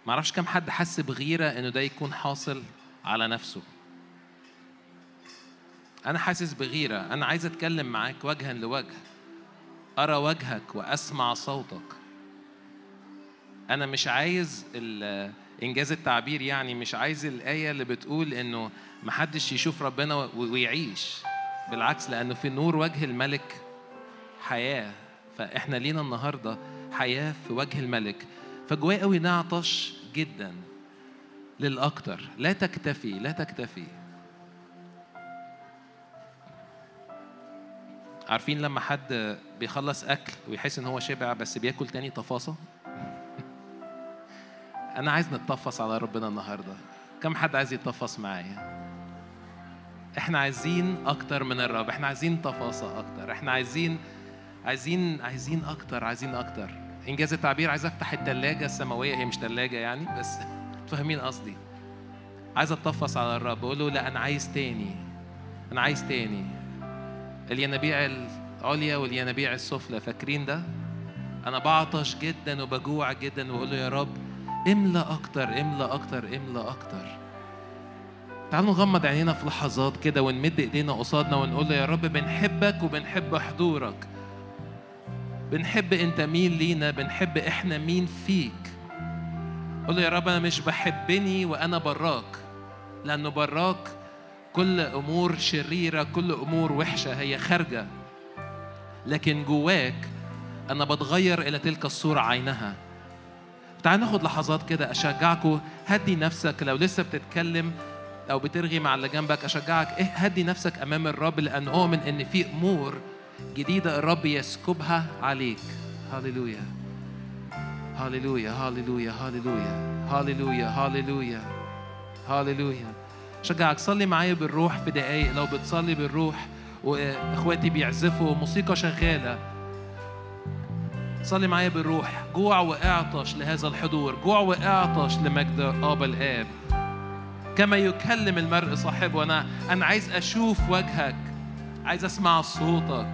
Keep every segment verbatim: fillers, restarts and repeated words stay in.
معرفش كم حد حس بغيرة إنه ده يكون حاصل على نفسه. أنا حاسس بغيرة، أنا عايز أتكلم معاك وجها لوجه، أرى وجهك وأسمع صوتك. أنا مش عايز إنجاز التعبير، يعني مش عايز الآية اللي بتقول إنه محدش يشوف ربنا ويعيش، بالعكس، لأنه في نور وجه الملك حياة. فإحنا لينا النهاردة حياة في وجه الملك. فجواي قوي نعطش جدا للأكتر. لا تكتفي لا تكتفي. عارفين لما حد بيخلص أكل ويحس إن هو شبع بس بياكل تاني تفاصة؟ أنا عايز نتطفص على ربنا النهاردة. كم حد عايز يتطفص معايا؟ إحنا عايزين أكتر من الرب، إحنا عايزين تفاصة أكتر، إحنا عايزين عايزين عايزين أكتر عايزين أكتر. إنجاز التعبير، عايز أفتح التلاجة السماوية، هي مش تلاجة يعني بس تفهمين قصدي. عايز أتطفص على الرب، أقول له لا أنا عايز تاني، أنا عايز تاني. الينابيع العليا والينابيع السفلى، فاكرين ده؟ أنا بعطش جدا وبجوع جدا، وأقول له يا رب املأ أكتر املأ أكتر املأ أكتر. تعالوا نغمض عينينا في لحظات كده ونمد إيدينا قصادنا ونقول له يا رب بنحبك وبنحب حضورك، بنحب أنت مين لينا، بنحب إحنا مين فيك. قول له يا رب أنا مش بحبني وأنا براك، لأنه براك كل أمور شريرة، كل أمور وحشة هي خارجة، لكن جواك أنا بتغير إلى تلك الصورة عينها. تعال ناخد لحظات كده، أشجعكوا هدي نفسك. لو لسه بتتكلم أو بترغي مع اللي جنبك، أشجعك إيه هدي نفسك أمام الرب، لأن أؤمن إن في أمور جديدة الرب يسكبها عليك. هاليلويا هاليلويا هاليلويا هاليلويا هاليلويا هاليلويا هاليلويا. شجعك صلي معايا بالروح في دقايق. لو بتصلي بالروح وإخواتي بيعزفوا موسيقى شغالة، صلي معايا بالروح. جوع واعطش لهذا الحضور، جوع واعطش لمجد آبا الآب، كما يكلم المرء صاحبه. أنا أنا عايز أشوف وجهك، عايز أسمع صوتك.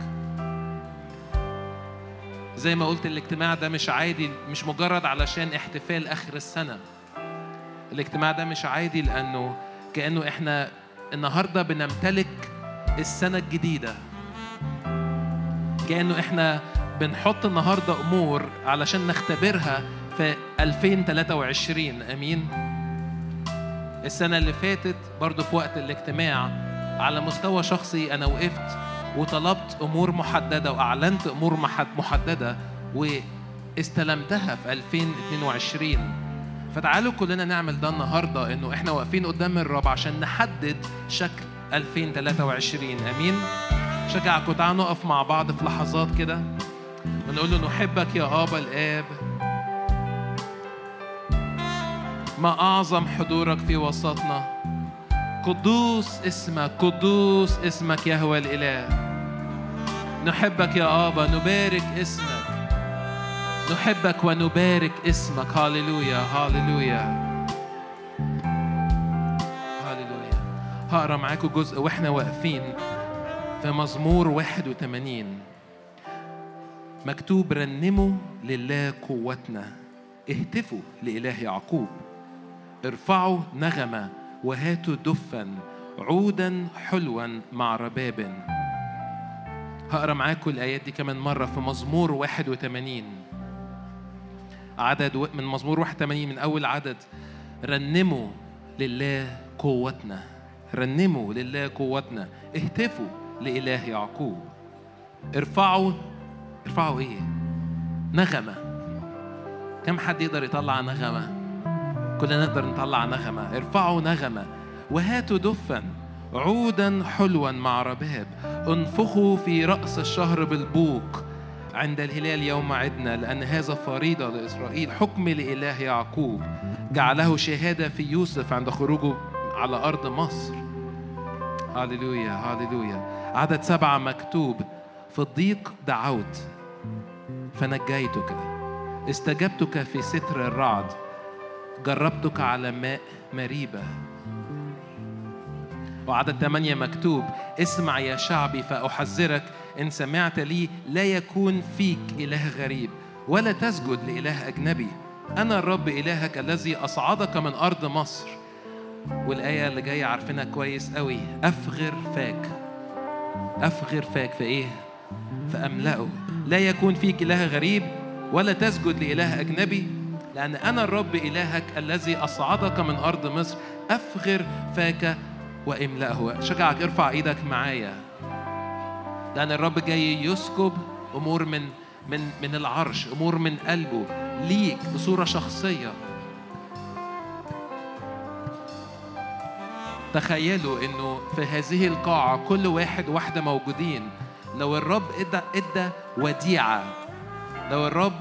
زي ما قلت الاجتماع ده مش عادي، مش مجرد علشان احتفال آخر السنة. الاجتماع ده مش عادي لأنه كأنه إحنا النهاردة بنمتلك السنة الجديدة، كأنه إحنا بنحط النهاردة أمور علشان نختبرها في ألفين وثلاثة وعشرين. أمين. السنة اللي فاتت برضو في وقت الاجتماع على مستوى شخصي أنا وقفت وطلبت أمور محددة وأعلنت أمور محددة واستلمتها في ألفين واثنين وعشرين. فتعالوا كلنا نعمل ده النهاردة، إنه إحنا واقفين قدام الرب عشان نحدد شكل ألفين وثلاثة وعشرين. أمين. شجعكم تعالوا نقف مع بعض في لحظات كده ونقول له نحبك يا آبا الآب، ما أعظم حضورك في وسطنا، قدوس اسمك قدوس اسمك يهوه الإله. نحبك يا آبا، نبارك اسمك، نحبك ونبارك اسمك. هاليلويا هاليلويا هاليلويا. هقرأ معاكم جزء وإحنا واقفين في مزمور واحد وثمانين. مكتوب رنموا لله قوتنا، اهتفوا لإله يعقوب، ارفعوا نغمة وهاتوا دفا، عودا حلوا مع رباب. هقرأ معاكم الآيات دي كمان مرة في مزمور واحد وثمانين، عدد من مزمور واحد وثمانين من أول عدد. رنموا لله قوتنا، رنموا لله قوتنا، اهتفوا لإله يعقوب، ارفعوا ارفعوا ايه؟ نغمة. كم حد يقدر يطلع نغمة؟ كلنا نقدر نطلع نغمة. ارفعوا نغمة وهاتوا دفا، عودا حلوا مع رباب. انفخوا في رأس الشهر بالبوق، عند الهلال يوم عدنا، لأن هذا فريضة لإسرائيل، حكم لإله يعقوب. جعله شهادة في يوسف عند خروجه على أرض مصر. هاليلويا هاليلويا. عدد سبعة مكتوب في الضيق دعوت فنجيتك، استجبتك في ستر الرعد، جربتك على ماء مريبة. وعدد ثمانية مكتوب اسمع يا شعبي فأحذرك، إن سمعت لي لا يكون فيك إله غريب، ولا تسجد لإله أجنبي. أنا الرب إلهك الذي أصعدك من أرض مصر. والآية اللي جاية عارفينها كويس قوي، أفغر فاك. أفغر فاك في إيه؟ فأملأه. لا يكون فيك إله غريب ولا تسجد لإله أجنبي، لأن أنا الرب إلهك الذي أصعدك من أرض مصر. أفغر فاك واملأه. شجعك ارفع إيدك معايا، لأن الرب جاي يسكب أمور من من من العرش، أمور من قلبه ليك بصورة شخصية. تخيلوا إنه في هذه القاعة كل واحد واحدة موجودين، لو الرب إدى إدى وديعة، لو الرب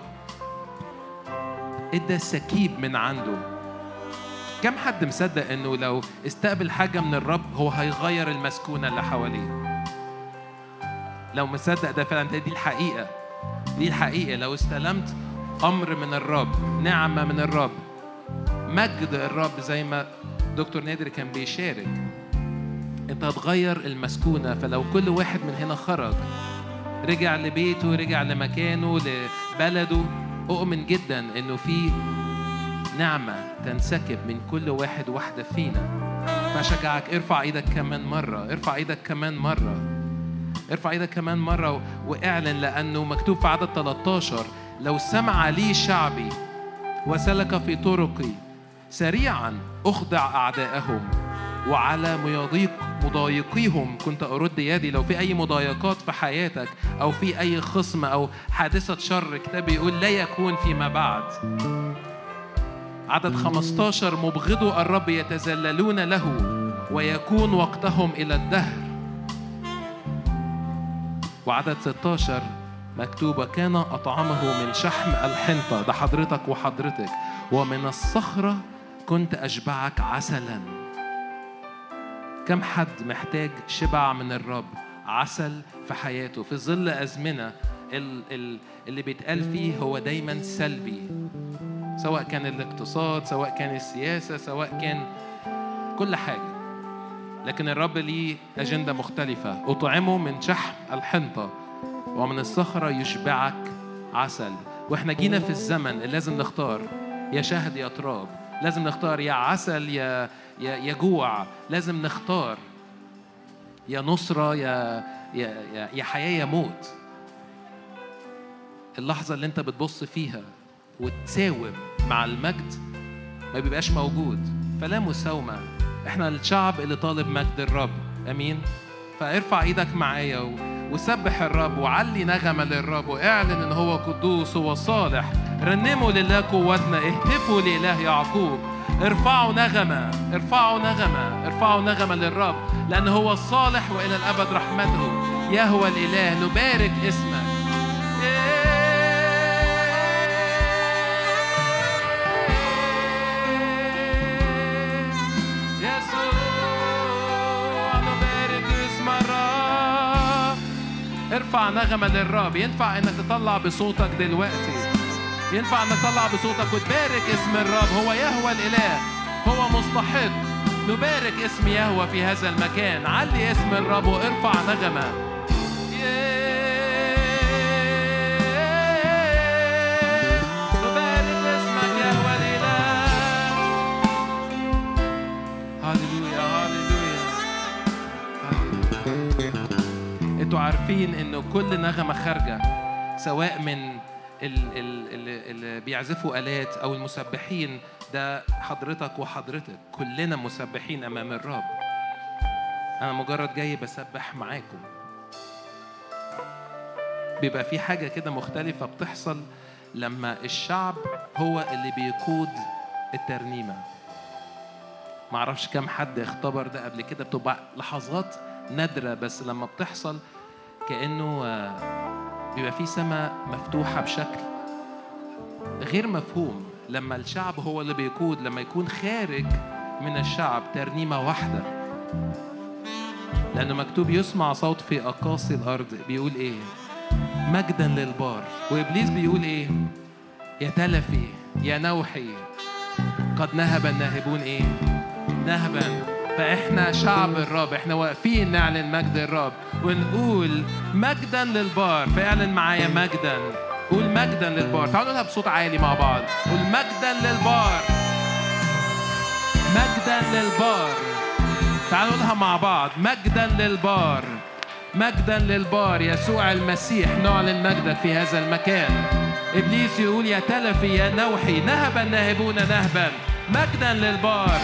إدى سكيب من عنده، كم حد مصدق إنه لو استقبل حاجة من الرب هو هيغير المسكونة اللي حواليه؟ لو مصدق ده فعلا، دي الحقيقة، دي الحقيقة. لو استلمت أمر من الرب، نعمة من الرب، مجد الرب، زي ما دكتور نادر كان بيشارك، انت هتغير المسكونة. فلو كل واحد من هنا خرج رجع لبيته، رجع لمكانه، لبلده، أؤمن جدا انه في نعمة تنسكب من كل واحد واحدة فينا. فشجعك ارفع ايدك كمان مرة، ارفع ايدك كمان مرة، ارفع ايدك كمان مرة واعلن، لأنه مكتوب في عدد ثلاثة عشر: لو سمع لي شعبي وسلك في طرقي سريعا أخضع أعدائهم، وعلى مضايق مضايقيهم كنت أرد يدي. لو في أي مضايقات في حياتك أو في أي خصم أو حادثة شر، كتاب يقول لا يكون فيما بعد. عدد خمسة عشر: مبغضو الرب يتذللون له ويكون وقتهم إلى الدهر. وعدد ستة عشر مكتوبة: كان أطعمه من شحم الحنطة، ده حضرتك وحضرتك، ومن الصخرة كنت أشبعك عسلا. كم حد محتاج شبع من الرب، عسل في حياته في ظل أزمنة اللي بيتقال فيه هو دايما سلبي، سواء كان الاقتصاد، سواء كان السياسة، سواء كان كل حاجة. لكن الرب ليه أجندة مختلفة: أطعمه من شحم الحنطة ومن الصخرة يشبعك عسل. وإحنا جينا في الزمن اللي لازم نختار، يا شهد يا تراب، لازم نختار، يا عسل يا يا يا جوع، لازم نختار، يا نصرة يا يا يا, يا حياة يا موت. اللحظة اللي أنت بتبص فيها وتساوم مع المجد ما بيبقاش موجود، فلا مساومة. إحنا الشعب اللي طالب مجد الرب، أمين؟ فارفع إيدك معايا وسبح الرب وعلي نغمة للرب واعلن إن هو قدوس وصالح. رنموا لله قوتنا، اهتفوا لإله يعقوب، ارفعوا نغمة، ارفعوا نغمة، ارفعوا نغمة للرب، لأن هو الصالح وإلى الأبد رحمته. يا هو الإله، نبارك اسمك. ارفع نغمة للرب. ينفع انك تطلع بصوتك دلوقتي، ينفع انك تطلع بصوتك وتبارك اسم الرب. هو يهوى الإله، هو مستحق. نبارك اسم يهوى في هذا المكان. علي اسم الرب وارفع نغمة. نبارك اسمك يهوى الإله. هاليلويا هاليلويا. انتوا عارفين انه كل نغمة خارجة، سواء من اللي بيعزفوا آلات أو المسبحين، ده حضرتك وحضرتك، كلنا مسبحين أمام الرب. أنا مجرد جاي بسبح معاكم. بيبقى في حاجة كده مختلفة بتحصل لما الشعب هو اللي بيقود الترنيمة. معرفش كم حد اختبر ده قبل كده. بتبقى لحظات نادرة، بس لما بتحصل كأنه بيبقى في سماء مفتوحة بشكل غير مفهوم. لما الشعب هو اللي بيقود، لما يكون خارج من الشعب ترنيمة واحدة، لأنه مكتوب يسمع صوت في أقاصي الأرض. بيقول إيه؟ مجدا للبار. وإبليس بيقول إيه؟ يا تلفي يا نوحي قد نهب الناهبون إيه؟ نهبا. فإحنا شعب الرب، إحنا واقفين نعلن مجد الرب ونقول مجدا للبار. فاعلن معايا مجدا قول مجدا للبار. تعالوا نقولها بصوت عالي مع بعض. قول مجدا للبار، مجدا للبار. تعالوا نقولها مع بعض. مجدا للبار، مجدا للبار يسوع المسيح. نعلن مجدك في هذا المكان. إبليس يقول يا تلفي يا نوحي، نهبا ناهبون نهبا. مجدا للبار.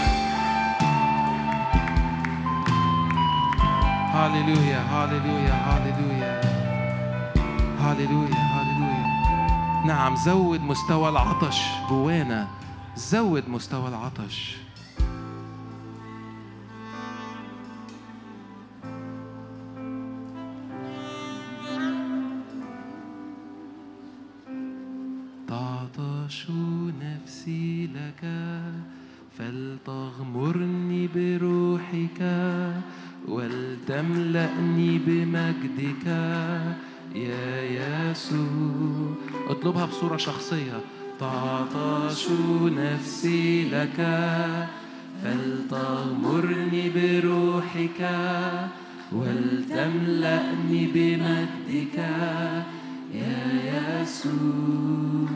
هاليلويا هاليلويا هاليلويا هاليلويا هاليلويا. نعم، زود مستوى العطش جوانا، زود مستوى العطش. تعطش نفسي لك فلتغمرني بروحك ولتملأني بمجدك يا يسوع. اطلبها بصورة شخصية. تعطش نفسي لك فلتغمرني بروحك ولتملأني بمجدك يا يسوع.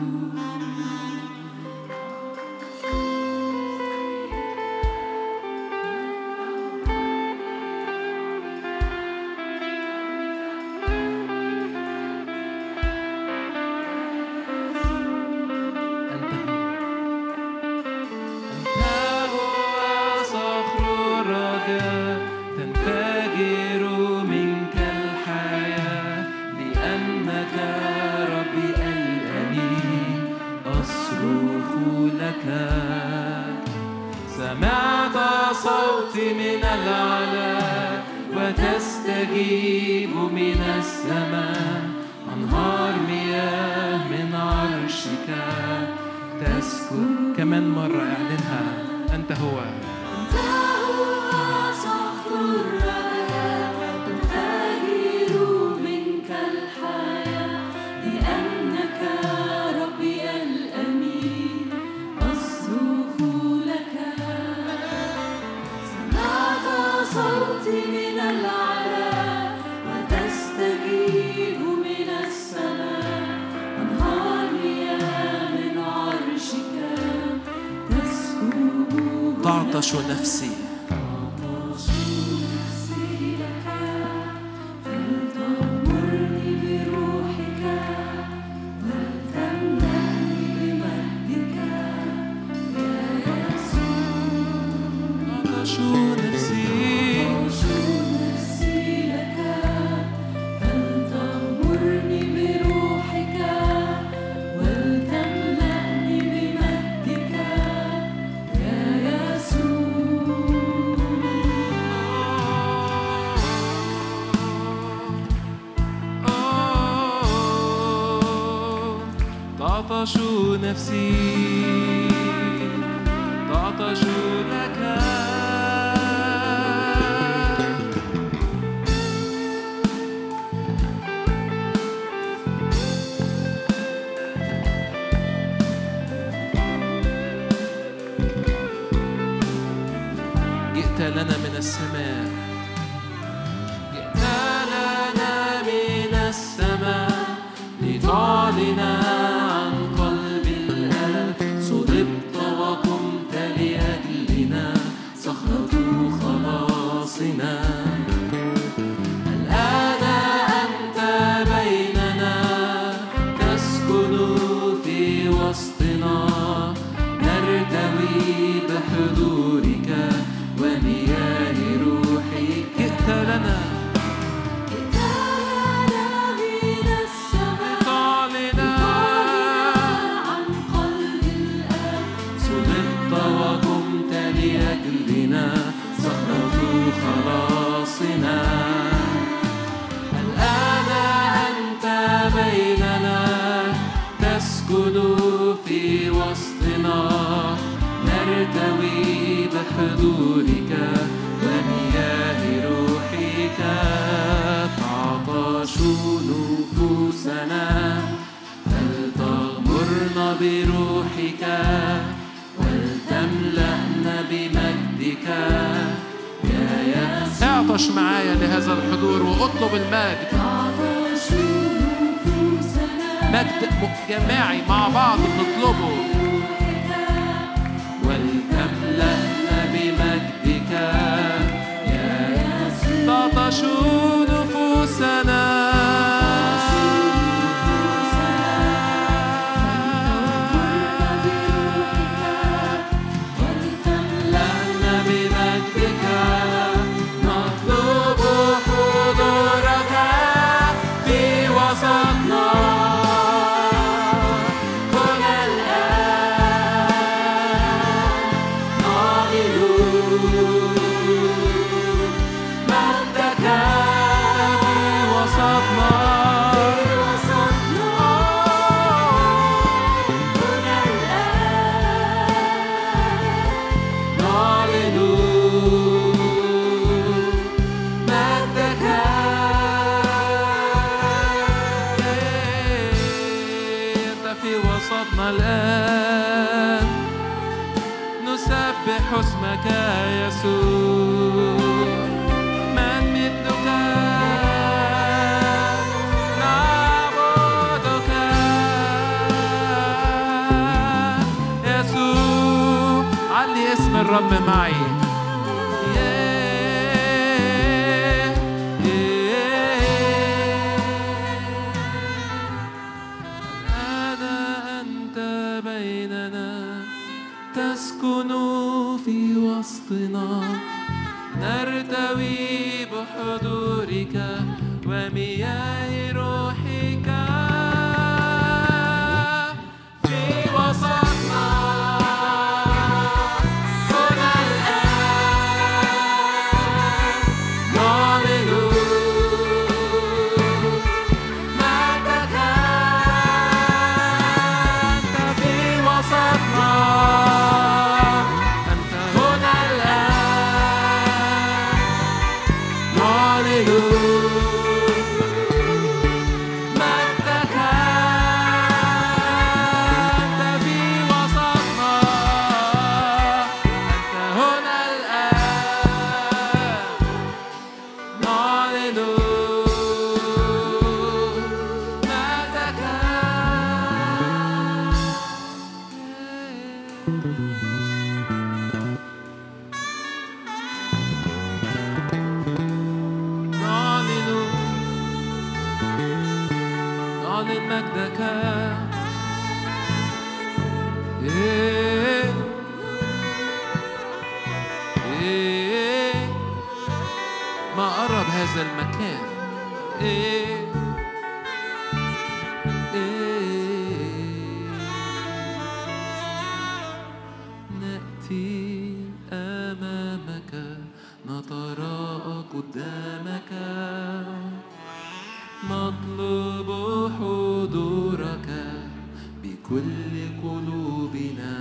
سمعت صوتي من العلا وتستجيب من السماء. أنهار مياه من عرشك تسكب. كمان مرة اعلنها. أنت هو، أنت هو صخر الرجاء تنفجر منك الحياة لأنك ربي الأمين أصرخ لك. سمعت صوتي من العلا وتستجيب من السماء. أنهار مياه من عرشك تسكب. تعطش نفسي لك فلتغمرني بروحك ولتملأني بمجدك يا يسوع. تعطش نفسي لك فلتغمرني بروحك ولتملأني بمجدك يا يسوع. تعطش نفسي، تعطش لك. جئت لنا من السماء، جئت لنا من السماء لتعلن عن قلب الآب. صلبت وقمت لأجلنا صخرة خلاصنا. الآن أنت بيننا تسكن في وسطنا. نرتوي بحضورك ومياه روحك. جئت لنا من السماء تعلن عن قلب الآب. صلبت وقمت لأجلنا صخرة خلاصنا. الآن أنت بيننا تسكن في وسطنا. نرتوي بحضورك ومياه روحك. تعطش نفوسنا فلتغمرنا بروحك ولتملأنا بمجدك يا يسوع. اعطش معايا لهذا الحضور واطلب المجد. تعطش نفوسنا مجد جماعي مع بعض بنطلبه. ولتملأنا بمجدك يا يسوع، تعطش نفوسنا. الآن نسبح اسمك يا يسوع، من مثلك نعبدك يسوع. علي اسم الرب معي. في وسطنا نرتوي بحضورك ومياه روحك في وسطنا هنا الآن نعلن مجدك أنت في وسطنا. المكان إيه إيه نأتي أمامك نتراءى قدامك نطلب حضورك بكل قلوبنا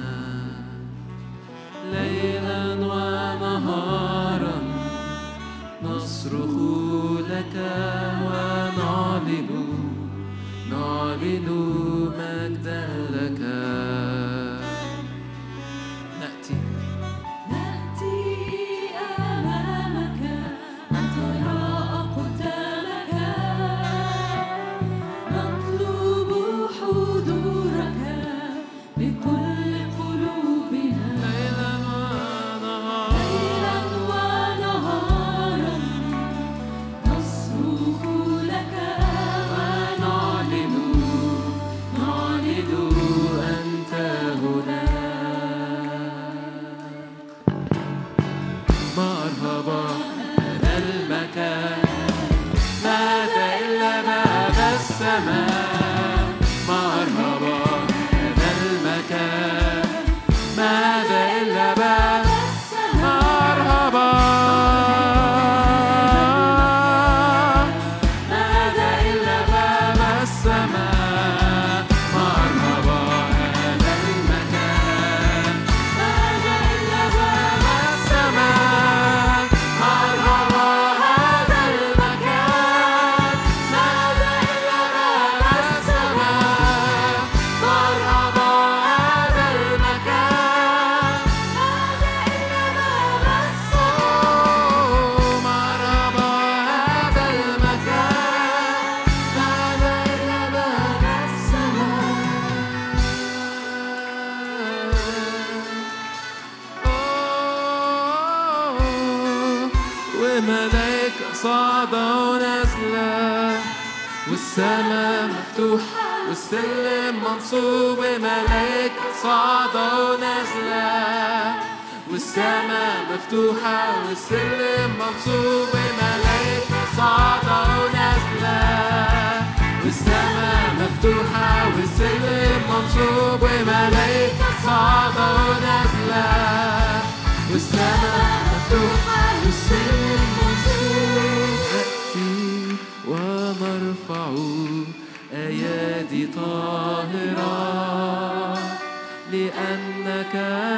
ليلا ونهارا نصرخ لك ونعلن نعلن مجدا لك. نأتي نأتي أمامك نتراءى قدامك نطلب حضورك بكل قلوبنا ليلا ونهارا نصرخ لك ونعلن نعلن أنت وملاك صعدة ونازلة والسماء مفتوحة والسلم منصوب وملاك صعدة ونازلة والسماء مفتوحة والسلم منصوب وملاك صعدة ونازلة والسماء مفتوحة والسلم منصوب وملاك صعدة ونازلة والسماء مفتوحة والسلم منصوب نأتي ونرفع أيادي طاهرة لأنك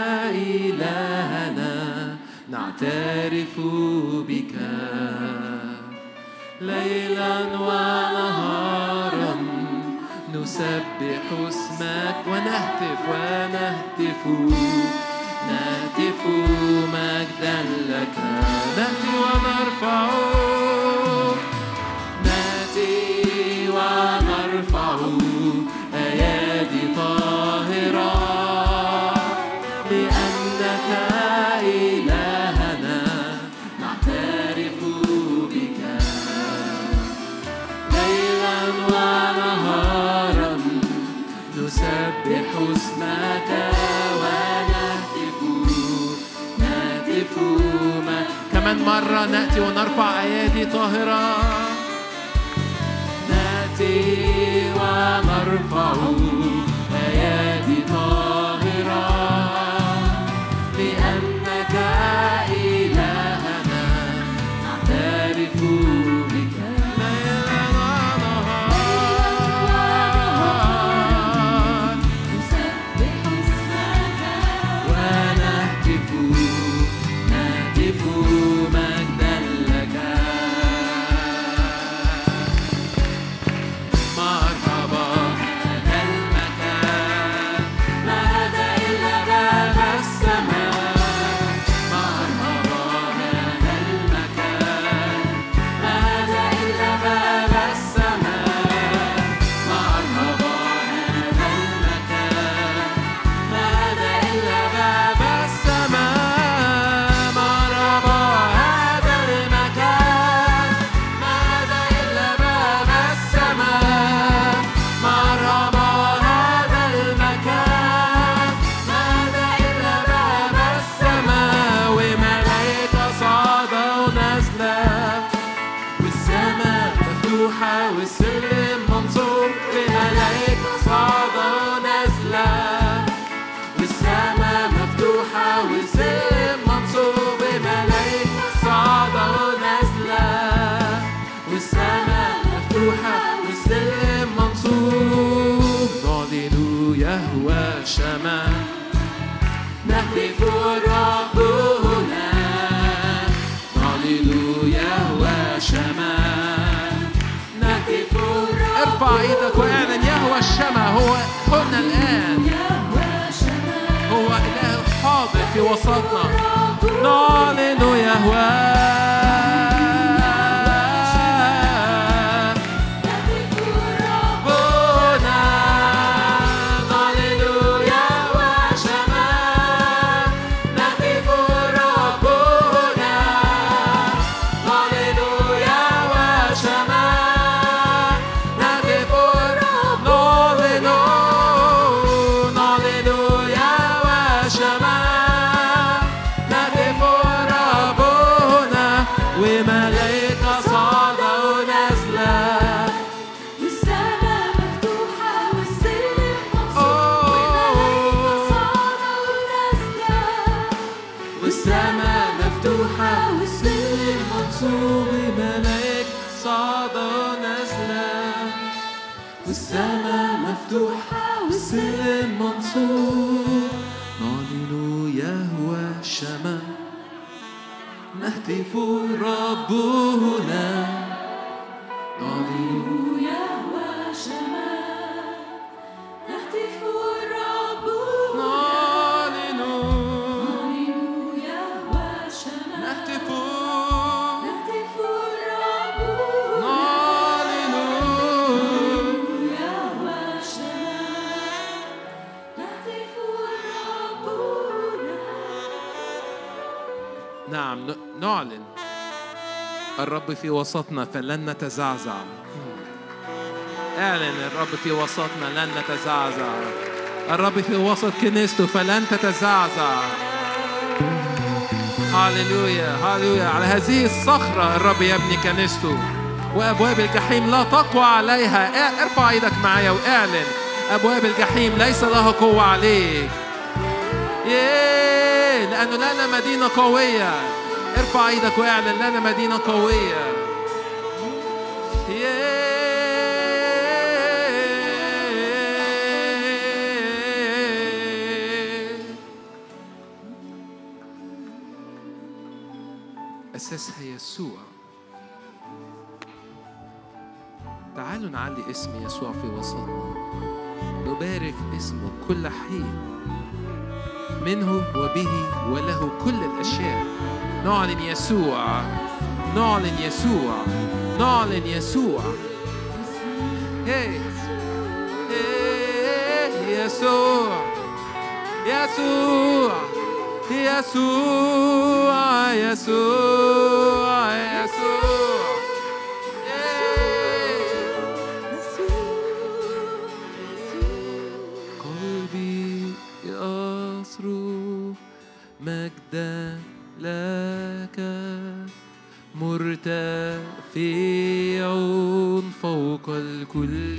إلهنا نعترف بك ليلا ونهارا نسبح اسمك ونهتف ونهتف نهتف مجدا لك نأتي ونرفع نأتي ونرفع أيادي طاهرة لأنك إلهنا نعترف بك ليلا ونهارا نسبح اسمك ونهتف نهتف كمان مرة نأتي ونرفع أيادي طاهرة نأتي ونرفع أيادي طاهرة لأنك إلهنا نعترف بك ليلا ونهارا نسبح اسمك ونهتف نهتف مجدا لك مرحبا هذا المكان ما هذا إلا باب السماء مرحبا هذا المكان ما هذا إلا باب السماء مرحبا هذا المكان ما هذا إلا باب السماء مرحبا هذا المكان ما هذا إلا باب السماء مرحبا هذا المكان ما هذا إلا باب السماء وملائكة صاعدة ونازلة والسماء مفتوحة والسلم منصوب وملائكة صاعدة ونازلة والسماء مفتوحة والسلم منصوب وملائكة صاعدة ونازلة والسماء مفتوحة والسلم منصوب نعلن يهوى شمال نهتف الرب هنا نعلن يهوى شمال نهتف الرب ارفع ايدك واعلن يهوى الشمال هو هنا الآن هو إله حاضر في وسطنا نعلن يهوى وملائكة صاعدة ونازلة والسماء مفتوحة والسلم منصوب وملائكة صاعدة ونازلة والسماء مفتوحة والسلم منصوب وملائكة صاعدة ونازلة والسماء مفتوحة والسلم منصوب نعلن يهوى الشمال نهتف الرب هنا نعلن يهوى شمال نهتف الرب نعلن نعلن يهوى شمال نهتف نهتف الرب نعلن يهوى شمال نهتف الرب نعم ن- نعلن الرب في وسطنا فلن نتزعزع. اعلن الرب في وسطنا لن نتزعزع. الرب في وسط كنيسته فلن تتزعزع. هاليلويا هاليلويا. على هذه الصخرة الرب يبني كنيسته وأبواب الجحيم لا تقوى عليها. ارفع ايدك معايا واعلن أبواب الجحيم ليس لها قوة عليك. ياه لأنه لنا مدينة قوية. ارفع ايدك واعلن لنا مدينة قوية. ياه أساسها يسوع. تعالوا نعلي اسم يسوع في وسطنا، نبارك اسمه كل حين، منه وبه وله كل الأشياء. نعلن يسوع نعلن يسوع نعلن يسوع. هي يسوع يسوع يسوع يسوع يسوع. قلبي يصرخ مجدا لك مرتفع فوق الكل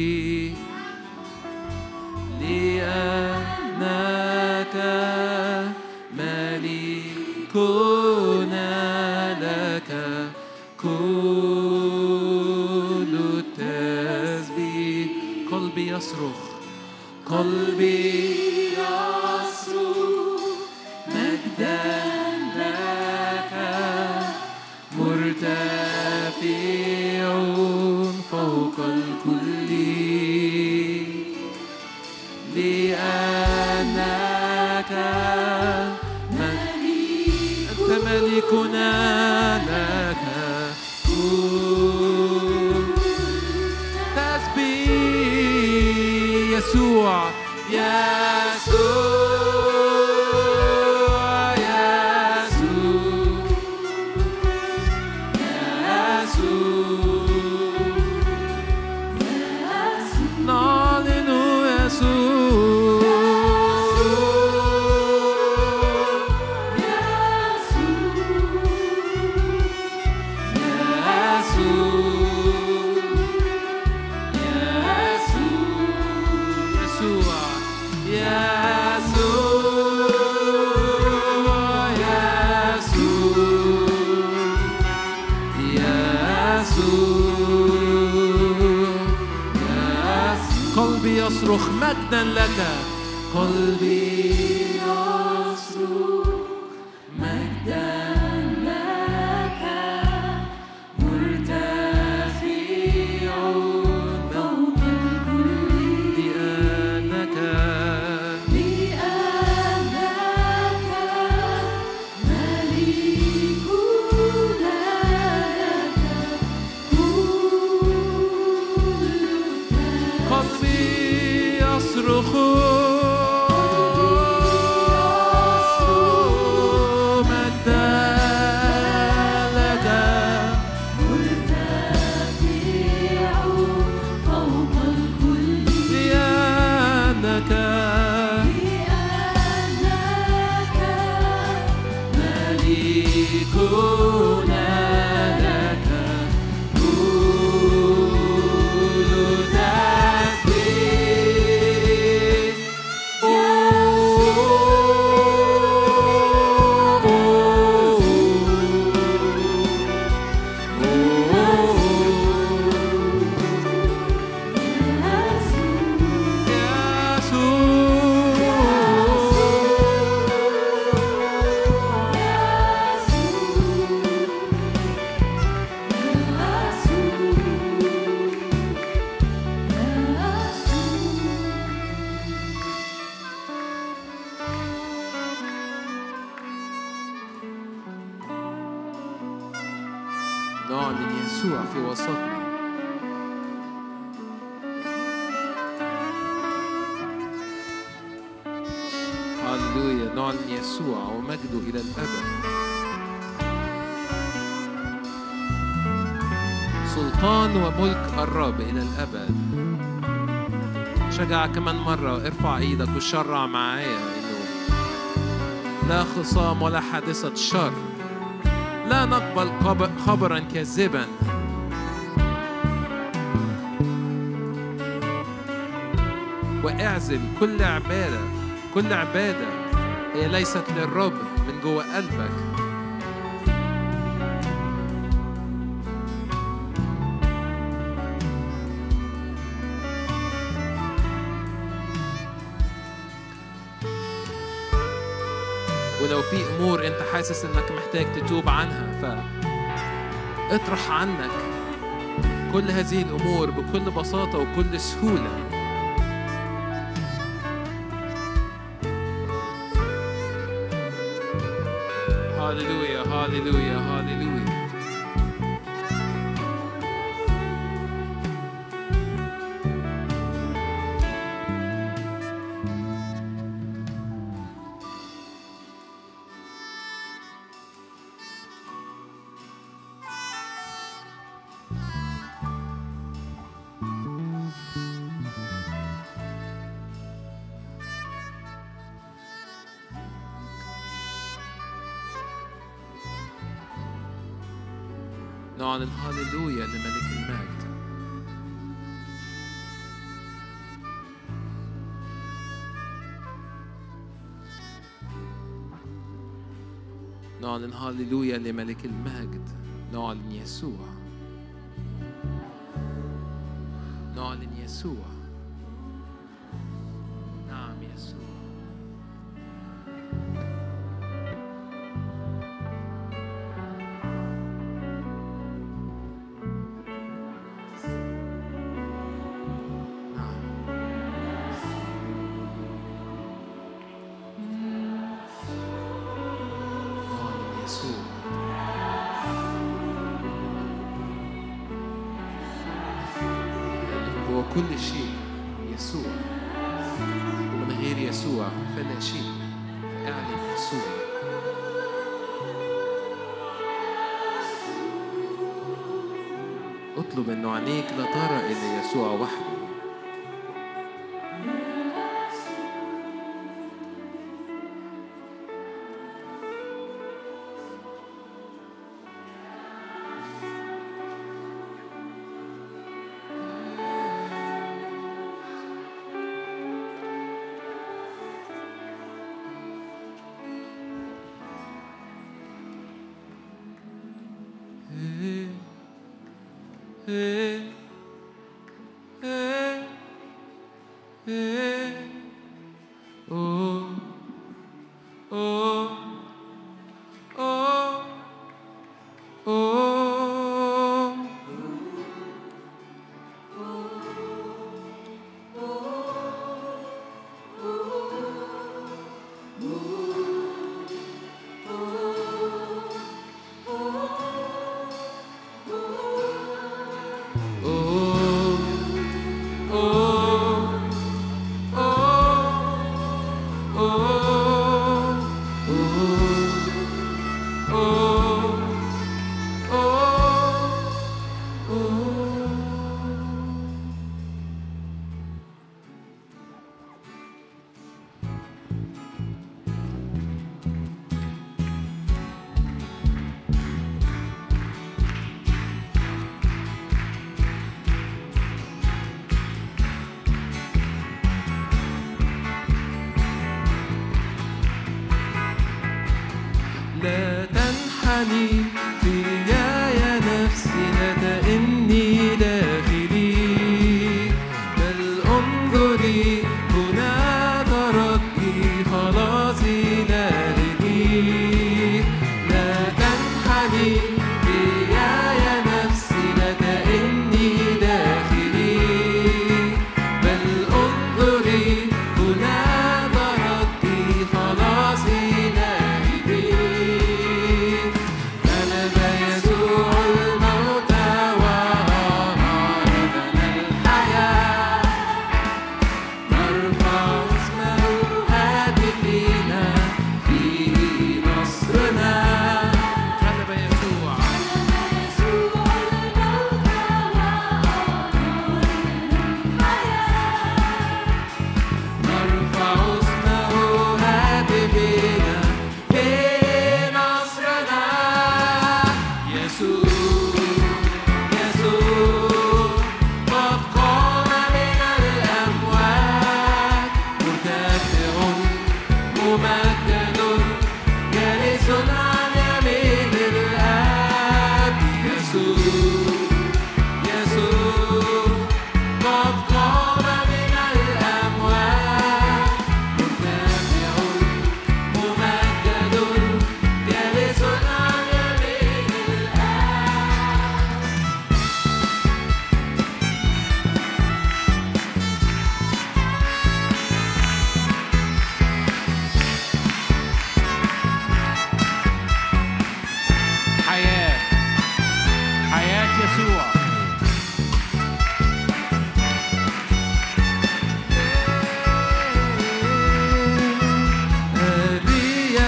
لأنك ملكنا لك كل التسبيح. قلبي يصرخ قلبي يصرخ مجدا لك مرتفع فوق الكل لأنك أنت ملكنا لك كل تسبيح. يسوع يسوع يسوع يسوع نعلن يسوع يصرخ مجدا لك. قلبي يصرخ مجدا لك مرتفع فوق الكل لأنك لأنك ملكنا لك كل قلبي يصرخ مجدا لك مرتفع فوق الكل لأنك لأنك ملكنا لك نعلن يسوع في وسطنا. هللويا. نعلن يسوع ومجده إلى الأبد. سلطان وملك الرب إلى الأبد. شجع كمان مرة، ارفع ايدك وشرع معايا إنه لا خصام ولا حادثة شر، لا نقبل خبرا كاذبا، واعزل كل عبادة كل عبادة هي ليست للرب من جوه قلبك. ولو في أمور أنت حاسس أنك محتاج تتوب عنها، فاطرح عنك كل هذه الأمور بكل بساطة وكل سهولة. هاليلويا هاليلويا هاليلويا. نعلن هاليلويا لملك المجد. نعلن هاليلويا لملك المجد. نعلن يسوع، نعلن يسوع. نعم يسوع. كل شيء يسوع، ومن غير يسوع فلا شيء. اعلن يسوع. اطلب أن عينيك لا ترى إلا يسوع وحده. لا تنحني فيا يا نفسي، لا تئني داخلي، بل انظري هنا تركي خلاصي لاهي. لا تنحني فيا يا نفسي، لا تئني داخلي، بل انظري هنا تركي خلاصي لاهي.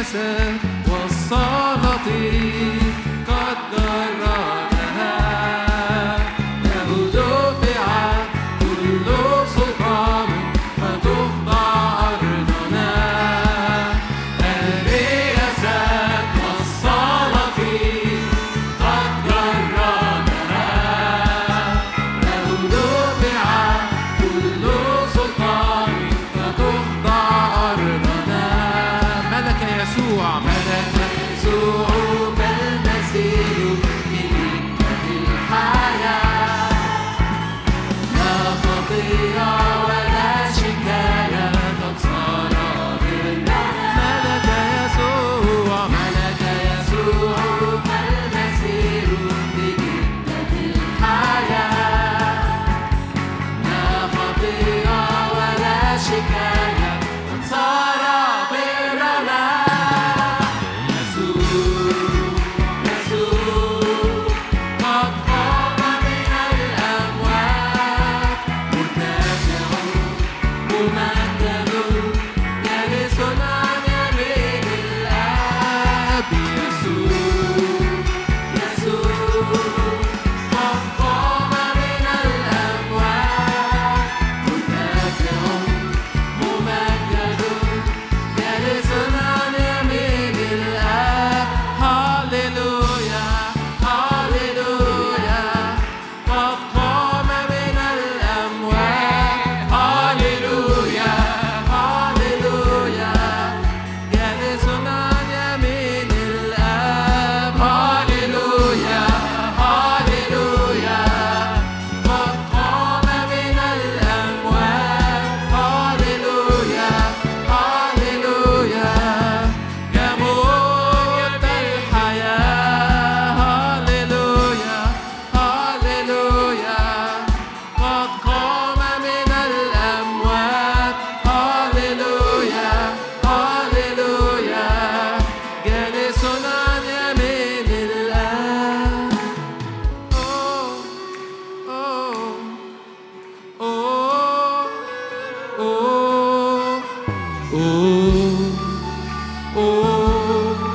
الرياسات والسلاطين قد جردها، له دفع كل سلطان فتخضع أرضنا. الرياسات والسلاطين قد جردها، له دفع كل سلطان فتخضع أرضنا. ملك يسوع ملك يسوع فالمسيح بملكة الحياة، لا خطيئة ولا شكاية قد صار برنا. ملك يسوع ملك يسوع فالمسيح بملكة الحياة، لا خطيئة ولا شكاية قد صار برنا. يسوع يسوع قد قام من الأموات، مرتفع ممجد جالس عن يمين الآب. يسوع يسوع قد قام من الأموات، مرتفع ممجد جالس عن يمين الآب. هاليلويا هاليلويا قد قام من الأموات. هاليلويا هاليلويا جالس عن يمين الآب. هاليلويا هاليلويا قد قام من الأموات. هاليلويا هاليلويا يموت الحياة. هاليلويا هاليلويا قد قام من الأموات. هاليلويا هاليلويا جالس عن يمين الآب. أوه أوه أوه أوه أوه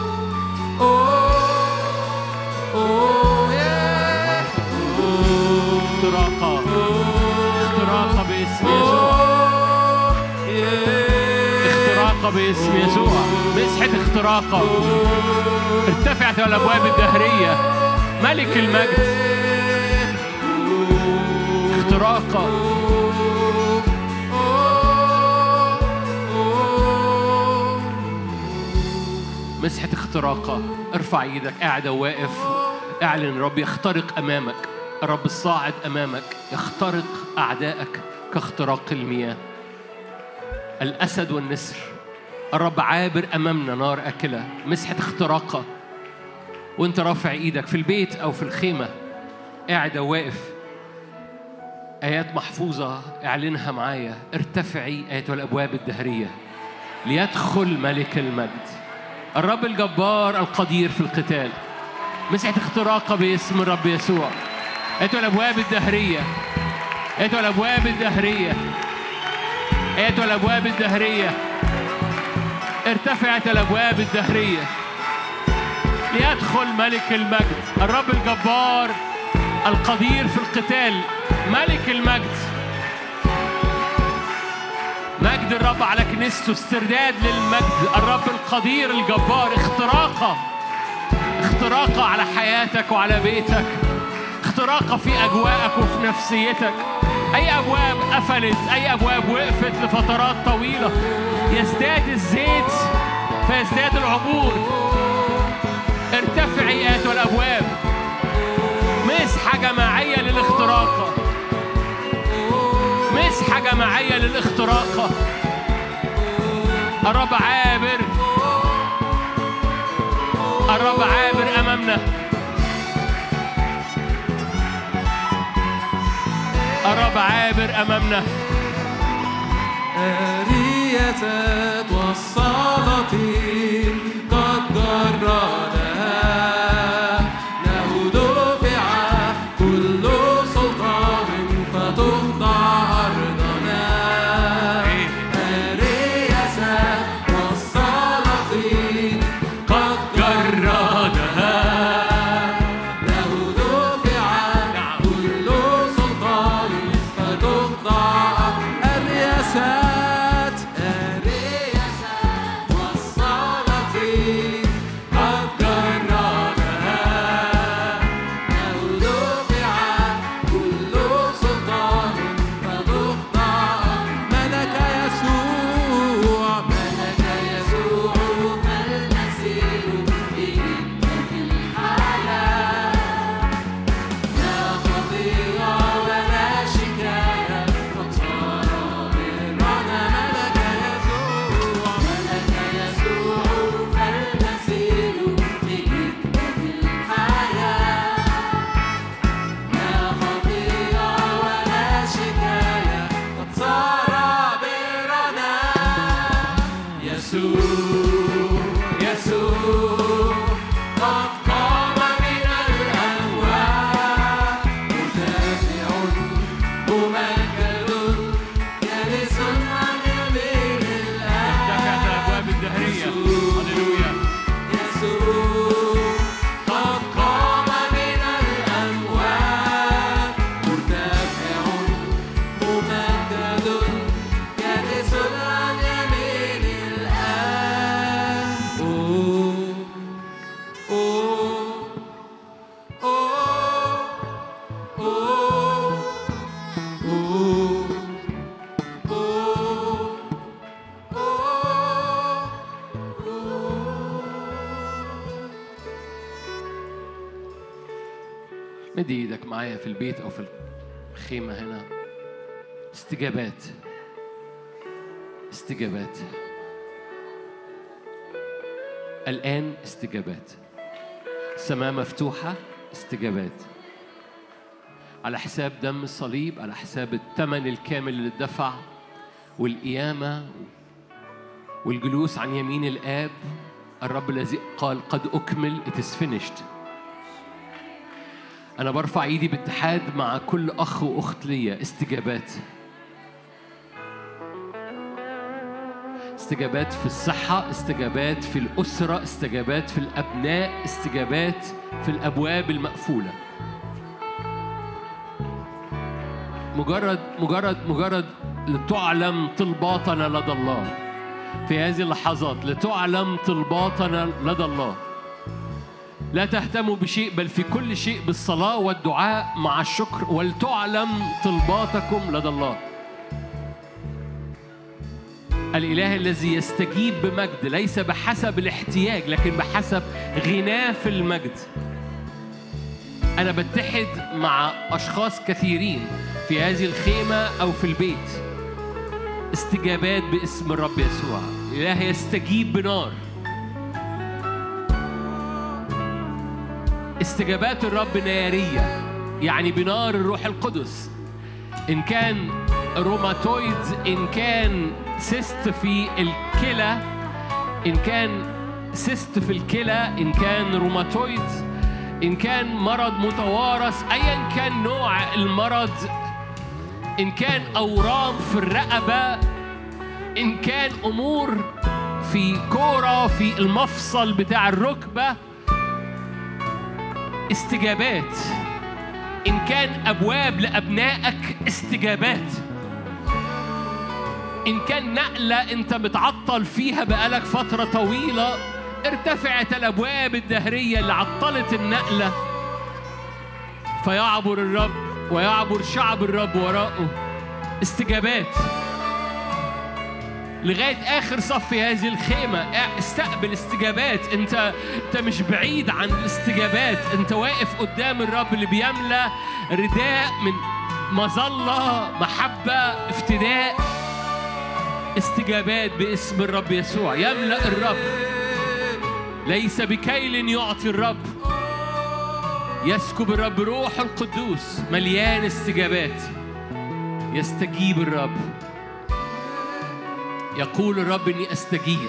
أوه أوه ياه. اختراقة اختراقة باسم يسوع، اختراقة باسم يسوع، مسحة اختراقة. ارتفعت الأبواب الدهرية، ملك المجد. اختراقة مسحة اختراقة. ارفع ايدك قاعد واقف، اعلن رب يخترق امامك، الرب الصاعد امامك يخترق اعدائك كاختراق المياه. الاسد والنسر، الرب عابر امامنا نار اكله. مسحة اختراقة وانت رافع ايدك في البيت او في الخيمة قاعد واقف. آيات محفوظة اعلنها معايا. ارتفعي أيتها الأبواب الدهرية ليدخل ملك المجد، الرب الجبار القدير في القتال. مسحة اختراقة باسم الرب يسوع. أيتها الأبواب الدهرية، أيتها الأبواب الدهرية، أيتها الأبواب الدهرية، ارتفعت الأبواب الدهرية ليدخل ملك المجد، الرب الجبار القدير في القتال، ملك المجد. مجد الرب على كنيسته، استرداد للمجد، الرب القدير الجبار. اختراقة اختراقة على حياتك وعلى بيتك، اختراقة في أجواءك وفي نفسيتك. أي أبواب قفلت، أي أبواب وقفت لفترات طويلة، يزداد الزيت فيزداد العبور. ارتفعي أيتها الأبواب. مسحة جماعية للاختراقة، مسحة جماعية للاختراقة. الرب عابر، الرب عابر أمامنا، الرب عابر أمامنا. الرياسات والسلاطين قد جردها، له دفع كل سلطان فتخضع أرضنا. الرياسات والسلاطين مد ايدك معايا في البيت او في الخيمة هنا. استجابات استجابات الآن، استجابات. السماء مفتوحة، استجابات على حساب دم الصليب، على حساب الثمن الكامل اللي اتدفع والقيامة والجلوس عن يمين الآب. الرب الذي قال قد أكمل، it is finished. أنا برفع إيدي باتحاد مع كل أخ وأخت ليا. استجابات استجابات في الصحة، استجابات في الأسرة، استجابات في الأبناء، استجابات في الأبواب المقفولة. مجرد مجرد مجرد لتعلم طلباتنا لدى الله في هذه اللحظات، لتعلم طلباتنا لدى الله. لا تهتموا بشيء بل في كل شيء بالصلاة والدعاء مع الشكر ولتعلم طلباتكم لدى الله. الإله الذي يستجيب بمجد، ليس بحسب الاحتياج لكن بحسب غناه في المجد. أنا بتحد مع أشخاص كثيرين في هذه الخيمة أو في البيت. استجابات باسم الرب يسوع. الإله يستجيب بنار. استجابات الرب نارية، يعني بنار الروح القدس. إن كان روماتويد، إن كان سيست في الكلى، إن كان سيست في الكلى، إن كان روماتويد، إن كان مرض متوارث، أيا كان نوع المرض، إن كان أورام في الرقبة، إن كان أمور في كورة في المفصل بتاع الركبة، استجابات. إن كان أبواب لأبنائك، استجابات. إن كان نقلة أنت متعطل فيها بقالك فترة طويلة، ارتفعت الأبواب الدهرية اللي عطلت النقلة، فيعبر الرب ويعبر شعب الرب وراءه. استجابات لغاية آخر صف في هذه الخيمة. استقبل استجابات. أنت أنت مش بعيد عن الاستجابات. أنت واقف قدام الرب اللي بيملى رداء من مظلة، محبة، افتداء. استجابات باسم الرب يسوع. يملأ الرب، ليس بكيل يعطي الرب. يسكب الرب روح القدوس مليان استجابات. يستجيب الرب. يقول الرب إني أستجيب.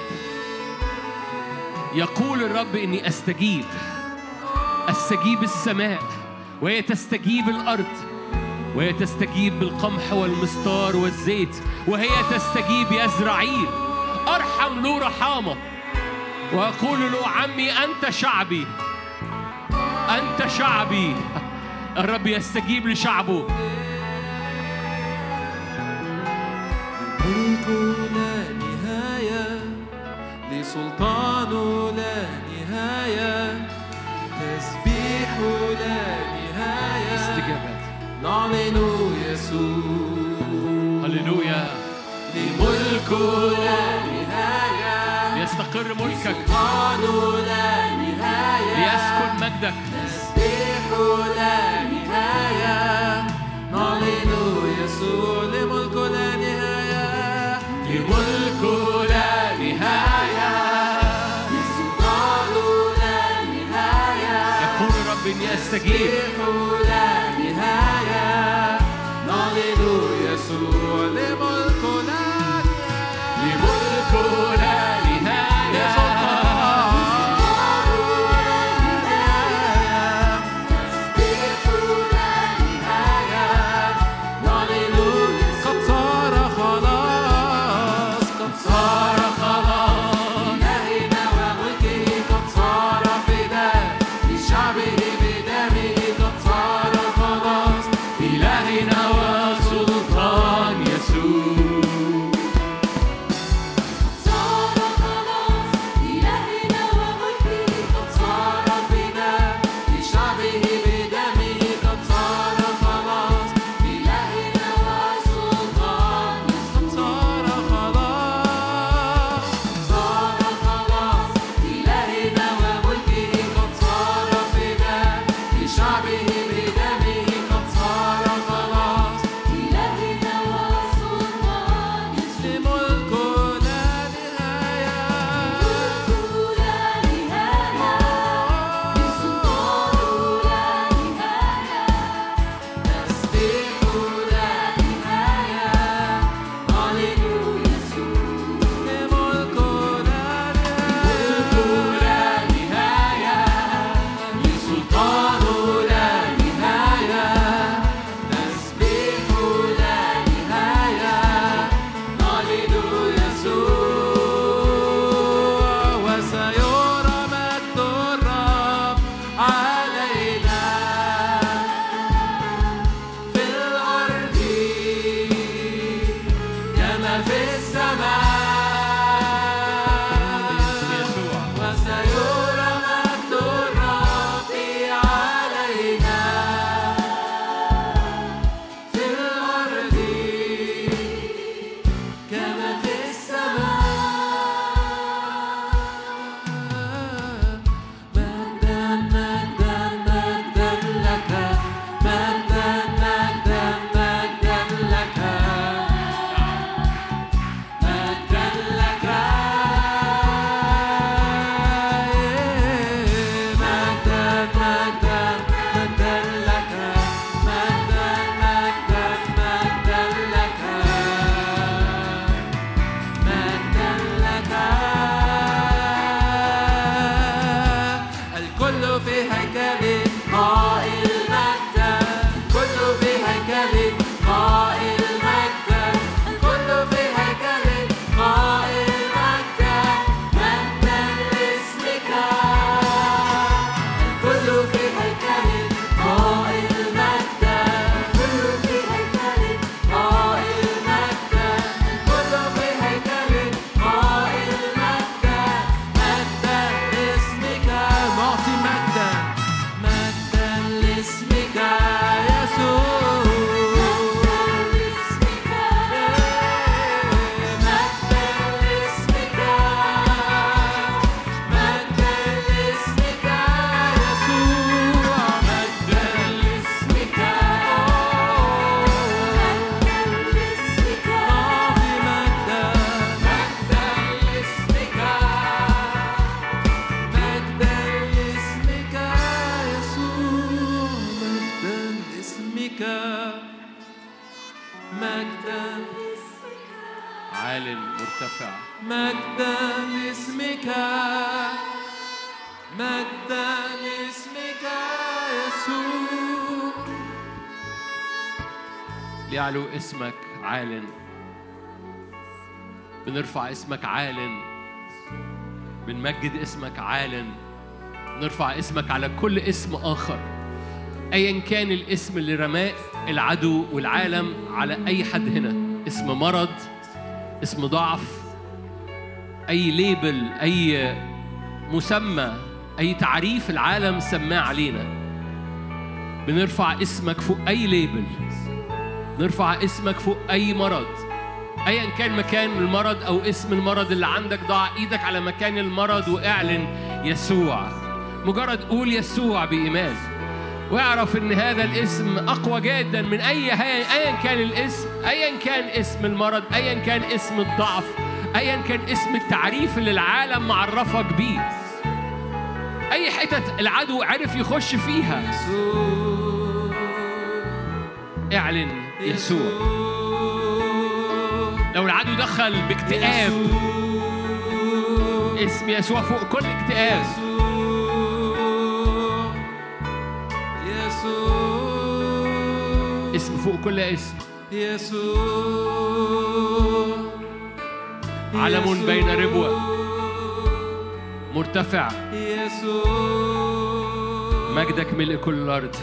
يقول الرب إني أستجيب. أستجيب السماء وهي تستجيب الأرض، وهي تستجيب بالقمح والمستار والزيت، وهي تستجيب يزرعيل. أرحم له رحامة وأقول له عمي أنت شعبي، أنت شعبي. الرب يستجيب لشعبه. ملك لا نهاية سلطان لا نهاية، تسبيح لا نهاية، استجابات نعلن يسوع. هللويا. لملكه لا نهاية، ليستقر ملكك، سلطان لا نهاية، ليسكن مجدك، تسبيح لا نهاية، نعلن يسوع. لملكه لا نهاية، لملكه لا نهاية، سلطان لا نهاية، يقول الرب إني أستجيب. لا نهاية، نعلن يسوع. لملكه لا نهاية، لملكه لا نهاية، تسبيح لا نهاية، نعلن قد صار خلاص، قد صار خلاص، إلهنا وملكه قد صار فداء لشعبه بدمه، قد صار خلاص، إلهنا وسلطان يسوع. صار خلاص، إلهنا وملكه قد صار فداء لشعبه بدمه، قد صار خلاص، إلهنا وسلطان يسوع. صار خلاص، صار خلاص، إلهنا وملكه قد صار فداء لشعبه بدمه، قد صار خلاص، إلهنا وسلطان يسوع. لملكه لا نهاية، ملكه لا نهاية، سلطانه لا نهاية، تسبيحه لا نهاية، نعلن يسوع. لملكه لا نهاية، لسلطانه لا نهاية، تسبيحه لا نهاية، نعلن يسوع. وسيرى مجد الرب علينا في الأرض كما في السماء، وسيرى مجد الرب علينا في الأرض كما في السماء. مجدا مجدا مجدا لك، مجدا مجدا مجدا لك، مجدا لك، مجدا مجدا مجدا لك، مجدا مجدا مجدا لك، مجدا لك. الكل في هيكل قائل مجدا، الكل في هيكل قائل مجدا، الكل في هيكل قائل مجدا، مجدا لاسمك. الكل في هيكل قائل مجدا، الكل في هيكل قائل مجدا، الكل في هيكل قائل مجدا، مجدا لاسمك. نعطي مجدا، مجدا لاسمك يسوع، مجدا لاسمك، مجدا لاسمك، مجدا لاسمك يسوع، مجدا لاسمك، مجدا لاسمك، نعطي مجدا، مجدا لاسمك، مجدا لاسمك يسوع، مجدا لاسمك، مجدا عال مرتفع، مجدا لاسمك، مجدا لاسمك يسوع. ليعلو اسمك عال، بنرفع اسمك عال، بنمجد اسمك عال، نرفع اسمك على كل اسم آخر، أيا كان الاسم اللي رماه العدو والعالم على أي حد هنا، اسم مرض، اسم ضعف، أي ليبل، أي مسمى، أي تعريف العالم سماه علينا. بنرفع اسمك فوق أي ليبل، نرفع اسمك فوق أي مرض، أيا كان مكان المرض أو اسم المرض اللي عندك. ضع إيدك على مكان المرض واعلن يسوع. مجرد قول يسوع بإيمان، واعرف إن هذا الاسم أقوى جدا من أي أيا كان الاسم، أيا كان اسم المرض، أيا كان اسم الضعف، أيا كان اسم التعريف اللي العالم معرفك بيه. أي حتة العدو عرف يخش فيها، اعلن يسوع. لو العدو دخل باكتئاب، اسم يسوع فوق كل اكتئاب. اسم فوق كل اسم. علم بين ربوة مرتفع، مجدك ملء كل الأرض.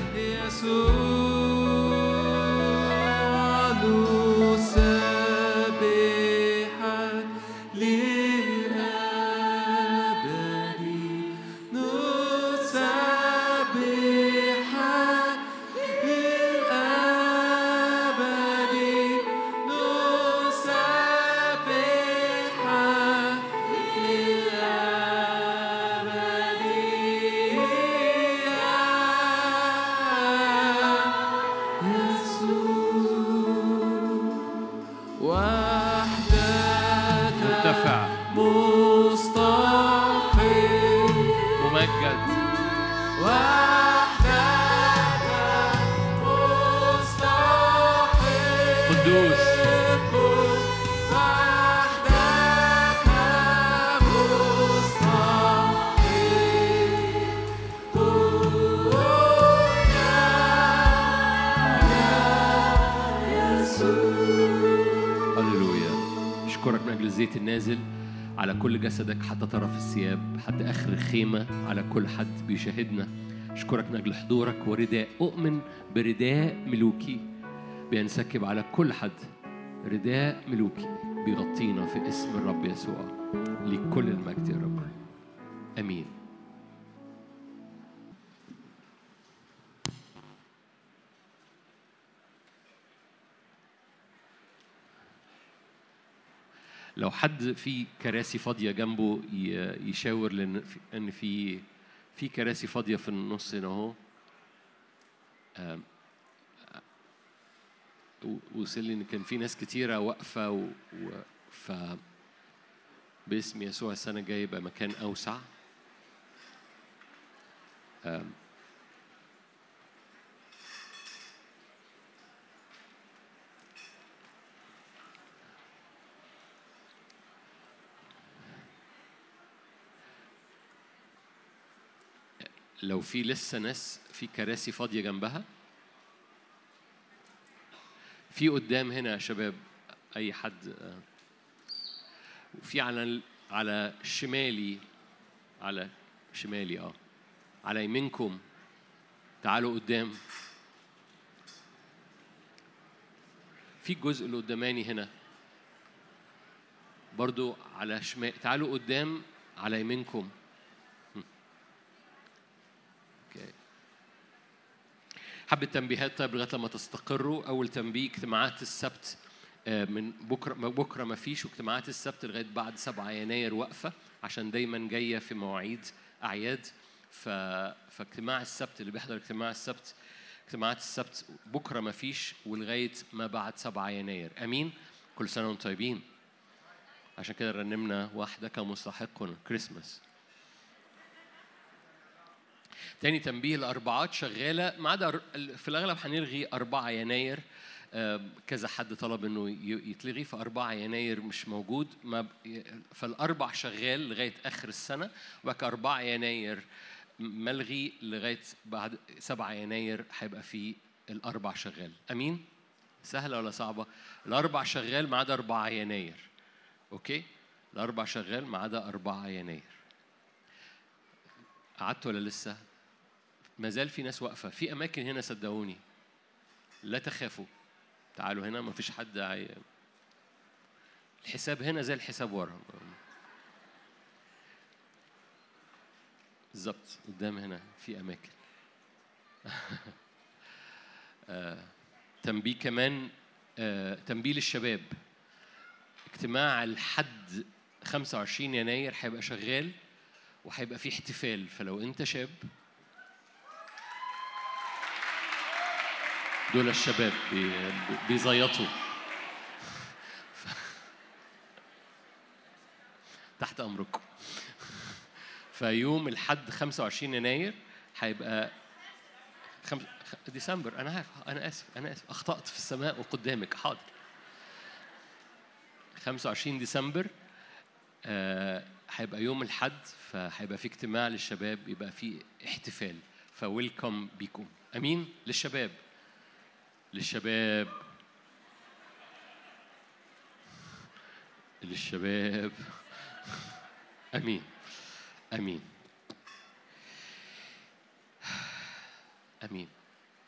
الزيت النازل على كل جسدك حتى طرف الثياب، حتى آخر الخيمة، على كل حد بيشاهدنا. أشكرك من أجل حضورك ورداء. أؤمن برداء ملوكي بينسكب على كل حد، رداء ملوكي بيغطينا في اسم الرب يسوع. لكل المجد يا رب، آمين. لو حد في كراسي فاضية جنبه يشاور، لأن إن في في كراسي فاضية في النص هنا أهو. وصل لي إن كان في ناس كتيرة واقفة، و ف باسم يسوع السنة الجاية يبقى مكان أوسع. لو في لسه ناس في كراسي فاضية جنبها، في قدام هنا يا شباب أي حد، وفي على على شمالي، على شمالي اه على يمينكم. تعالوا قدام. في الجزء اللي قداماني هنا برضو على شمال. تعالوا قدام على يمينكم. حبة تنبيهات طيب لغاية لما تستقروا. أول تنبيه: اجتماعات السبت من بكرة بكرة ما فيش، واجتماعات السبت لغاية بعد سبعة يناير واقفة عشان دايما جاية في مواعيد أعياد. ف... فاجتماع السبت اللي بيحضر اجتماع السبت، اجتماعات السبت بكرة ما فيش ولغاية ما بعد سبعة يناير. أمين. كل سنة وانتم طيبين. عشان كده رنمنا وحدك مستحق كريسماس. تاني تنبيه: الأربعات شغالة ما عدا في الأغلب هنلغي أربعة يناير. كذا حد طلب إنه يتلغي، فأربعة يناير مش موجود. فالأربع شغال لغاية آخر السنة، وبقى أربعة يناير ملغي لغاية بعد سبعة يناير هيبقى فيه الأربع شغال. أمين؟ سهلة ولا صعبة؟ الأربع شغال ما عدا أربعة يناير. أوكي؟ الأربع شغال ما عدا أربعة يناير. قعدت ولا لسه؟ ما زال في ناس واقفة في أماكن هنا. صدقوني لا تخافوا، تعالوا هنا. ما فيش حد عي... الحساب هنا زي الحساب ورا. بالظبط قدام هنا في أماكن. آه، تنبيه كمان، آه، تنبيه للشباب. اجتماع الحد خمسة وعشرين يناير هيبقى شغال وهيبقى فيه احتفال، فلو أنت شاب، دول الشباب بي- بيزيطوا تحت أمركم. فيوم الحد خمسة وعشرين يناير هيبقى خمس... ديسمبر. أنا عارف، أنا آسف أنا آسف أخطأت في السماء وقدامك. حاضر. خمسة وعشرين ديسمبر آه، هيبقى يوم الحد، فهيبقى في اجتماع للشباب، يبقى في احتفال، فويلكم بيكم. أمين. للشباب للشباب للشباب أمين أمين أمين.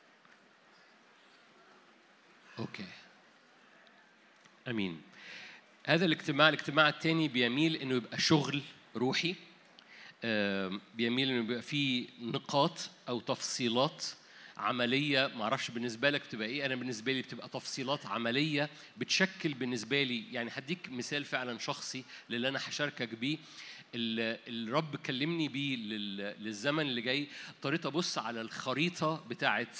أوكي أمين. هذا الاجتماع الاجتماع الثاني بيميل إنه يبقى شغل روحي، آم، بيميل إنه يبقى فيه نقاط أو تفصيلات عملية. معرفش بالنسبة لك بتبقى إيه، أنا بالنسبة لي بتبقى تفصيلات عملية بتشكل بالنسبة لي. يعني هديك مثال فعلا شخصي للي أنا هشاركك بيه. ال- الرب كلمني بيه لل- للزمن اللي جاي. اضطريت أبص على الخريطة بتاعت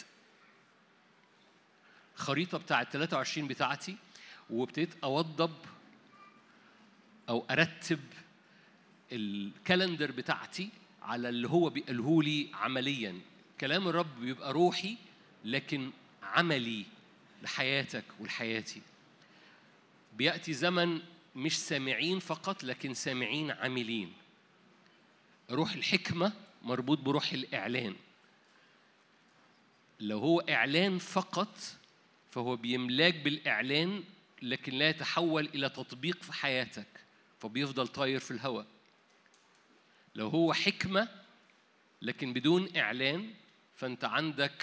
خريطة بتاعت ثلاثة وعشرين بتاعتي، وابتديت أوضب أو أرتب الكالندر بتاعتي على اللي هو بيقوله لي عمليا. كلام الرب بيبقى روحي لكن عملي لحياتك ولحياتي. بيأتي زمن مش سامعين فقط لكن سامعين عاملين. روح الحكمة مربوط بروح الإعلان. لو هو إعلان فقط فهو بيملاك بالإعلان لكن لا يتحول إلى تطبيق في حياتك، فبيفضل طاير في الهواء. لو هو حكمة لكن بدون إعلان فأنت عندك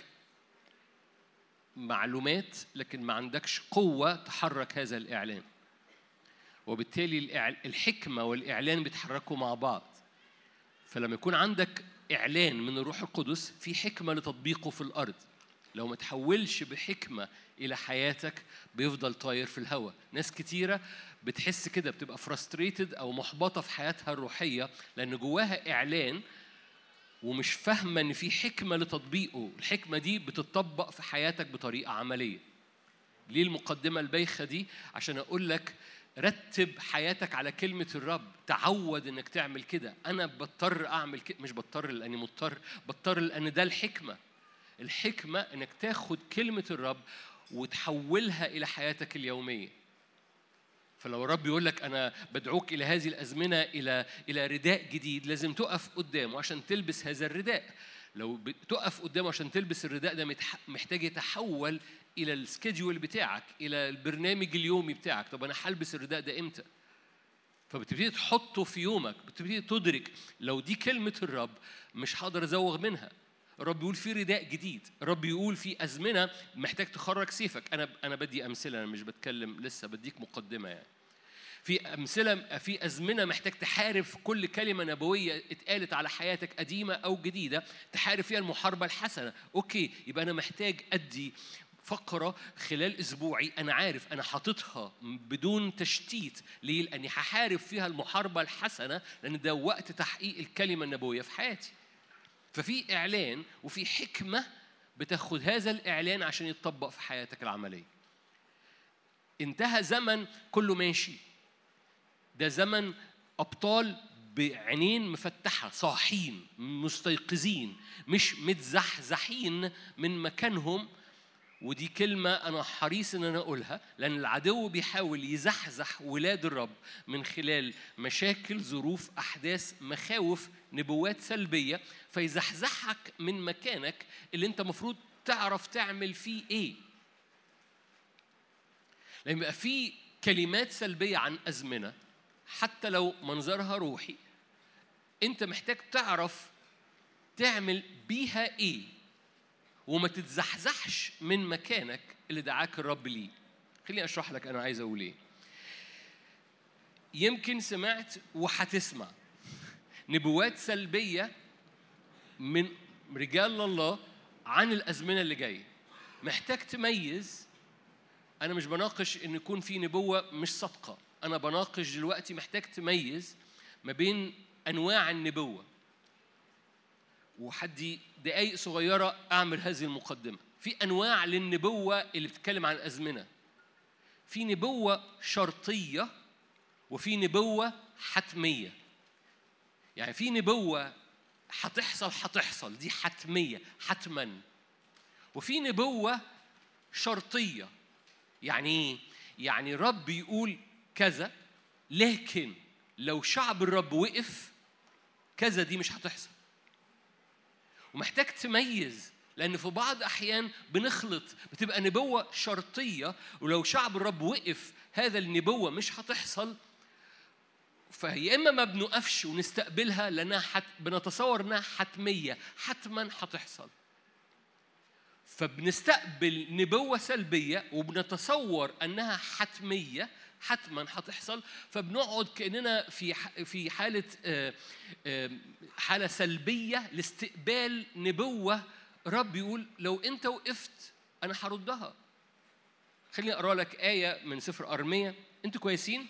معلومات لكن ما عندكش قوة تحرك هذا الإعلان، وبالتالي الحكمة والإعلان بيتحركوا مع بعض. فلما يكون عندك إعلان من الروح القدس في حكمة لتطبيقه في الأرض، لو ما تحولش بحكمة إلى حياتك بيفضل طاير في الهواء. ناس كتيرة بتحس كده، بتبقى frustrated أو محبطة في حياتها الروحية لأن جواها إعلان ومش فاهمة إن في حكمة لتطبيقه. الحكمة دي بتطبق في حياتك بطريقة عملية. ليه المقدمة البايخة دي؟ عشان أقول لك رتب حياتك على كلمة الرب. تعود إنك تعمل كده. أنا بضطر أعمل كده، مش بضطر لأني مضطر، بضطر لأن ده الحكمة. الحكمة إنك تاخد كلمة الرب وتحولها إلى حياتك اليومية. فلو الرب يقول لك أنا بدعوك إلى هذه الأزمنة إلى إلى رداء جديد، لازم تقف قدامه عشان تلبس هذا الرداء. لو تقف قدامه عشان تلبس الرداء ده محتاج يتحول إلى السكيدجول بتاعك، إلى البرنامج اليومي بتاعك. طب أنا هلبس الرداء ده إمتى؟ فبتبتدي تحطه في يومك، بتبتدي تدرك لو دي كلمة الرب مش هقدر أزوغ منها. الرب يقول في رداء جديد، الرب يقول في أزمنة محتاج تخرج سيفك. أنا أنا بدي أمثلة، أنا مش بتكلم لسه، بديك مقدمة. يعني في أمثلة، في أزمنة محتاج تحارب كل كلمة نبوية اتقالت على حياتك قديمة أو جديدة، تحارب فيها المحاربة الحسنة. أوكي، يبقى أنا محتاج أدي فقرة خلال أسبوعي أنا عارف أنا حاططها بدون تشتيت. ليه؟ لأني هحارب فيها المحاربة الحسنة، لأن ده وقت تحقيق الكلمة النبوية في حياتي. ففي إعلان وفي حكمة بتاخد هذا الإعلان عشان يتطبق في حياتك العملية. انتهى زمن كله ماشي، ده زمن أبطال بعينين مفتحة، صاحين مستيقظين، مش متزحزحين من مكانهم. ودي كلمة أنا حريص إن أنا أقولها، لأن العدو بيحاول يزحزح ولاد الرب من خلال مشاكل، ظروف، أحداث، مخاوف، نبوات سلبية، فيزحزحك من مكانك اللي أنت مفروض تعرف تعمل فيه إيه. لأن يبقى في كلمات سلبية عن أزمنة حتى لو منظرها روحي، أنت محتاج تعرف تعمل بيها إيه وما تتزحزحش من مكانك اللي دعاك الرب ليه. خليني أشرح لك أنا عايز أقول إيه. يمكن سمعت وحتسمع نبوات سلبية من رجال الله عن الأزمنة اللي جاية. محتاج تميز. أنا مش بناقش إن يكون في نبوة مش صادقة، أنا بناقش دلوقتي محتاج تميز ما بين أنواع النبوة. وحدي دقايق صغيرة أعمل هذه المقدمة. في أنواع للنبوة اللي بتتكلم عن الأزمنة. في نبوة شرطية وفي نبوة حتمية. يعني في نبوة هتحصل هتحصل دي حتمية حتما، وفي نبوة شرطية. يعني ايه؟ يعني رب يقول كذا، لكن لو شعب الرب وقف كذا دي مش هتحصل. ومحتاج تميز، لأن في بعض أحيان بنخلط، بتبقى نبوة شرطية ولو شعب الرب وقف هذا النبوة مش هتحصل. فهي إما ما بنقفش ونستقبلها لأنها حت... بنتصور أنها حتمية حتما هتحصل، فبنستقبل نبوة سلبية وبنتصور أنها حتمية حتما هتحصل، فبنقعد كأننا في في حالة حالة سلبية لاستقبال نبوة رب يقول لو أنت وقفت أنا هردها. خليني أقرأ لك آية من سفر أرمية. أنتوا كويسين؟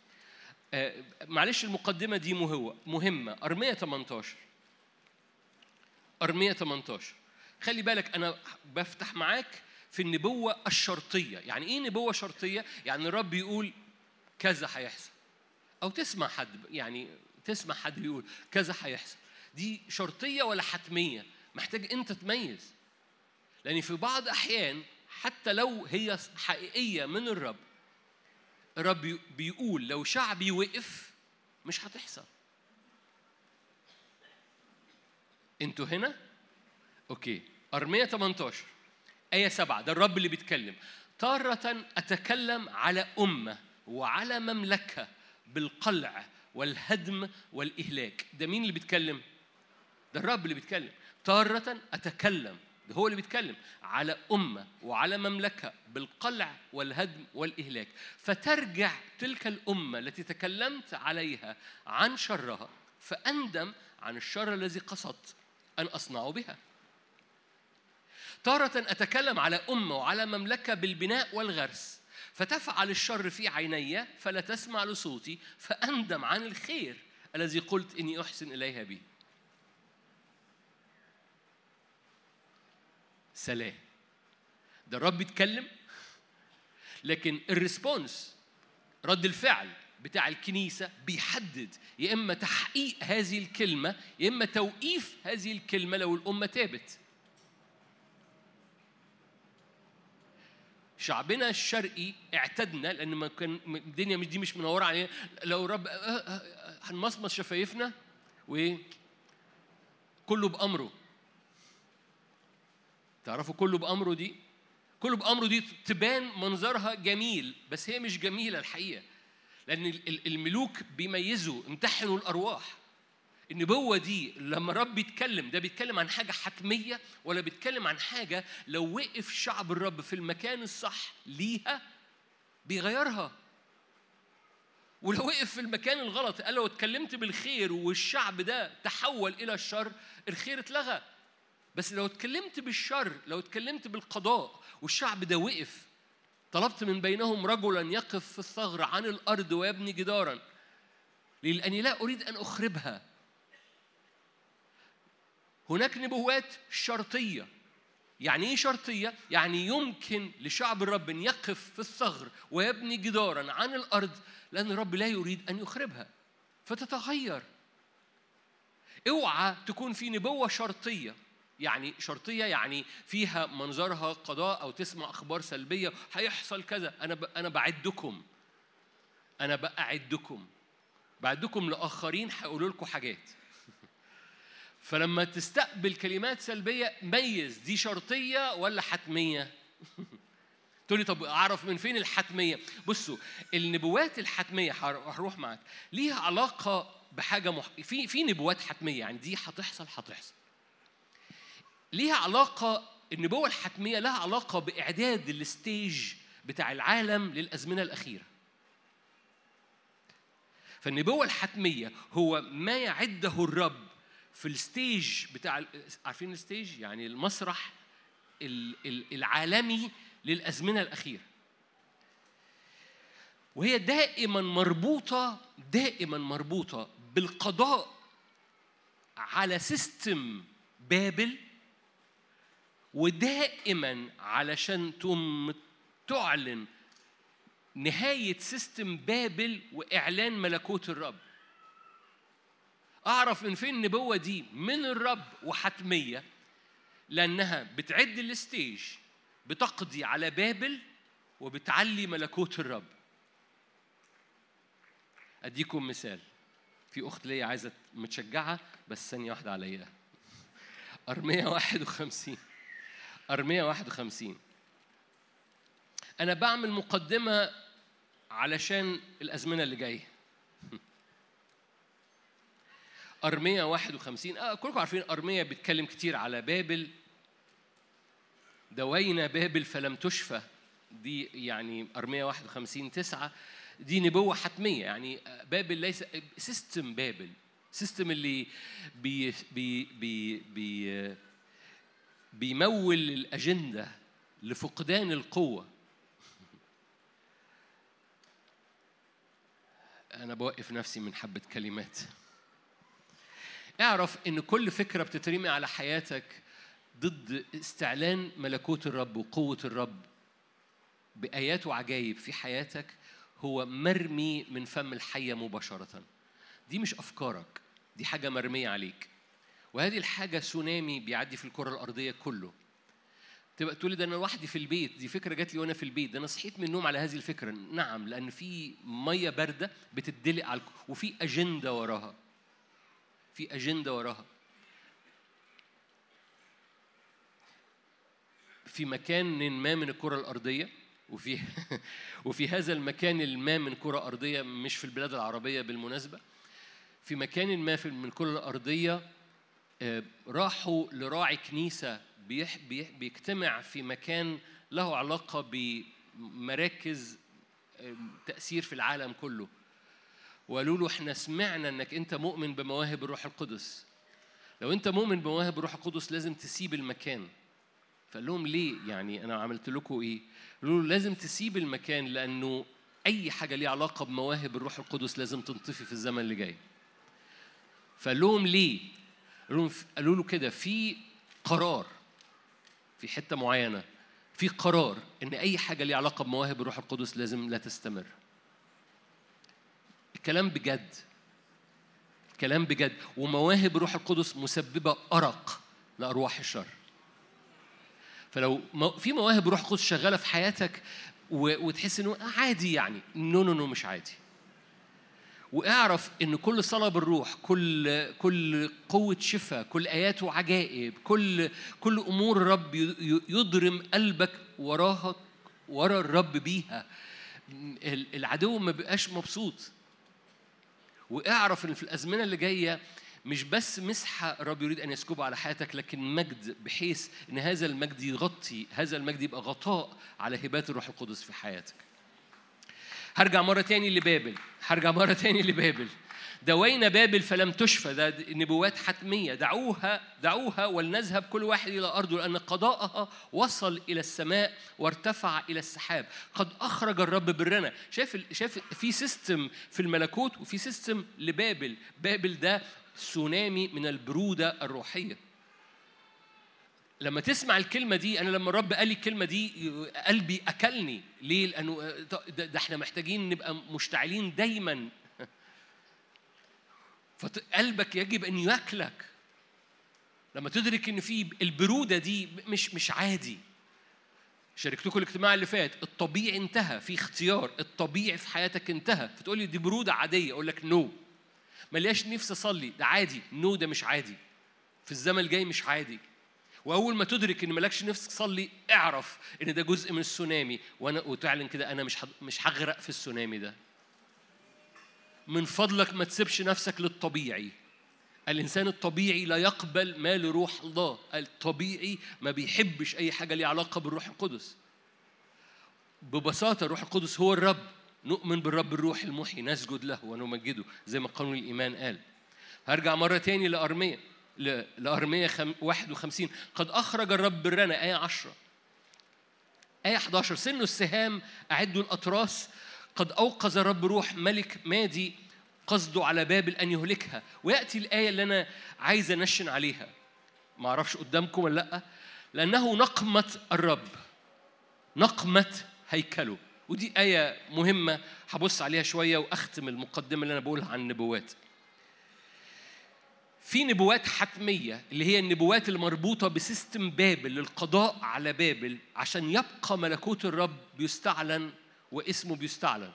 معلش المقدمة دي مهمة. أرمية ثمانية عشر أرمية ثمانية عشر. خلي بالك أنا بفتح معاك في النبوة الشرطية. يعني إيه نبوة شرطية؟ يعني الرب يقول كذا هيحصل، أو تسمع حد يعني تسمع حد بيقول كذا هيحصل. دي شرطية ولا حتمية؟ محتاج أنت تميز، لأن في بعض أحيان حتى لو هي حقيقية من الرب، الرب بيقول لو شعبي وقف مش هتحصل. أنتوا هنا؟ أوكي. أرمية ثمانية عشر آية سبعة، ده الرب اللي بيتكلم. تارة أتكلم على أمة وعلى مملكة بالقلع والهدم والإهلاك. ده مين اللي بيتكلم؟ ده الرب اللي بيتكلم. تارة أتكلم، ده هو اللي بيتكلم على أمة وعلى مملكة بالقلع والهدم والإهلاك، فترجع تلك الأمة التي تكلمت عليها عن شرها فأندم عن الشر الذي قصدت أن أصنع بها. تارة أتكلم على أمة وعلى مملكة بالبناء والغرس، فتفعل الشر في عيني فلا تسمع لصوتي فأندم عن الخير الذي قلت إني أحسن إليها به. سلام. ده الرب يتكلم، لكن الريسبونس رد الفعل بتاع الكنيسة بيحدد يا إما تحقيق هذه الكلمة يا إما توقيف هذه الكلمة لو الأمة تابت. شعبنا الشرقي اعتدنا لأن ما كان الدنيا مش دي مش منورة علينا، لو رب هنمصمص شفايفنا وكله بأمره. تعرفوا كله بأمره دي؟ كله بأمره دي تبان منظرها جميل، بس هي مش جميلة الحقيقة، لأن الملوك بيميزوا امتحنوا الأرواح. النبوة دي لما رب بيتكلم ده بيتكلم عن حاجة حتمية ولا بيتكلم عن حاجة لو وقف شعب الرب في المكان الصح ليها بيغيرها، ولو وقف في المكان الغلط قال لو اتكلمت بالخير والشعب ده تحول إلى الشر الخير اتلغى. بس لو اتكلمت بالشر، لو اتكلمت بالقضاء والشعب ده وقف، طلبت من بينهم رجلا يقف في الثغر عن الأرض ويبني جدارا لأني لا أريد أن أخربها. هناك نبوات شرطية. يعني إيه شرطية؟ يعني يمكن لشعب الرب أن يقف في الثغر ويبني جدارا عن الأرض لأن الرب لا يريد أن يخربها فتتغير. اوعى تكون في نبوة شرطية. يعني شرطية يعني فيها منظرها قضاء أو تسمع أخبار سلبية هيحصل كذا. أنا ب... أنا بعدكم أنا بأعدكم بعدكم لآخرين هيقولوا لكم حاجات. فلما تستقبل كلمات سلبية ميز دي شرطية ولا حتمية. تقولي طب أعرف من فين الحتمية؟ بصوا النبوات الحتمية هروح معك ليها علاقة بحاجة مح... في في نبوات حتمية يعني دي هتحصل هتحصل ليها علاقة. النبوة الحتمية لها علاقة بإعداد الستيج بتاع العالم للأزمنة الأخيرة. فالنبوة الحتمية هو ما يعده الرب في الستيج بتاع، عارفين الستيج يعني المسرح العالمي للأزمنة الأخيرة، وهي دائما مربوطة دائما مربوطة بالقضاء على سيستم بابل، ودائما علشان تم تعلن نهاية سيستم بابل وإعلان ملكوت الرب. أعرف من فين النبوة دي؟ من الرب، وحتمية، لأنها بتعد الستيج، بتقضي على بابل وبتعلي ملكوت الرب. أديكم مثال. في أخت ليا عايزة متشجعة، بس ثانية واحدة عليا. أرمية واحد وخمسين أرمية واحد وخمسين أنا بعمل مقدمة علشان الأزمنة اللي جاية. أرمية واحد وخمسين آه كلكم عارفين أرمية بيتكلم كتير على بابل. دوينا بابل فلم تشفى، دي يعني أرمية واحد وخمسين تسعة، دي نبوة حتمية. يعني بابل ليس سيستم، بابل سيستم اللي بي بي بي بي بيمول الأجندة لفقدان القوة. أنا بوقف نفسي من حبة كلمات. اعرف إن كل فكرة بتترمي على حياتك ضد استعلان ملكوت الرب وقوة الرب بآيات وعجائب في حياتك هو مرمي من فم الحية مباشرة. دي مش أفكارك، دي حاجة مرمية عليك، وهذه الحاجة سونامي بيعدي في الكرة الأرضية كله. تبقى تقولي ده أنا لوحدي في البيت، دي فكرة جات لي وأنا في البيت، ده أنا صحيت من النوم على هذه الفكرة. نعم، لأن في مية باردة بتدلق على، وفي أجندة وراها، في أجندة وراها. في مكان ما من الكرة الأرضية، وفي وفي هذا المكان الما من كرة أرضية، مش في البلاد العربية بالمناسبة، في مكان ما في من الكرة الأرضية راحوا لراعي كنيسة بيح بيح بيجتمع في مكان له علاقة بمراكز تأثير في العالم كله، وقالوا له احنا سمعنا انك انت مؤمن بمواهب الروح القدس. لو انت مؤمن بمواهب الروح القدس لازم تسيب المكان. فقال لهم ليه؟ يعني انا عملت لكم ايه؟ قالوا له لازم تسيب المكان لانه اي حاجه ليها علاقه بمواهب الروح القدس لازم تنطفي في الزمن اللي جاي. فقال لهم ليه؟ قالوا له كده في قرار في حته معينه، في قرار ان اي حاجه ليها علاقه بمواهب الروح القدس لازم لا تستمر. الكلام بجد، الكلام بجد. ومواهب الروح القدس مسببه ارق لارواح الشر. فلو في مواهب روح القدس شغاله في حياتك وتحس انه عادي، يعني نو نو نو مش عادي. واعرف ان كل صلاه بالروح، كل كل قوه شفاء، كل ايات وعجائب، كل كل امور الرب يضرم قلبك وراها، ورا الرب بيها، العدو ما بيبقاش مبسوط. واعرف ان في الازمنه اللي جايه مش بس مسحة الرب يريد أن يسكبه على حياتك، لكن مجد، بحيث أن هذا المجد يغطي، هذا المجد يبقى غطاء على هبات الروح القدس في حياتك. هرجع مرة تاني لبابل هرجع مرة تاني لبابل دوينا بابل فلم تشفى، ده نبوات حتمية. دعوها دعوها ولنذهب كل واحد إلى أرضه، لأن قضاءها وصل إلى السماء وارتفع إلى السحاب. قد أخرج الرب برنا. شايف شايف في سيستم في الملكوت وفي سيستم لبابل. بابل ده سونامي من البرودة الروحية. لما تسمع الكلمة دي، أنا لما الرب قال لي الكلمة دي قلبي أكلني. ليه؟ لأنه ده, ده احنا محتاجين نبقى مشتعلين دايما. فقلبك يجب أن يأكلك لما تدرك أن في البرودة دي مش مش عادي. شاركتكم الاجتماع اللي فات، الطبيعي انتهى، في اختيار، الطبيعي في حياتك انتهى. فتقول لي دي برودة عادية، أقول لك نو. ملياش نفسي أصلي، ده عادي. نو، ده مش عادي. في الزمن الجاي مش عادي. وأول ما تدرك إن ملكش نفسك تصلي، اعرف إن ده جزء من السونامي، وأنا وتعلن كده أنا مش مش هغرق في السونامي ده. من فضلك ما تسيبش نفسك للطبيعي. الإنسان الطبيعي لا يقبل ما لروح الله. الطبيعي ما بيحبش أي حاجة ليها علاقة بالروح القدس. ببساطة الروح القدس هو الرب. نؤمن بالرب الروح المحيي، نسجد له ونمجده زي ما قانون الإيمان قال. هرجع مرة تاني لأرمية لأرمية واحد وخمسين قد أخرج الرب برنا، آية عشرة. آية إحدى عشر سن السهام أعدوا الأطراس، قد أوقظ الرب روح ملك مادي قصده على بابل أن يهلكها. ويأتي الآية اللي أنا عايز أنشن عليها، ما أعرفش قدامكم ولا لأ، لأنه نقمة الرب، نقمة هيكله. ودي آية مهمة هبص عليها شوية وأختم المقدمة اللي أنا بقولها عن النبوات. في نبوات حتمية اللي هي النبوات المربوطة بسيستم بابل للقضاء على بابل عشان يبقى ملكوت الرب بيستعلن واسمه بيستعلن،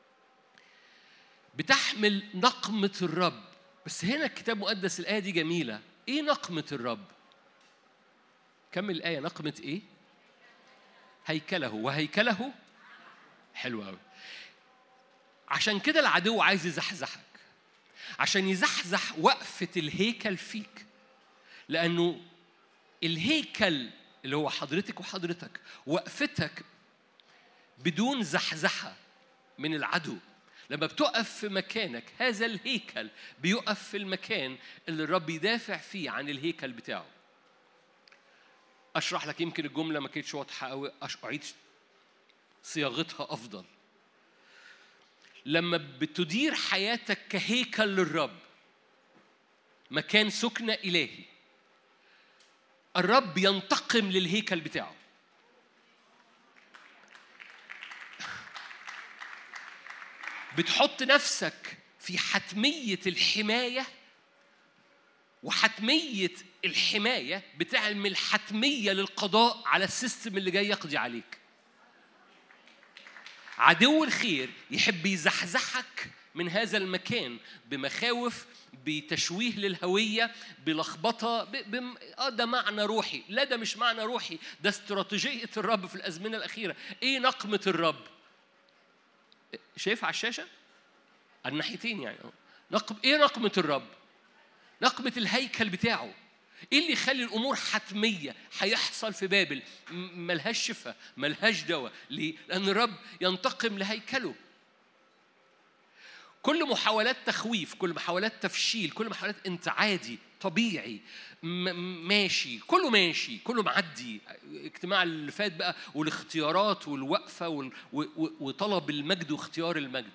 بتحمل نقمة الرب. بس هنا الكتاب المقدس الآية دي جميلة. إيه نقمة الرب؟ كمل الآية. نقمة إيه؟ هيكله، وهيكله حلو قوي. عشان كده العدو عايز يزحزحك، عشان يزحزح وقفة الهيكل فيك، لأنه الهيكل اللي هو حضرتك وحضرتك وقفتك بدون زحزحة من العدو. لما بتقف في مكانك، هذا الهيكل بيقف في المكان اللي الرب يدافع فيه عن الهيكل بتاعه. أشرح لك، يمكن الجملة ما كانتش واضحة أوي، أعيد صياغتها أفضل. لما بتدير حياتك كهيكل للرب، مكان سكنة إلهي، الرب ينتقم للهيكل بتاعه. بتحط نفسك في حتمية الحماية، وحتمية الحماية بتعمل حتمية للقضاء على السيستم اللي جاي يقضي عليك. عدو الخير يحب يزحزحك من هذا المكان بمخاوف، بتشويه للهوية، بلخبطة، ب... ب... آه ده معنى روحي. لا، ده مش معنى روحي، ده استراتيجية الرب في الأزمنة الأخيرة. إيه نقمة الرب؟ شايف على الشاشة؟ على الناحيتين يعني. نقم... إيه نقمة الرب؟ نقمة الهيكل بتاعه. إيه اللي يخلي الأمور حتمية؟ هيحصل في بابل ملهاش شفاء، ملهاش دواء. ليه؟ لأن الرب ينتقم لهيكله. كل محاولات تخويف، كل محاولات تفشيل، كل محاولات انت عادي طبيعي ماشي، كله ماشي، كله معدي. اجتماع اللي فات بقى والاختيارات والوقفة وال... وطلب المجد واختيار المجد،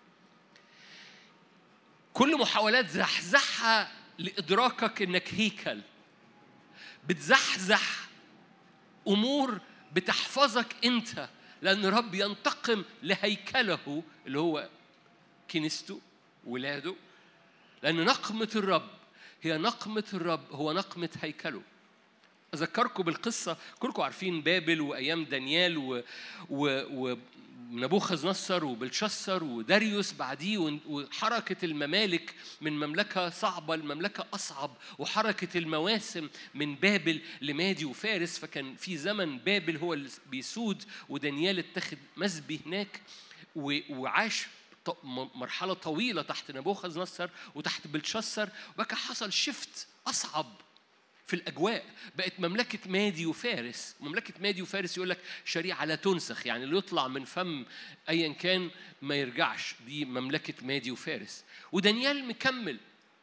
كل محاولات زحزحها لإدراكك إنك هيكل. بتزحزح أمور بتحفظك أنت، لأن رب ينتقم لهيكله اللي هو كنيسته ولاده. لأن نقمة الرب هي نقمة الرب، هو نقمة هيكله. أذكركم بالقصة، كلكم عارفين بابل وأيام دانيال و... و... ونبوخذ نصر وبلشسر وداريوس بعديه، وحركة الممالك من مملكة صعبة لمملكة أصعب، وحركة المواسم من بابل لمادي وفارس. فكان في زمن بابل هو اللي بيسود، ودانيال اتخذ مسبي هناك وعاش مرحلة طويلة تحت نبوخذ نصر وتحت بلشسر. وبقى حصل شفت أصعب في الأجواء، بقت مملكة مادي وفارس. مملكة مادي وفارس يقول لك شريعة لا تنسخ، يعني اللي يطلع من فم أيا كان ما يرجعش. دي مملكة مادي وفارس. ودانيال مكمل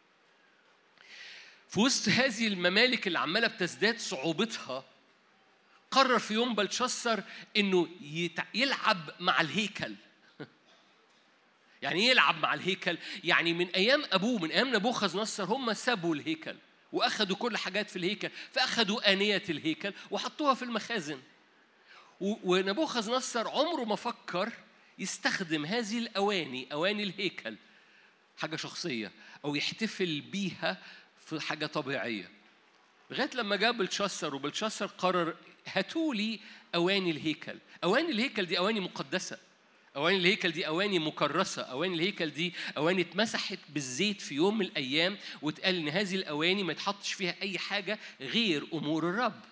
في وسط هذه الممالك اللي عمالة بتزداد صعوبتها. قرر في يوم بلشسر إنه يلعب مع الهيكل. يعني يلعب مع الهيكل، يعني من أيام أبوه، من أيام نبوخذ نصر، هم سابوا الهيكل وأخذوا كل حاجات في الهيكل، فأخذوا آنية الهيكل وحطوها في المخازن. ونبوخذ نصر عمره ما فكر يستخدم هذه الأواني، أواني الهيكل، حاجة شخصية أو يحتفل بيها في حاجة طبيعية، لغاية لما جاء بلشسر. وبلشسر قرر هاتولي أواني الهيكل. أواني الهيكل دي أواني مقدسة، أواني الهيكل دي أواني مكرسة، أواني الهيكل دي أواني اتمسحت بالزيت في يوم من الأيام، واتقال إن هذه الأواني ما يتحطش فيها أي حاجة غير أمور الرب.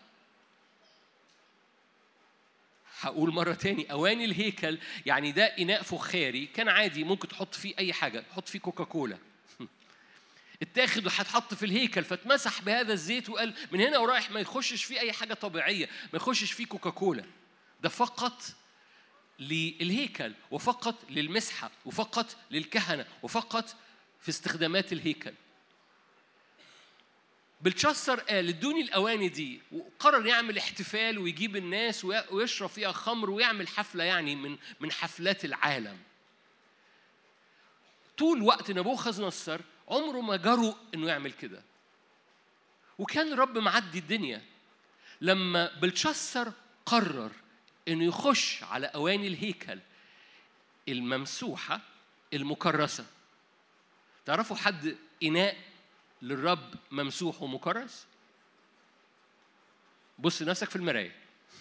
هقول مرة تاني، أواني الهيكل يعني ده إناء فخاري كان عادي ممكن تحط فيه أي حاجة، تحط فيه كوكاكولا، اتاخد وهتحط في الهيكل، فاتمسح بهذا الزيت وقال من هنا ورايح ما يخشش فيه أي حاجة طبيعية، ما يخشش فيه كوكاكولا. ده فقط للهيكل، وفقط للمسحة، وفقط للكهنة، وفقط في استخدامات الهيكل. بلشسر قال ادوني الأواني دي، وقرر يعمل احتفال ويجيب الناس ويشرب فيها خمر ويعمل حفلة يعني من من حفلات العالم. طول وقت نبوخذ نصر عمره ما جرؤ إنه يعمل كده، وكان الرب معدي الدنيا. لما بلشسر قرر إنه يخش على أواني الهيكل الممسوحة المكرسة. تعرفوا حد إناء للرب ممسوح ومكرس؟ بص نفسك في المراية.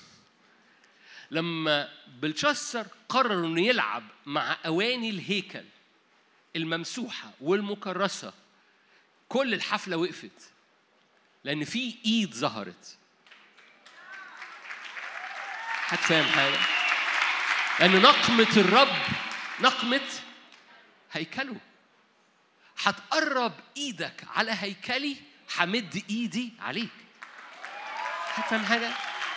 لما بلشسر قرر إنه يلعب مع أواني الهيكل الممسوحة والمكرسة، كل الحفلة وقفت، لأن في إيد ظهرت. هتفهم حاجة؟ لأن نقمة الرب نقمة هيكله. هتقرب إيدك على هيكلي، همد إيدي عليك. هتفهم حاجة؟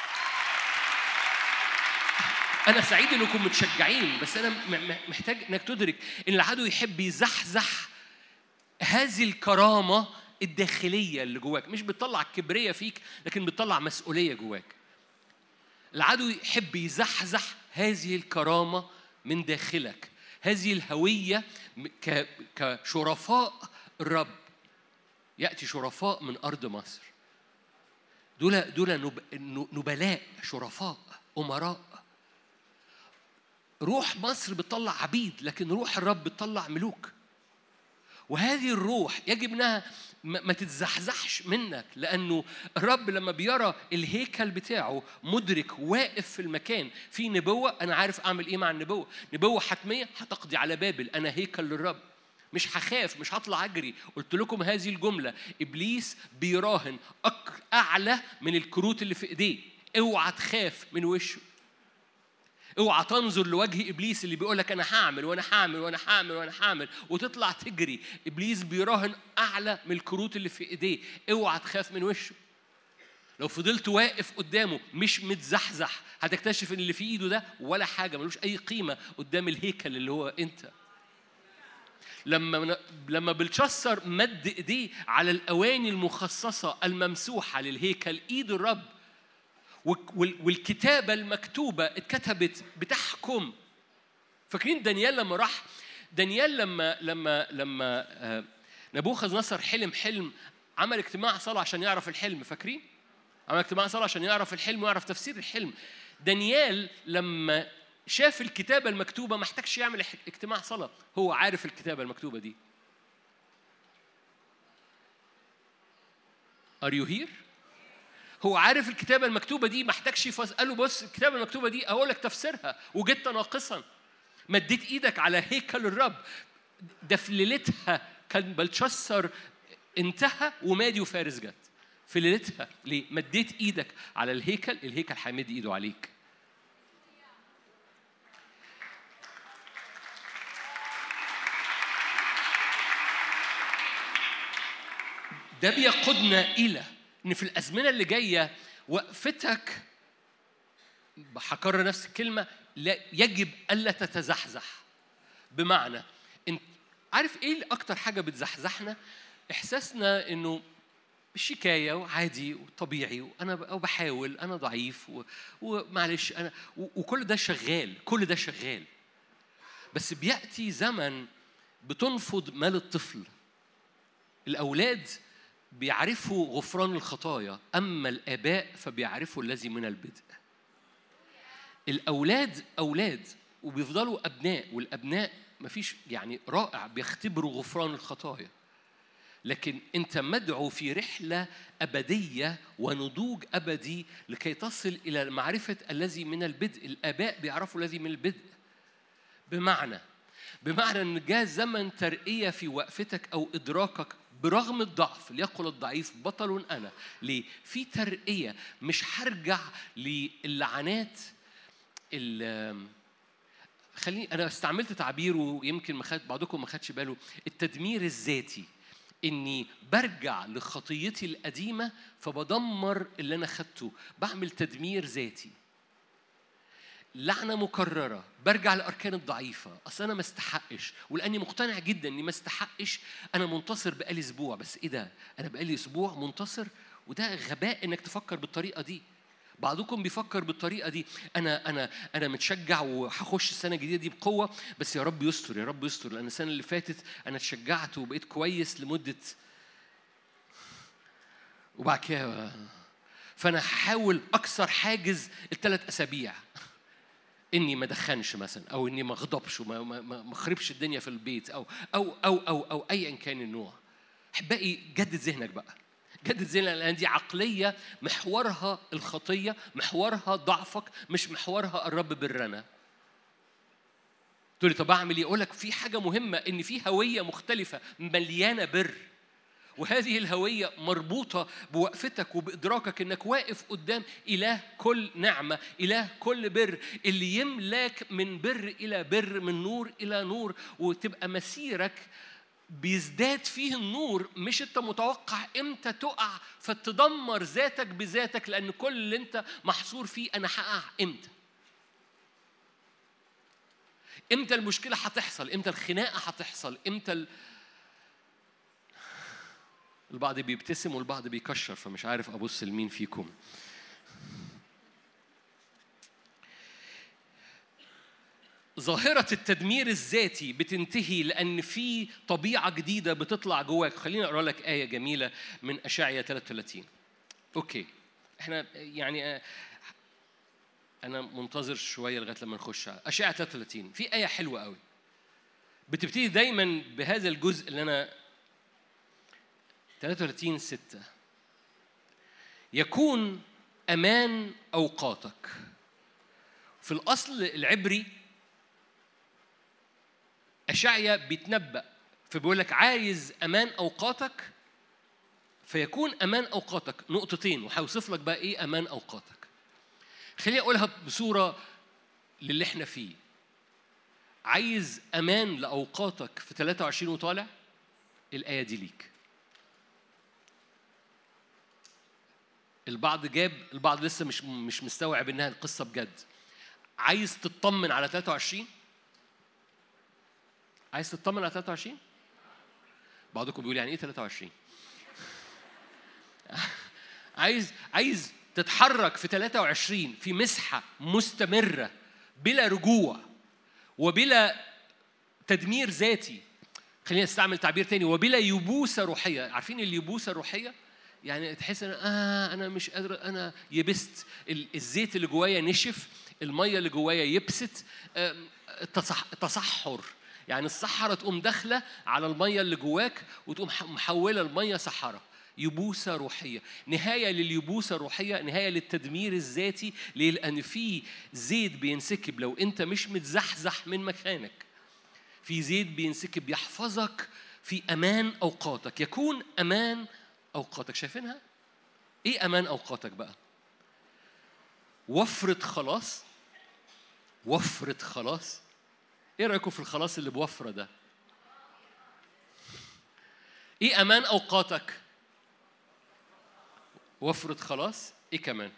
أنا سعيد إنكم متشجعين، بس أنا محتاج إنك تدرك إن العدو يحب يزحزح هذه الكرامة الداخلية اللي جواك. مش بتطلع كبرية فيك، لكن بتطلع مسؤولية جواك. العدو يحب يزحزح هذه الكرامة من داخلك، هذه الهوية كشرفاء الرب. يأتي شرفاء من أرض مصر، دول دول نبلاء، شرفاء، أمراء. روح مصر بتطلع عبيد، لكن روح الرب بتطلع ملوك. وهذه الروح يجب أنها ما تتزحزحش منك، لأنه الرب لما بيرى الهيكل بتاعه مدرك واقف في المكان في نبوة. أنا عارف أعمل إيه مع النبوة. نبوة حتمية هتقضي على بابل. أنا هيكل للرب، مش هخاف، مش هطلع أجري. قلت لكم هذه الجملة. إبليس بيراهن أعلى من الكروت اللي في إيديه. اوعى تخاف من وشه، اوعى تنظر لوجه ابليس اللي بيقولك انا هعمل وانا هعمل وانا هعمل وانا هعمل وتطلع تجري. ابليس بيراهن اعلى من الكروت اللي في ايديه. اوعى تخاف من وشه. لو فضلت واقف قدامه مش متزحزح، هتكتشف ان اللي في ايده ده ولا حاجه، ملوش اي قيمه قدام الهيكل اللي هو انت. لما لما بلشسر مد ايديه على الاواني المخصصه الممسوحه للهيكل، ايد الرب والكتابة المكتوبة اتكتبت بتحكم. فاكرين دانيال لما راح دانيال لما لما لما نبوخذ نصر حلم حلم، عمل اجتماع صلاة عشان يعرف الحلم. فاكرين؟ عمل اجتماع صلاة عشان يعرف الحلم ويعرف تفسير الحلم. دانيال لما شاف الكتابة المكتوبة ما احتاجش يعمل اجتماع صلاة، هو عارف الكتابة المكتوبة دي. Are you here؟ هو عارف الكتابة المكتوبة دي، ما احتاجش يفسر. قال له بص الكتابة المكتوبة دي أقول لك تفسيرها، وجدت ناقصا. مديت إيدك على هيكل الرب، ده في ليلتها كان بلشسر انتهى ومادي وفارس جت في ليلتها. ليه؟ مديت إيدك على الهيكل، الهيكل هيمد إيده عليك. ده بيقودنا إلى إن في الأزمنة اللي جاية وقفتك، هكرر نفس الكلمة، لا يجب ألا تتزحزح. بمعنى أنت عارف إيه أكتر حاجة بتزحزحنا؟ إحساسنا إنه بالشكاية وعادي وطبيعي، وأنا بحاول، أنا ضعيف ومعلش أنا، وكل ده شغال، كل ده شغال. بس بيأتي زمن بتنفض مال الطفل. الأولاد بيعرفوا غفران الخطايا، أما الآباء فبيعرفوا الذي من البدء. الأولاد أولاد وبيفضلوا أبناء، والأبناء مفيش يعني رائع بيختبروا غفران الخطايا. لكن أنت مدعو في رحلة أبدية ونضوج أبدي لكي تصل إلى معرفة الذي من البدء. الآباء بيعرفوا الذي من البدء. بمعنى بمعنى أن جاء زمن ترقية في وقفتك أو إدراكك برغم الضعف. ليقل الضعيف بطل أنا. ليه؟ في ترقية. مش هرجع للعنات. خليني أنا استعملت تعبير ويمكن ما خد بعضكم ما خدش باله، التدمير الذاتي. إني برجع لخطيتي القديمة فبدمر اللي أنا خدته، بعمل تدمير ذاتي. لعنة مكررة، برجع للأركان الضعيفة، أصل أنا ما استحقش، ولأني مقتنع جدا إني ما استحقش أنا منتصر بقالي أسبوع. بس إيه ده؟ أنا بقالي أسبوع منتصر؟ وده غباء إنك تفكر بالطريقة دي. بعضكم بيفكر بالطريقة دي، أنا أنا أنا متشجع وهخش السنة الجديدة دي بقوة، بس يا رب يستر يا رب يستر، لأن السنة اللي فاتت أنا اتشجعت وبقيت كويس لمدة، وبعد كده فأنا هحاول أكسر حاجز الثلاث أسابيع، إني ما دخنش مثلا، أو إني ما أغضبش وما ما ما أخربش الدنيا في البيت، أو أو أو أو أو أيا كان النوع. أحبائي جدد ذهنك بقى، جدد ذهنك، لأن دي عقلية محورها الخطية، محورها ضعفك، مش محورها الرب برنا. تقولي طب أعمل إيه؟ أقول لك في حاجة مهمة، إن في هوية مختلفة مليانة بر، وهذه الهوية مربوطة بوقفتك وبإدراكك إنك واقف قدام إله كل نعمة، إله كل بر، اللي يملاك من بر إلى بر، من نور إلى نور، وتبقى مسيرك بيزداد فيه النور. مش أنت متوقع إمتى تقع فتدمر ذاتك بذاتك، لأن كل اللي أنت محصور فيه أنا هقع إمتى؟ إمتى المشكلة هتحصل؟ إمتى الخناقة هتحصل؟ إمتى ال... البعض بيبتسم والبعض بيكشر، فمش عارف أبص لمين فيكم. ظاهرة التدمير الذاتي بتنتهي لأن في طبيعة جديدة بتطلع جواك. خليني أقرأ لك آية جميلة من أشعياء ثلاثة وثلاثين. أوكي، إحنا يعني أنا منتظر شوية لغاية لما نخش على أشعياء ثلاثة وثلاثين. في آية حلوة قوي بتبتدي دايما بهذا الجزء اللي أنا ثلاثة وثلاثين ستة. يكون أمان أوقاتك. في الأصل العبري أشعياء بيتنبأ، فبيقول لك عايز أمان أوقاتك، فيكون أمان أوقاتك نقطتين، وهيوصف لك بقى إيه أمان أوقاتك. خليني أقولها بصورة للي إحنا فيه. عايز أمان لأوقاتك في ثلاثة وعشرين وطالع، الآية دي ليك. البعض جاب، البعض لسه مش مش مستوعب إنها القصة بجد. عايز تطمن على ثلاثة وعشرين؟ عايز تطمن على ثلاثة وعشرين؟ بعضكم بيقول يعني ايه ثلاثة وعشرين؟ عايز عايز تتحرك في ثلاثة وعشرين في مسحة مستمرة بلا رجوع وبلا تدمير ذاتي. خلينا نستعمل تعبير تاني، وبلا يبوسة روحية. عارفين اليبوسة الروحية؟ يعني تحس ان اه انا مش قادر، انا يبست، الزيت اللي جوايا نشف، الميه اللي جوايا يبست، التصحر. يعني الصحراء تقوم داخله على الميه اللي جواك وتقوم محوله الميه صحراء. يبوسه روحيه، نهايه لليبوسه الروحيه، نهايه للتدمير الذاتي. ليه؟ لان في زيت بينسكب لو انت مش متزحزح من مكانك. في زيت بينسكب يحفظك في امان اوقاتك. يكون امان اوقاتك. شايفينها؟ ايه امان اوقاتك بقى؟ وفرة خلاص. وفرة خلاص. ايه رأيكم في الخلاص اللي بوفرة ده؟ ايه امان اوقاتك؟ وفرة خلاص. ايه كمان؟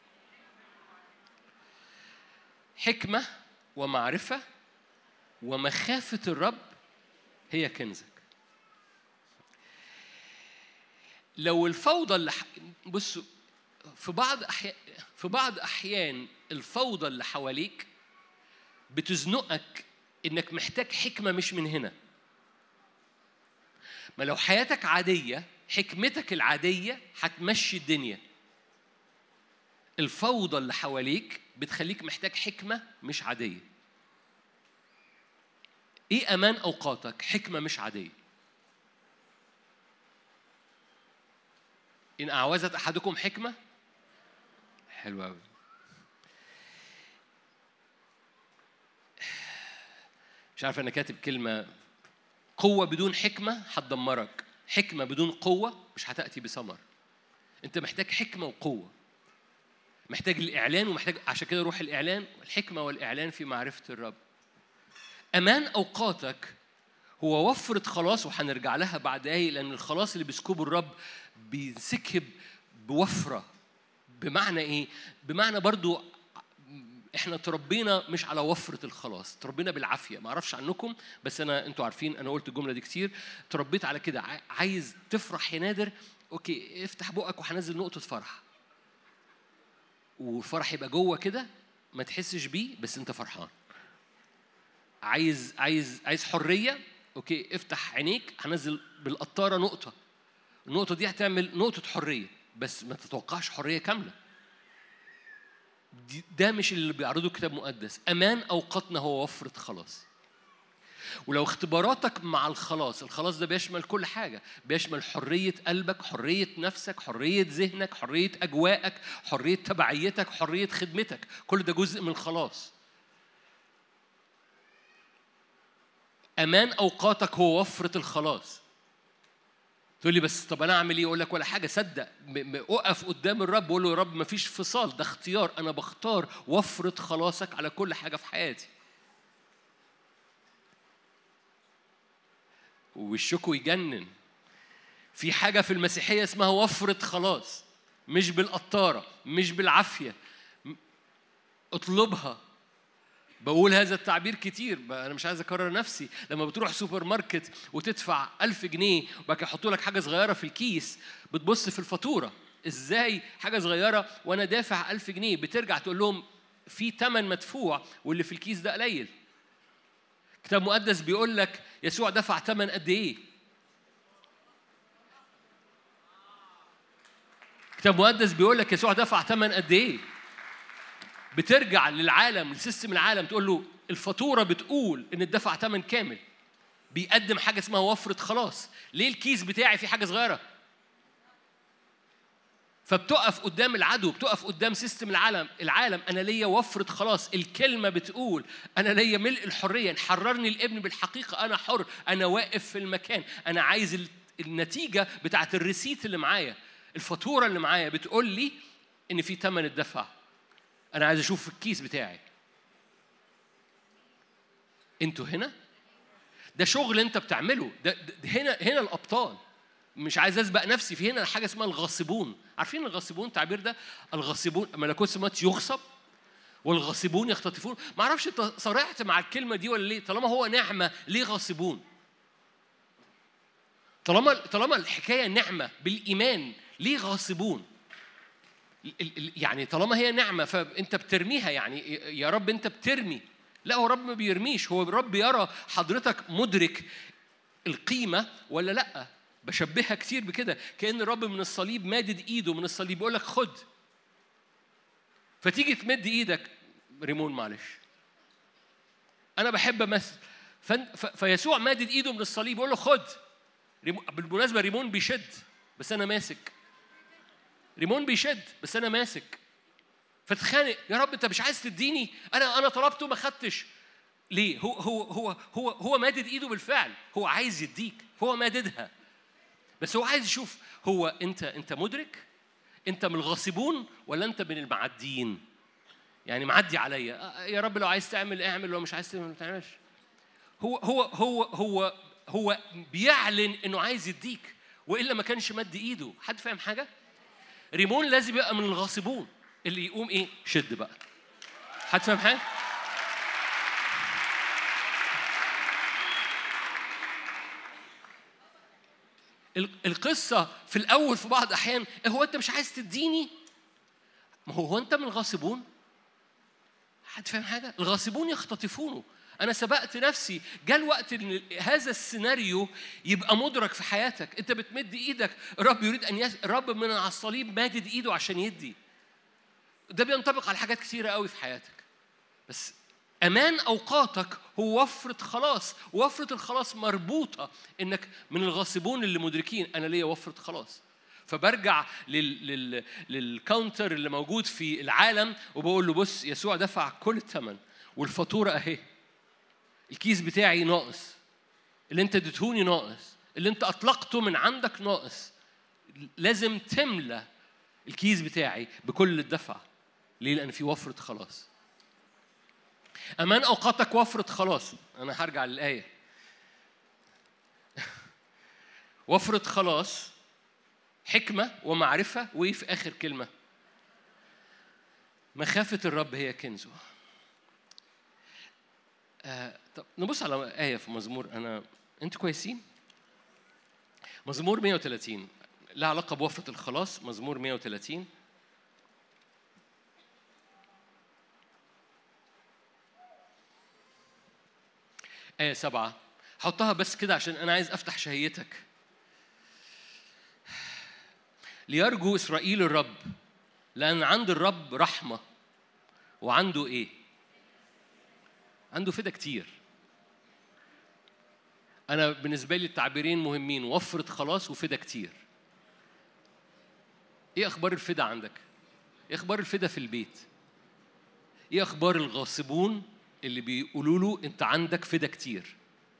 حكمة ومعرفة ومخافة الرب هي كنزك. لو الفوضى اللي ح... بصوا، في بعض أحيان في بعض أحيان الفوضى اللي حواليك بتزنقك إنك محتاج حكمة مش من هنا. ما لو حياتك عادية، حكمتك العادية هتمشي الدنيا. الفوضى اللي حواليك بتخليك محتاج حكمة مش عادية. إيه أمان أوقاتك؟ حكمة مش عادية. إن أعوزت أحدكم حكمة. حلوة أوي. مش عارف، أنا كاتب كلمة: قوة بدون حكمة هتدمرك، حكمة بدون قوة مش هتأتي بثمر. أنت محتاج حكمة وقوة، محتاج الإعلان، ومحتاج عشان كده روح الإعلان والحكمة والإعلان في معرفة الرب. أمان أوقاتك هو وفرة خلاص، وهنرجع لها بعد دقايق، لأن الخلاص اللي بيسكبه الرب بينسكب بوفرة. بمعنى إيه؟ بمعنى برضو احنا تربينا مش على وفرة الخلاص، تربينا بالعافية. ما اعرفش عنكم بس انا انتوا عارفين انا قلت الجملة دي كتير، تربيت على كده. عايز تفرح يا نادر، اوكي افتح بقك وهنزل نقطة فرح، والفرح يبقى جوه كده ما تحسش بيه بس انت فرحان. عايز عايز عايز حرية، اوكي افتح عينيك هنزل بالقطارة نقطة، النقطة دي هتعمل نقطة حرية بس ما تتوقعش حرية كاملة. ده مش اللي بيعرضه الكتاب المقدس. أمان أوقاتنا هو وفرة خلاص. ولو اختباراتك مع الخلاص، الخلاص ده بيشمل كل حاجة، بيشمل حرية قلبك، حرية نفسك، حرية ذهنك، حرية أجواءك، حرية تبعيتك، حرية خدمتك، كل ده جزء من الخلاص. أمان أوقاتك هو وفرة الخلاص. تقول لي بس طب أنا أعمل إيه؟ أقول لك ولا حاجة، صدق، أقف قدام الرب وقول له يا رب مفيش فصال، ده اختيار، أنا بختار وفرة خلاصك على كل حاجة في حياتي. ووشكوا يجنن. في حاجة في المسيحية اسمها وفرة خلاص، مش بالقطارة، مش بالعافية، اطلبها. بقول هذا التعبير كتير، أنا مش عايز أكرر نفسي. لما بتروح سوبر ماركت وتدفع ألف جنيه وبعد يحطوا لك حاجة صغيرة في الكيس، بتبص في الفاتورة إزاي حاجة صغيرة وأنا دافع ألف جنيه، بترجع تقول لهم في تمن مدفوع واللي في الكيس ده قليل. كتاب مقدس بيقول لك يسوع دفع تمن قد إيه؟ كتاب مقدس بيقول لك يسوع دفع تمن قد إيه؟ بترجع للعالم، لسيستم العالم، تقول له الفاتورة بتقول إن الدفع تمن كامل. بيقدم حاجة اسمها وفرة خلاص. ليه الكيس بتاعي فيه حاجة صغيرة؟ فبتقف قدام العدو، بتقف قدام سيستم العالم. العالم أنا ليا وفرة خلاص. الكلمة بتقول أنا ليا ملء الحرية، حررني الابن بالحقيقة، أنا حر، أنا واقف في المكان. أنا عايز النتيجة بتاعت الريسيت اللي معايا، الفاتورة اللي معايا بتقول لي إن في تمن الدفع. أنا عايز أشوف الكيس بتاعي. أنتوا هنا؟ ده شغل أنت بتعمله. ده, ده هنا هنا الأبطال. مش عايز أسبق نفسي. في هنا حاجة اسمها الغاصبون. عارفين الغاصبون التعبير ده؟ الغاصبون ملكوت السماوات يغصب والغاصبون يختطفون. ما أعرفش أنت صرعت مع الكلمة دي ولا ليه؟ طالما هو نعمة ليه غاصبون؟ طالما طالما الحكاية نعمة بالإيمان ليه غاصبون؟ يعني طالما هي نعمة فأنت بترميها. يعني يا رب أنت بترمي. لا، هو رب ما بيرميش. هو الرب يرى حضرتك مدرك القيمة ولا لأ. بشبهها كتير بكده، كأن الرب من الصليب مادد إيده من الصليب بيقول لك خد، فتيجي تمد إيدك. ريمون معلش أنا بحب مثل. فيسوع مادد إيده من الصليب بيقول له خد. بالمناسبة ريمون بيشد بس أنا ماسك. ريمون بيشد بس أنا ماسك. فتخانق يا رب أنت مش عايز تديني، أنا أنا طلبته ما خدتش. ليه؟ هو هو هو هو هو مادد إيده بالفعل. هو عايز يديك، هو ماددها، بس هو عايز يشوف هو أنت أنت مدرك؟ أنت من الغاصبون ولا أنت من المعديين؟ يعني معدي عليا يا رب، لو عايز تعمل اعمل، لو مش عايز تعمل ما تعملش. هو هو هو هو هو بيعلن إنه عايز يديك، وإلا ما كانش مد إيده. حد فاهم حاجة؟ ريمون لازم يبقى من الغاصبون اللي يقوم إيه؟ شد بقى. حد فاهم حاجة؟ القصة في الأول في بعض أحيان هو أنت مش عايز تديني؟ ما هو أنت من الغاصبون. حد فاهم حاجة؟ الغاصبون يختطفونه. أنا سبقت نفسي. جاء الوقت إن هذا السيناريو يبقى مدرك في حياتك. أنت بتمد إيدك، الرب يريد أن يس... الرب من على الصليب مادد إيده عشان يدي. ده بينطبق على حاجات كثيرة قوي في حياتك. بس أمان أوقاتك هو وفرة خلاص. وفرة الخلاص مربوطة إنك من الغاصبون اللي مدركين أنا ليا وفرة خلاص. فبرجع لل... لل... للكاونتر اللي موجود في العالم وبقول له بص، يسوع دفع كل الثمن والفاتورة أهي. الكيس بتاعي ناقص، اللي انت اديتهوني ناقص، اللي انت أطلقته من عندك ناقص. لازم تملى الكيس بتاعي بكل الدفع. ليه؟ لأن في وفرة خلاص. أمان أوقاتك وفرة خلاص. أنا هرجع للآية. وفرة خلاص، حكمة ومعرفة، وإيه في آخر كلمة؟ مخافة الرب هي كنزه. آه طب نبص على آية في مزمور. أنا أنتوا كويسين؟ مزمور مية وثلاثين لا علاقة بوفرة الخلاص. مزمور مية وثلاثين آية سبعة. حطها بس كده عشان أنا عايز أفتح شهيتك. ليرجو إسرائيل الرب، لأن عند الرب رحمة وعنده إيه؟ عنده فدا كتير. أنا بالنسبة لي التعبيرين مهمين، وفرة خلاص وفدا كتير. إيه أخبار الفدا عندك؟ إيه أخبار الفدا في البيت؟ إيه أخبار الغاصبون اللي بيقولوا له أنت عندك فدا كتير؟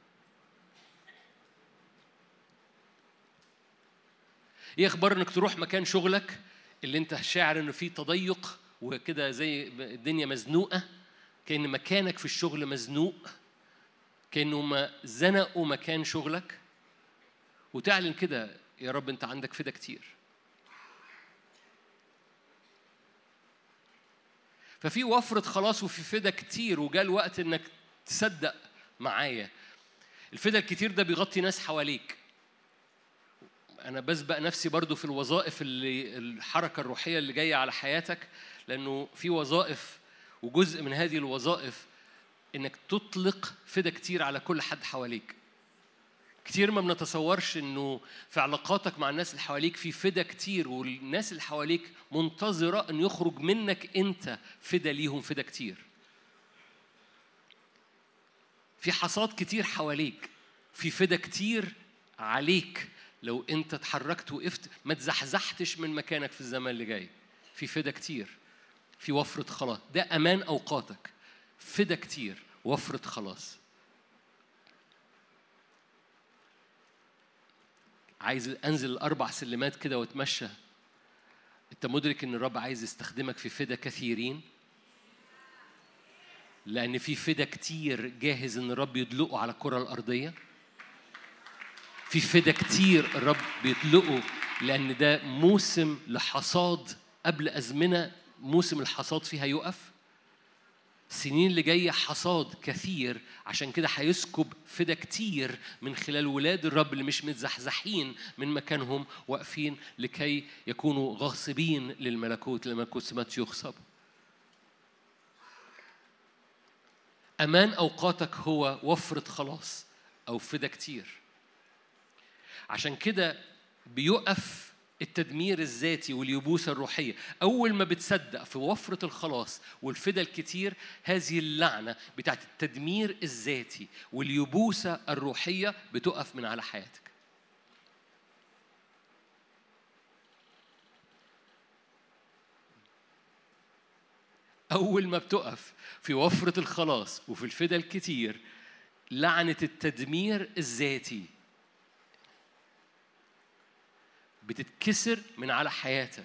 إيه أخبار إنك تروح مكان شغلك اللي أنت شاعر إنه فيه تضيق وكده زي الدنيا مزنوقة، كأن مكانك في الشغل مزنوق، كأنه ما زنقوا مكان شغلك، وتعلن كده يا رب أنت عندك فدا كتير. ففي وفرة خلاص وفي فدا كتير، وجاء الوقت إنك تصدق معايا. الفدا الكتير ده بيغطي ناس حواليك. أنا بسبق نفسي برضو في الوظائف اللي الحركة الروحية اللي جاية على حياتك، لأنه في وظائف وجزء من هذه الوظائف إنك تطلق فدا كتير على كل حد حواليك. كتير ما بنتصورش إنه في علاقاتك مع الناس اللي حواليك في فدا كتير، والناس اللي حواليك منتظرة إن يخرج منك أنت فدا ليهم، فدا كتير. في حصاد كتير حواليك، في فدا كتير عليك. لو أنت اتحركت وقفت ما تزحزحتش من مكانك في الزمان اللي جاي، في فدا كتير، في وفرة خلاص. ده أمان أوقاتك، فدا كتير، وفرة خلاص. عايز أنزل الأربع سلمات كده واتمشى. أنت مدرك إن الرب عايز يستخدمك في فدا كثيرين، لأن في فدا كتير جاهز إن الرب يدلقه على الكرة الأرضية. في فدا كتير الرب بيطلقه، لأن ده موسم لحصاد قبل أزمنة، موسم الحصاد فيها يقف. السنين اللي جاية حصاد كثير، عشان كده هيسكب فدا كتير من خلال ولاد الرب اللي مش متزحزحين من مكانهم، واقفين لكي يكونوا غاصبين للملكوت، لملكوت سمات يغصب. أمان أوقاتك هو وفرة خلاص أو فدا كتير. عشان كده بيقف التدمير الذاتي واليبوسة الروحية. أول ما بتصدق في وفرة الخلاص والفدا الكتير، هذه اللعنة بتاعت التدمير الذاتي واليبوسة الروحية بتقف من على حياتك. أول ما بتقف في وفرة الخلاص وفي الفدا الكتير، لعنة التدمير الذاتي بتتكسر من على حياتك.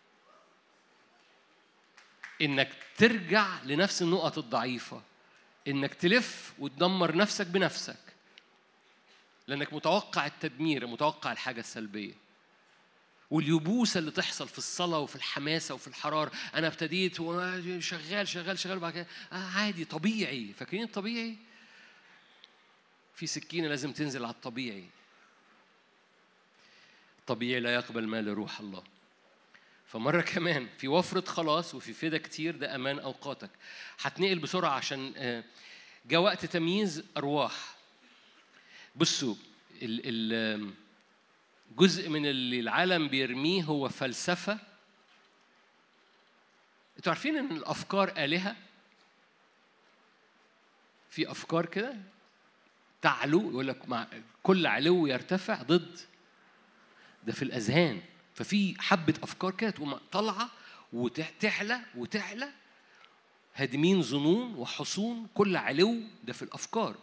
إنك ترجع لنفس النقط الضعيفة، إنك تلف وتدمر نفسك بنفسك، لأنك متوقع التدمير، متوقع الحاجة السلبية. واليبوسة اللي تحصل في الصلاة وفي الحماسة وفي الحرارة. أنا ابتديت وشغال شغال شغال بعد كده آه عادي طبيعي. فاكرين الطبيعي؟ في سكينة لازم تنزل على الطبيعي. طبيعي لا يقبل ما لروح الله. فمرة كمان في وفرة خلاص وفي فدا كتير، ده أمان أوقاتك. هتنقل بسرعة عشان جاء وقت تمييز أرواح. بصوا، الجزء من اللي العالم بيرميه هو فلسفة. انتوا عارفين ان الأفكار آلهة؟ في أفكار كده تعلو، يقول لك مع كل علو يرتفع ضد ده في الأذهان. ففي حبة أفكار كده تقوم طالعة وتعلى وتعلى، هادمين ظنون وحصون. كل علو ده في الأفكار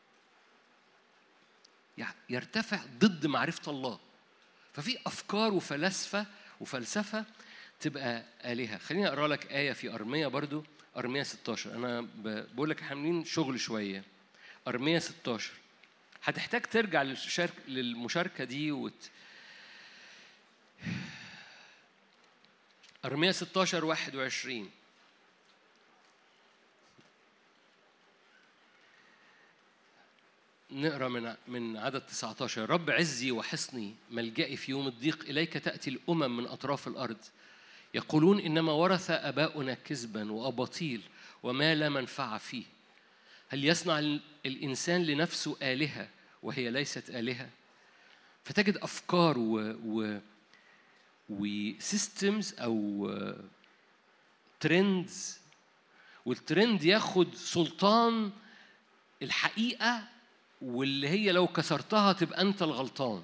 يرتفع ضد معرفة الله. ففي أفكار وفلسفة وفلسفة تبقى آلهة. خليني أقرأ لك آية في أرمية برضو، أرمية ستة عشر. أنا بقول لك عاملين شغل شوية. أرمية ستة عشر هتحتاج ترجع للمشاركة دي وت... أرمية ستة عشر واحد وعشرين. نقرأ من من عدد تسعة عشر. رب عزي وحصني ملجئي في يوم الضيق، إليك تأتي الأمم من أطراف الأرض. يقولون إنما ورث آباؤنا كذبا وأباطيل وما لا منفعة فيه. هل يصنع الإنسان لنفسه آلهة وهي ليست آلهة؟ فتجد أفكار و و وسيستمز أو ترندز، والترند ياخد سلطان الحقيقة، واللي هي لو كسرتها تبقى أنت الغلطان.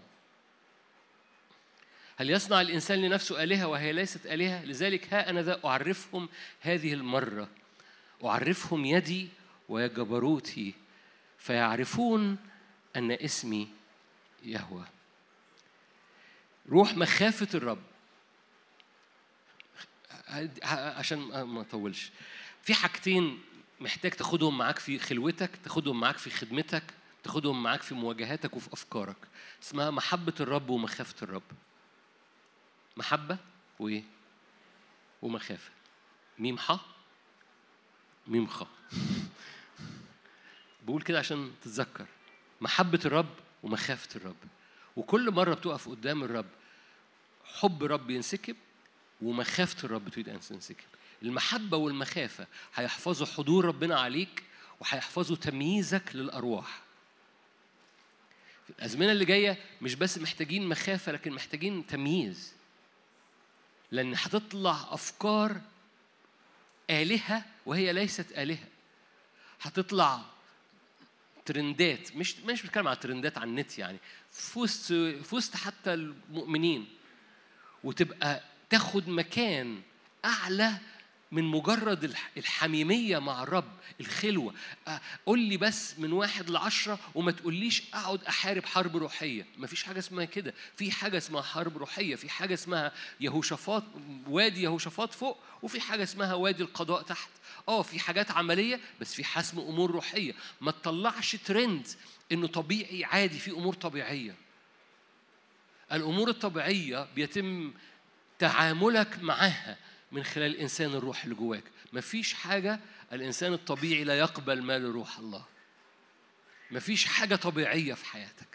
هل يصنع الإنسان لنفسه آلهة وهي ليست آلهة؟ لذلك ها أنا ذا أعرفهم هذه المرة، أعرفهم يدي وجبروتي، فيعرفون أن اسمي يهوه. روح مخافة الرب. عشان ما أطولش، في حاجتين محتاج تاخدهم معاك في خلوتك، تاخدهم معاك في خدمتك، تاخدهم معاك في مواجهاتك وفي أفكارك. اسمها محبة الرب ومخافة الرب. محبة وإيه؟ ومخافة. ميم حا ميم خا. بقول كده عشان تتذكر. محبة الرب ومخافة الرب. وكل مرة بتقف قدام الرب حب الرب ينسكب ومخافة الرب تريد أن تنسكب. المحبة والمخافة هيحفظوا حضور ربنا عليك وهيحفظوا تمييزك للأرواح. في الأزمنة اللي جاية مش بس محتاجين مخافة، لكن محتاجين تمييز، لأن هتطلع أفكار آلهة وهي ليست آلهة. هتطلع ترندات، مش مش بتكلم على ترندات على النت، يعني في وسط في وسط حتى المؤمنين، وتبقى تاخد مكان أعلى من مجرد الحميمية مع الرب، الخلوة. قول لي بس من واحد لعشرة وما تقوليش أقعد أحارب حرب روحية. ما فيش حاجة اسمها كده. في حاجة اسمها حرب روحية، في حاجة اسمها يهوشافاط، وادي يهوشافاط فوق، وفي حاجة اسمها وادي القضاء تحت. اه في حاجات عملية، بس في حسم أمور روحية. ما تطلعش ترند إنه طبيعي عادي، في أمور طبيعية. الأمور الطبيعية بيتم تعاملك معها من خلال الإنسان الروح اللي جواك. مفيش حاجة الإنسان الطبيعي لا يقبل ما لروح الله. مفيش حاجة طبيعية في حياتك.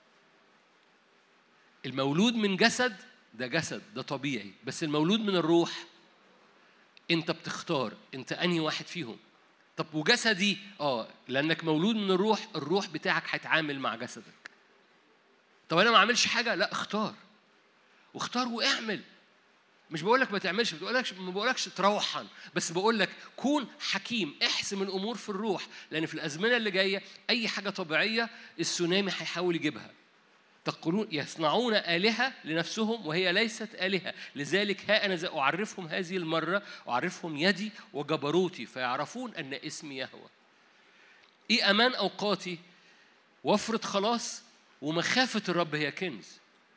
المولود من جسد ده جسد، ده طبيعي، بس المولود من الروح أنت بتختار أنت أنهي واحد فيهم. طب وجسدي آه لأنك مولود من الروح، الروح بتاعك هيتعامل مع جسدك. طب أنا ما أعملش حاجة؟ لا، اختار واختار واعمل. مش بقولك ما تعملش، ما بقولكش ما بقولكش تروحن، بس بقولك كون حكيم، احسم الامور في الروح، لان في الازمنه اللي جايه اي حاجه طبيعيه السونامي هيحاول يجيبها. تقولون يصنعون آلهة لنفسهم وهي ليست آلهة، لذلك ها أنا ذا أعرفهم هذه المرة، أعرفهم يدي وجبروتي، فيعرفون أن اسمي يهوه. إيه أمان أوقاتي؟ وفرة خلاص ومخافة الرب هي كنز.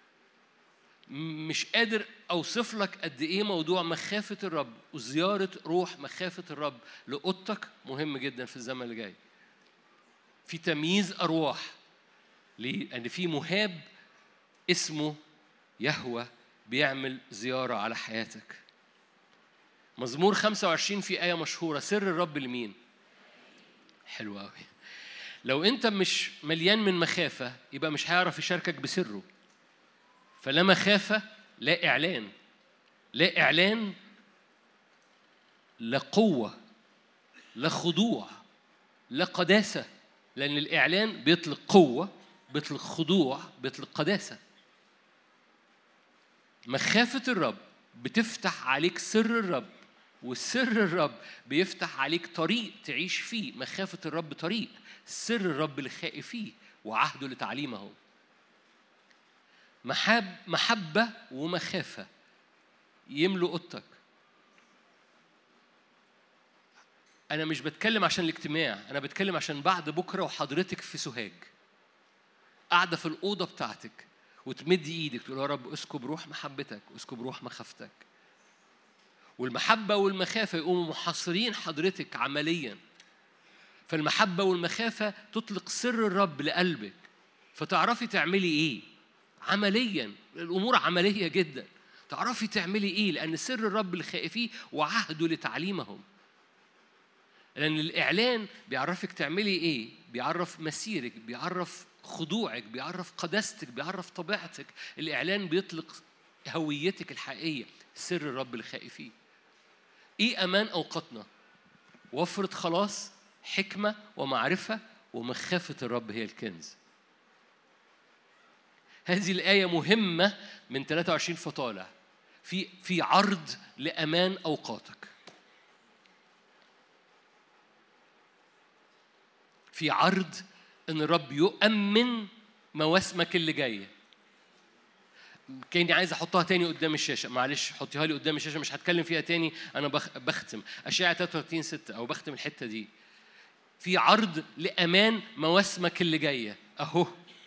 مش قادر أوصف لك قد إيه موضوع مخافة الرب وزيارة روح مخافة الرب لأوضتك مهم جدا في الزمن اللي جاي. في تمييز أرواح، ليه؟ لأن في مهاب اسمه يهوه بيعمل زيارة على حياتك. مزمور خمسة وعشرين في آية مشهورة، سر الرب لمين؟ حلوة أوي. لو أنت مش مليان من مخافة يبقى مش هيعرف يشاركك بسره. فلا مخافة لا إعلان، لا إعلان لا قوة، لا خضوع، لا قداسة. لأن الإعلان بيطلق قوة، بيطلق خضوع، بيطلق قداسة. مخافة الرب بتفتح عليك سر الرب، والسر الرب بيفتح عليك طريق تعيش فيه. مخافة الرب طريق، سر الرب لخائفيه وعهده لتعليمه. محب محبة ومخافة يملوا أوضتك. أنا مش بتكلم عشان الاجتماع، أنا بتكلم عشان بعد بكرة وحضرتك في سوهاج قاعدة في الأوضة بتاعتك وتمدي إيدك تقول يا رب اسكب روح محبتك واسكب روح مخافتك. والمحبة والمخافة يقوموا محاصرين حضرتك عمليا. فالمحبة والمخافة تطلق سر الرب لقلبك، فتعرفي تعملي إيه عمليا. الأمور عملية جدا، تعرفي تعملي إيه، لأن سر الرب لخائفيه وعهده لتعليمهم. لأن الإعلان بيعرفك تعملي إيه، بيعرف مسيرك، بيعرف خضوعك، بيعرف قداستك، بيعرف طبيعتك. الإعلان بيطلق هويتك الحقيقية، سر الرب الخائفين. إيه أمان أوقاتنا؟ وفرة خلاص، حكمة ومعرفة ومخافة الرب هي الكنز. هذه الآية مهمة من ثلاثة وعشرين فطالع، في في عرض لأمان أوقاتك، في عرض إن الرب يؤمن مواسمك اللي جاية. كأني عايز أحطها تاني قدام الشاشة، معلش حطيها لي قدام الشاشة، مش هتكلم فيها تاني. أنا بختم أشعياء ثلاثة وثلاثين ستة أو بختم الحتة دي. في عرض لأمان مواسمك اللي جاية أهو،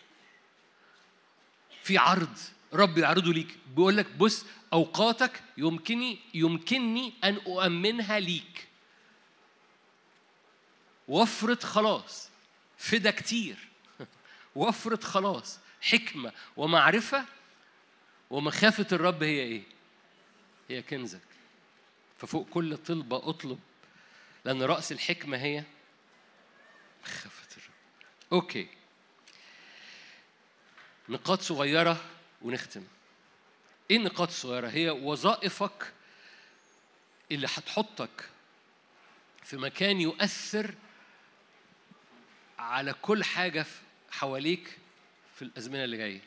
في عرض رب يعرضه ليك، بيقول لك بص أوقاتك يمكنني يمكنني أن أؤمنها ليك. وفرة خلاص، فدا كتير، وفرة خلاص، حكمة ومعرفة ومخافة الرب هي إيه؟ هي كنزك. ففوق كل طلبة أطلب، لأن رأس الحكمة هي مخافة الرب. أوكي، نقاط صغيرة ونختم. إيه النقاط الصغيرة؟ هي وظائفك اللي هتحطك في مكان يؤثر على كل حاجة حواليك في الأزمنة اللي جاية.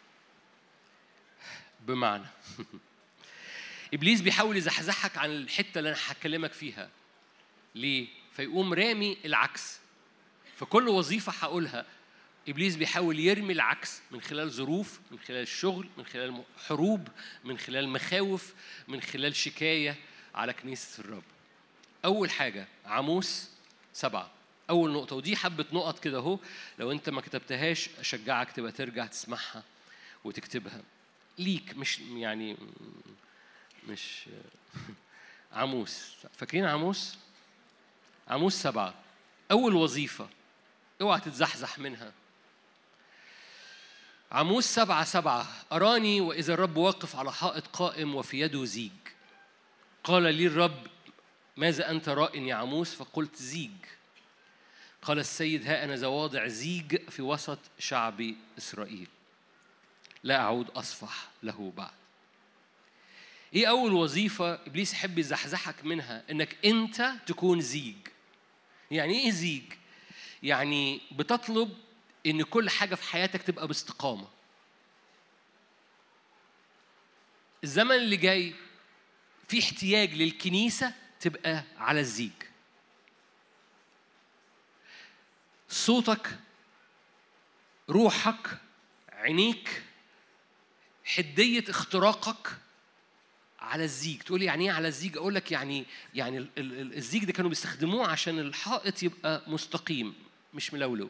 بمعنى إبليس بيحاول يزحزحك عن الحتة اللي أنا هكلمك فيها. ليه؟ فيقوم رامي العكس. فكل وظيفة هقولها إبليس بيحاول يرمي العكس، من خلال ظروف، من خلال الشغل، من خلال حروب، من خلال مخاوف، من خلال شكاية على كنيسة الرب. أول حاجة عاموس سبعة، أول نقطة، ودي حبة نقط كده أهو، لو أنت ما كتبتهاش أشجعك تبقى ترجع تسمعها وتكتبها ليك، مش يعني مش عاموس. فاكرين عاموس؟ عاموس سبعة، أول وظيفة اوعى تتزحزح منها. عاموس سبعة سبعة، أراني وإذا الرب واقف على حائط قائم وفي يده زيج. قال لي الرب ماذا أنت راء يا عاموس؟ فقلت زيج. قال السيد ها أنا زواضع زيج في وسط شعب إسرائيل، لا أعود أصفح له بعد. إيه أول وظيفة إبليس يحب يزحزحك منها؟ إنك أنت تكون زيج. يعني إيه زيج؟ يعني بتطلب إن كل حاجة في حياتك تبقى باستقامة. الزمن اللي جاي في احتياج للكنيسة تبقى على الزيج. صوتك، روحك، عينيك، حدية اختراقك على الزيج. تقولي يعني ايه على الزيج؟ اقول لك يعني يعني الزيج ده كانوا بيستخدموه عشان الحائط يبقى مستقيم مش ملولو.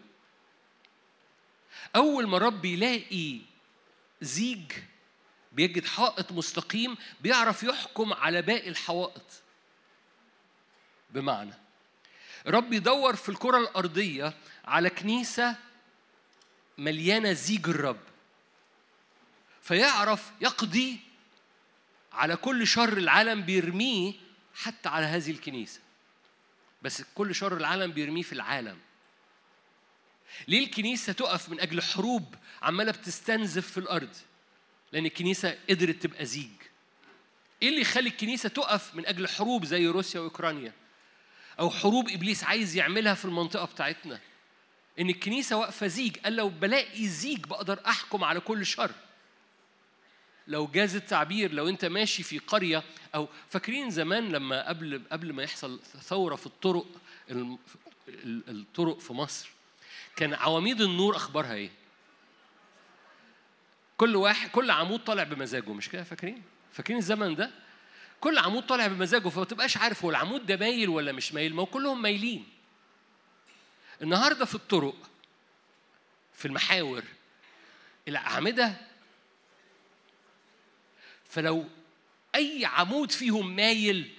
اول ما رب يلاقي زيج بيجد حائط مستقيم بيعرف يحكم على باقي الحوائط. بمعنى رب يدور في الكرة الأرضية على كنيسة مليانة زيج الرب، فيعرف يقضي على كل شر العالم بيرميه حتى على هذه الكنيسة. بس كل شر العالم بيرميه في العالم. ليه الكنيسة تقف من أجل حروب عمالة بتستنزف في الأرض؟ لأن الكنيسة قدرت تبقى زيج. إيه اللي يخلي الكنيسة تقف من أجل حروب زي روسيا وأوكرانيا أو حروب إبليس عايز يعملها في المنطقة بتاعتنا؟ إن الكنيسة واقفة زيج. قال لو بلاقي زيج بقدر أحكم على كل شر. لو جاز التعبير، لو أنت ماشي في قرية، أو فاكرين زمان لما قبل قبل ما يحصل ثورة في الطرق الطرق في مصر، كان عواميد النور أخبارها إيه؟ كل واحد كل عمود طالع بمزاجه، مش كده؟ فاكرين؟ فاكرين الزمن ده؟ كل عمود طالع بمزاجه، فما تبقاش عارف هو العمود ده مايل ولا مش مايل، ما هو كلهم مايلين. النهارده في الطرق، في المحاور، الأعمدة، فلو أي عمود فيهم مايل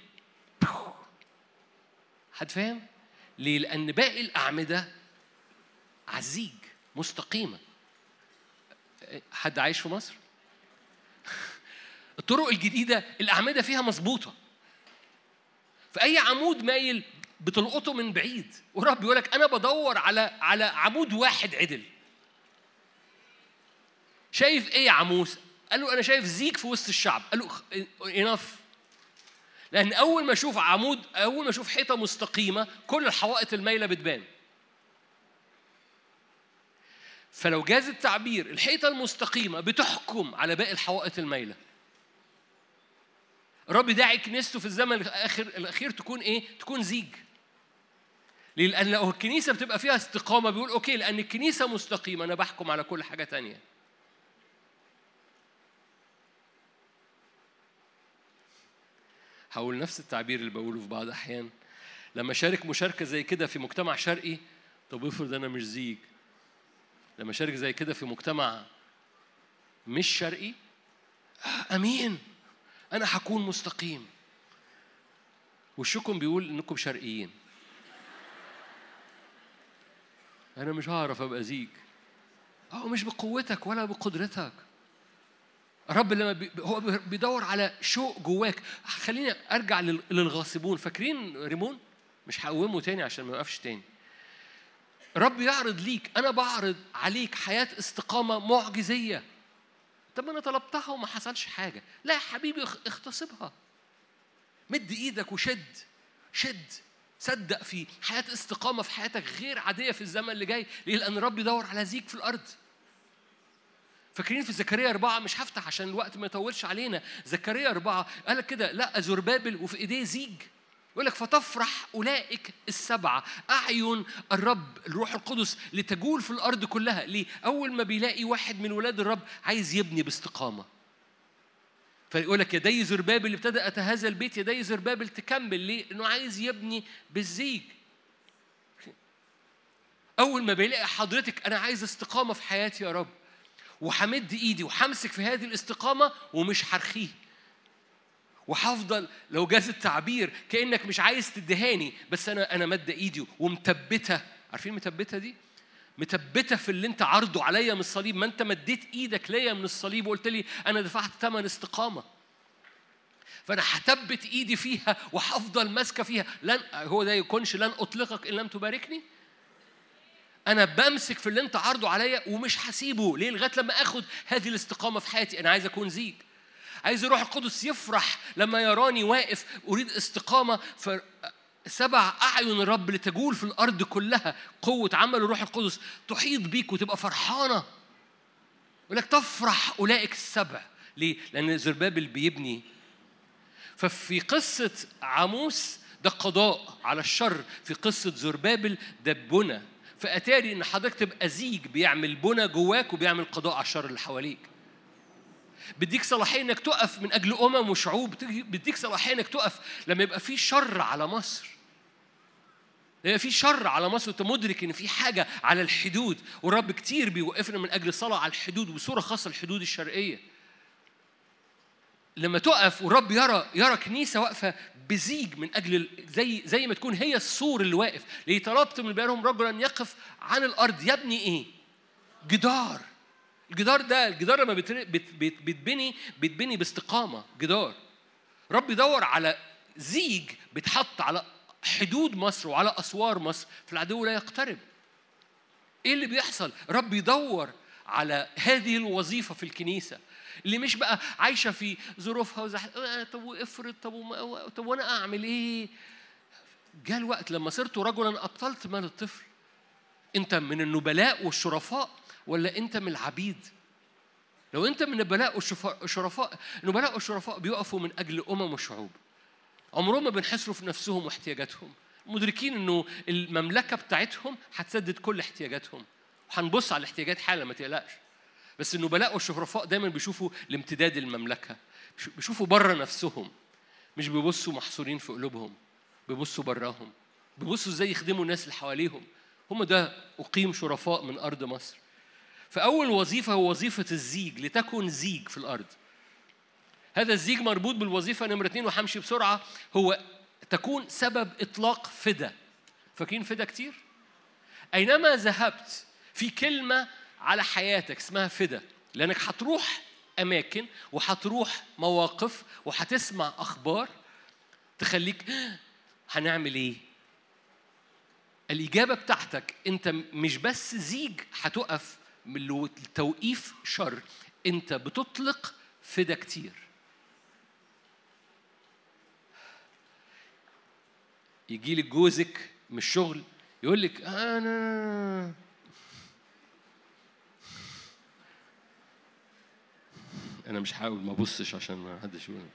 هتفهم ليه؟ لأن باقي الأعمدة عزيج مستقيمة. حد عايش في مصر؟ الطرق الجديدة الأعمدة فيها مظبوطة، فأي عمود مايل بتلقطه من بعيد، ورب بيقول لك أنا بدور على على عمود واحد عدل. شايف إيه يا عموس؟ قال له أنا شايف زيك في وسط الشعب. قال له إناف، لأن أول ما أشوف عمود، أول ما أشوف حيطة مستقيمة كل الحوائط المايلة بتبان. فلو جاز التعبير الحيطة المستقيمة بتحكم على باقي الحوائط المايلة. رب داعي كنيسته في الزمن الأخير الأخير تكون إيه؟ تكون زيج. لأن لو الكنيسة بتبقى فيها استقامة بيقول أوكي، لأن الكنيسة مستقيمة أنا بحكم على كل حاجة تانية. هقول نفس التعبير اللي بقوله في بعض أحيان لما شارك مشاركة زي كده في مجتمع شرقي. طب افرض أنا مش زيج. لما شارك زي كده في مجتمع مش شرقي، أمين أنا هكون مستقيم. وشكم بيقول إنكم شرقيين. أنا مش هعرف أبقى زيج. أو مش بقوتك ولا بقدرتك. الرب لما بي هو بيدور على شوق جواك. خليني أرجع للغاصبون. فاكرين ريمون؟ مش هقومه تاني عشان ما يوقفش تاني. الرب يعرض ليك، أنا بعرض عليك حياة استقامة معجزية. طب أنا طلبتها وما حصلش حاجة. لا يا حبيبي، اغتصبها. مد إيدك وشد شد صدق في حياة استقامة في حياتك غير عادية في الزمن اللي جاي. ليه؟ لأن الرب يدور على زيك في الأرض. فاكرين في زكريا أربعة؟ مش هفتح عشان الوقت ما يطولش علينا. زكريا أربعة قال لك كده، لا زربابل وفي إيديه زيج. يقول لك فتفرح أولئك السبعة أعين الرب الروح القدس لتجول في الأرض كلها. ليه؟ أول ما بيلاقي واحد من ولاد الرب عايز يبني باستقامة، فيقول لك يدي زربابل اللي ابتدأت هذا البيت، يدي زربابل تكمل. ليه؟ إنه عايز يبني بالزيج. أول ما بيلاقي حضرتك أنا عايز استقامة في حياتي يا رب، وحمد إيدي وحمسك في هذه الاستقامة ومش هرخيه، وحفضل لو جاز التعبير كأنك مش عايز تدهاني، بس أنا أنا مد إيدي ومتبتة. عارفين متبتة دي؟ متبتة في اللي أنت عرضه عليا من الصليب. ما أنت مديت إيدك ليا من الصليب وقلت لي أنا دفعت ثمن استقامة، فأنا هتبت إيدي فيها وحفضل ماسكة فيها. لن هو ده يكونش لن أطلقك إن لم تباركني. أنا بمسك في اللي أنت عرضه عليا ومش هسيبه. ليه؟ لغاية لما أخد هذه الاستقامة في حياتي. أنا عايز أكون زيج. عايز الروح القدس يفرح لما يراني واقف أريد استقامة. فسبع أعين الرب لتجول في الأرض كلها. قوة عمل الروح القدس تحيط بيك وتبقى فرحانة. يقول لك تفرح أولئك السبع. ليه؟ لأن زربابل بيبني. ففي قصة عاموس ده قضاء على الشر، في قصة زربابل ده بنى. فأتاري إن حضرتك تبقى زيج بيعمل بنى جواك وبيعمل قضاء على الشر اللي حواليك. بديك صلاحية إنك تقف من أجل أمم وشعوب. بديك صلاحية إنك تقف لما يبقى في شر على مصر. لما في شر على مصر وأنت مدرك إن في حاجة على الحدود، والرب كتير بيوقفنا من أجل صلاة على الحدود، وبصورة خاصة الحدود الشرقية. لما تقف والرب يرى يرى كنيسة واقفة بزيج من أجل زي زي ما تكون هي السور اللي واقف. ليه؟ طلبت من بينهم رجلا يقف عن الأرض يبني إيه؟ جدار. الجدار ده الجدار لما بتبني بتبني باستقامة. جدار. رب يدور على زيج بتحط على حدود مصر وعلى أسوار مصر، فالعدو لا يقترب. إيه اللي بيحصل؟ رب يدور على هذه الوظيفة في الكنيسة اللي مش بقى عايشة في ظروفها وزح... طب وافرض طب وما... طب وأنا أعمل إيه؟ جاء الوقت لما صرت رجلا أبطلت مال الطفل. أنت من النبلاء والشرفاء ولا أنت من العبيد؟ لو أنت من النبلاء والشرفاء، النبلاء والشرفاء بيقفوا من أجل أمم وشعوب. عمرهم ما بنحسروا في نفسهم واحتياجاتهم، مدركين إنه المملكة بتاعتهم هتسدد كل احتياجاتهم، وهنبص على الاحتياجات حالا ما تقلقش. بس النبلاء والشرفاء دايما بيشوفوا لامتداد المملكة، بيشوفوا بره نفسهم، مش بيبصوا محصورين في قلوبهم، بيبصوا براهم، بيبصوا ازاي يخدموا الناس اللي حواليهم. هم ده أقيم شرفاء من أرض مصر. فأول وظيفة هو وظيفة الزيج، لتكن زيج في الأرض. هذا الزيج مربوط بالوظيفة نمرة اتنين، وحمشي بسرعة، هو تكون سبب إطلاق فدا. فاكرين فدا كتير؟ أينما ذهبت في كلمة على حياتك اسمها فدا، لأنك هتروح أماكن وهتروح مواقف وهتسمع أخبار تخليك هنعمل إيه؟ الإجابة بتاعتك أنت مش بس زيج هتقف من توقيف شر، أنت بتطلق فدا كتير. يجي لك جوزك من الشغل يقول لك أنا أنا مش هحاول ما أبصش عشان ما حدش يقول.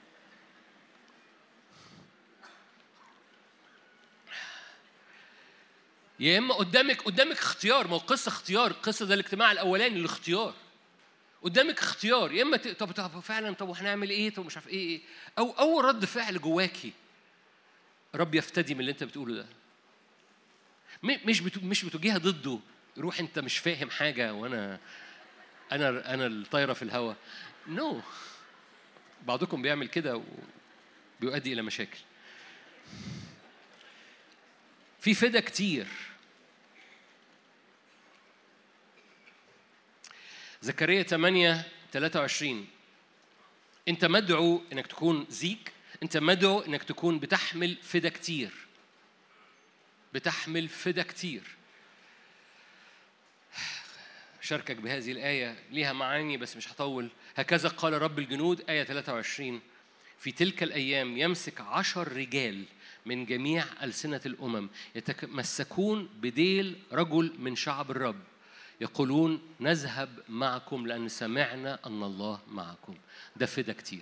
يا إما قدامك قدامك اختيار، ما هو قصة اختيار، قصة ده الاجتماع الأولاني الاختيار. قدامك اختيار، يا إما ت... طب طب فعلا طب وهنعمل إيه؟ طب مش عارف إيه إيه أو أول رد فعل جواكي رب يفتدي من اللي أنت بتقوله ده. مش بت... مش بتوجيها ضده، روح أنت مش فاهم حاجة وأنا أنا أنا الطايرة في الهواء. نو no. بعضكم بيعمل كده وبيؤدي إلى مشاكل. في فدا كتير. زكريا ثمانية ثلاثة وعشرين أنت مدعو إنك تكون زيك، أنت مدعو إنك تكون بتحمل فدا كتير، بتحمل فدا كتير. شاركك بهذه الآية ليها معاني بس مش هطول. هكذا قال رب الجنود آية ثلاثة وعشرين في تلك الأيام يمسك عشر رجال من جميع ألسنة الأمم يتمسكون بديل رجل من شعب الرب يقولون نذهب معكم لأن سمعنا أن الله معكم. ده فدا كتير.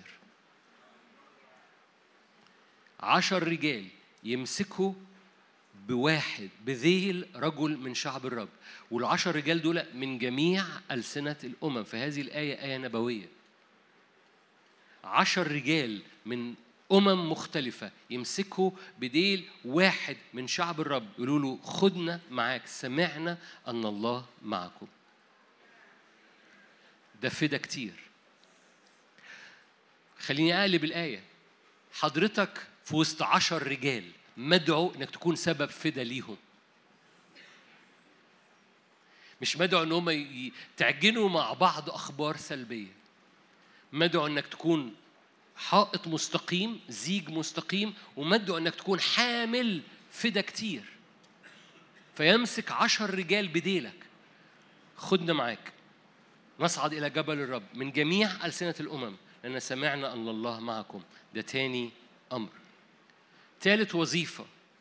عشر رجال يمسكوا بواحد بذيل رجل من شعب الرب، والعشر رجال دول من جميع ألسنة الأمم. فهذه الآية آية نبوية. عشر رجال من أمم مختلفة يمسكوا بديل واحد من شعب الرب يقولوا له خدنا معاك، سمعنا أن الله معكم. ده فدا كتير. خليني أقلب الآية. حضرتك في وسط عشر رجال مدعو إنك تكون سبب فدا ليهم. مش مدعو إن هم تعجنوا مع بعض أخبار سلبية. مدعو إنك تكون حائط مستقيم، زيج مستقيم، ومدعو إنك تكون حامل فدا كتير. فيمسك عشر رجال بديلك، خدنا معاك نصعد إلى جبل الرب من جميع ألسنة الأمم لأن سمعنا أن الله معكم. ده تاني أمر. ثالث وظيفة.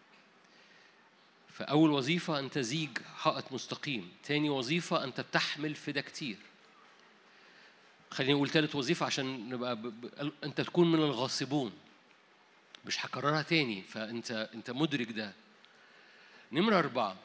فأول وظيفة أنت زيج حائط مستقيم. تاني وظيفة أنت بتحمل فدا كتير. خليني أقول ثالث وظيفة عشان نبقى ب... ب... أنت تكون من الغاصبون. مش هكررها تاني، فأنت أنت مدرك ده. نمرة أربعة،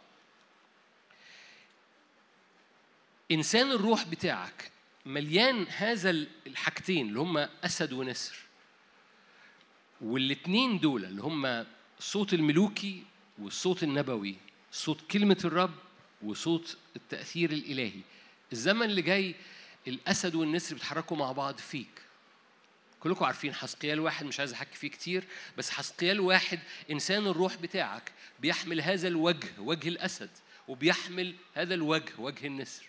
إنسان الروح بتاعك مليان هذا الحاجتين اللي هم أسد ونسر، والاتنين دول اللي هم الصوت الملوكي والصوت النبوي، صوت كلمة الرب وصوت التأثير الإلهي. الزمن اللي جاي الأسد والنسر بيتحركوا مع بعض فيك. كلكم عارفين حسقيال واحد، مش عايز أحكي فيه كتير، بس حسقيال واحد إنسان الروح بتاعك بيحمل هذا الوجه، وجه الأسد، وبيحمل هذا الوجه، وجه النسر.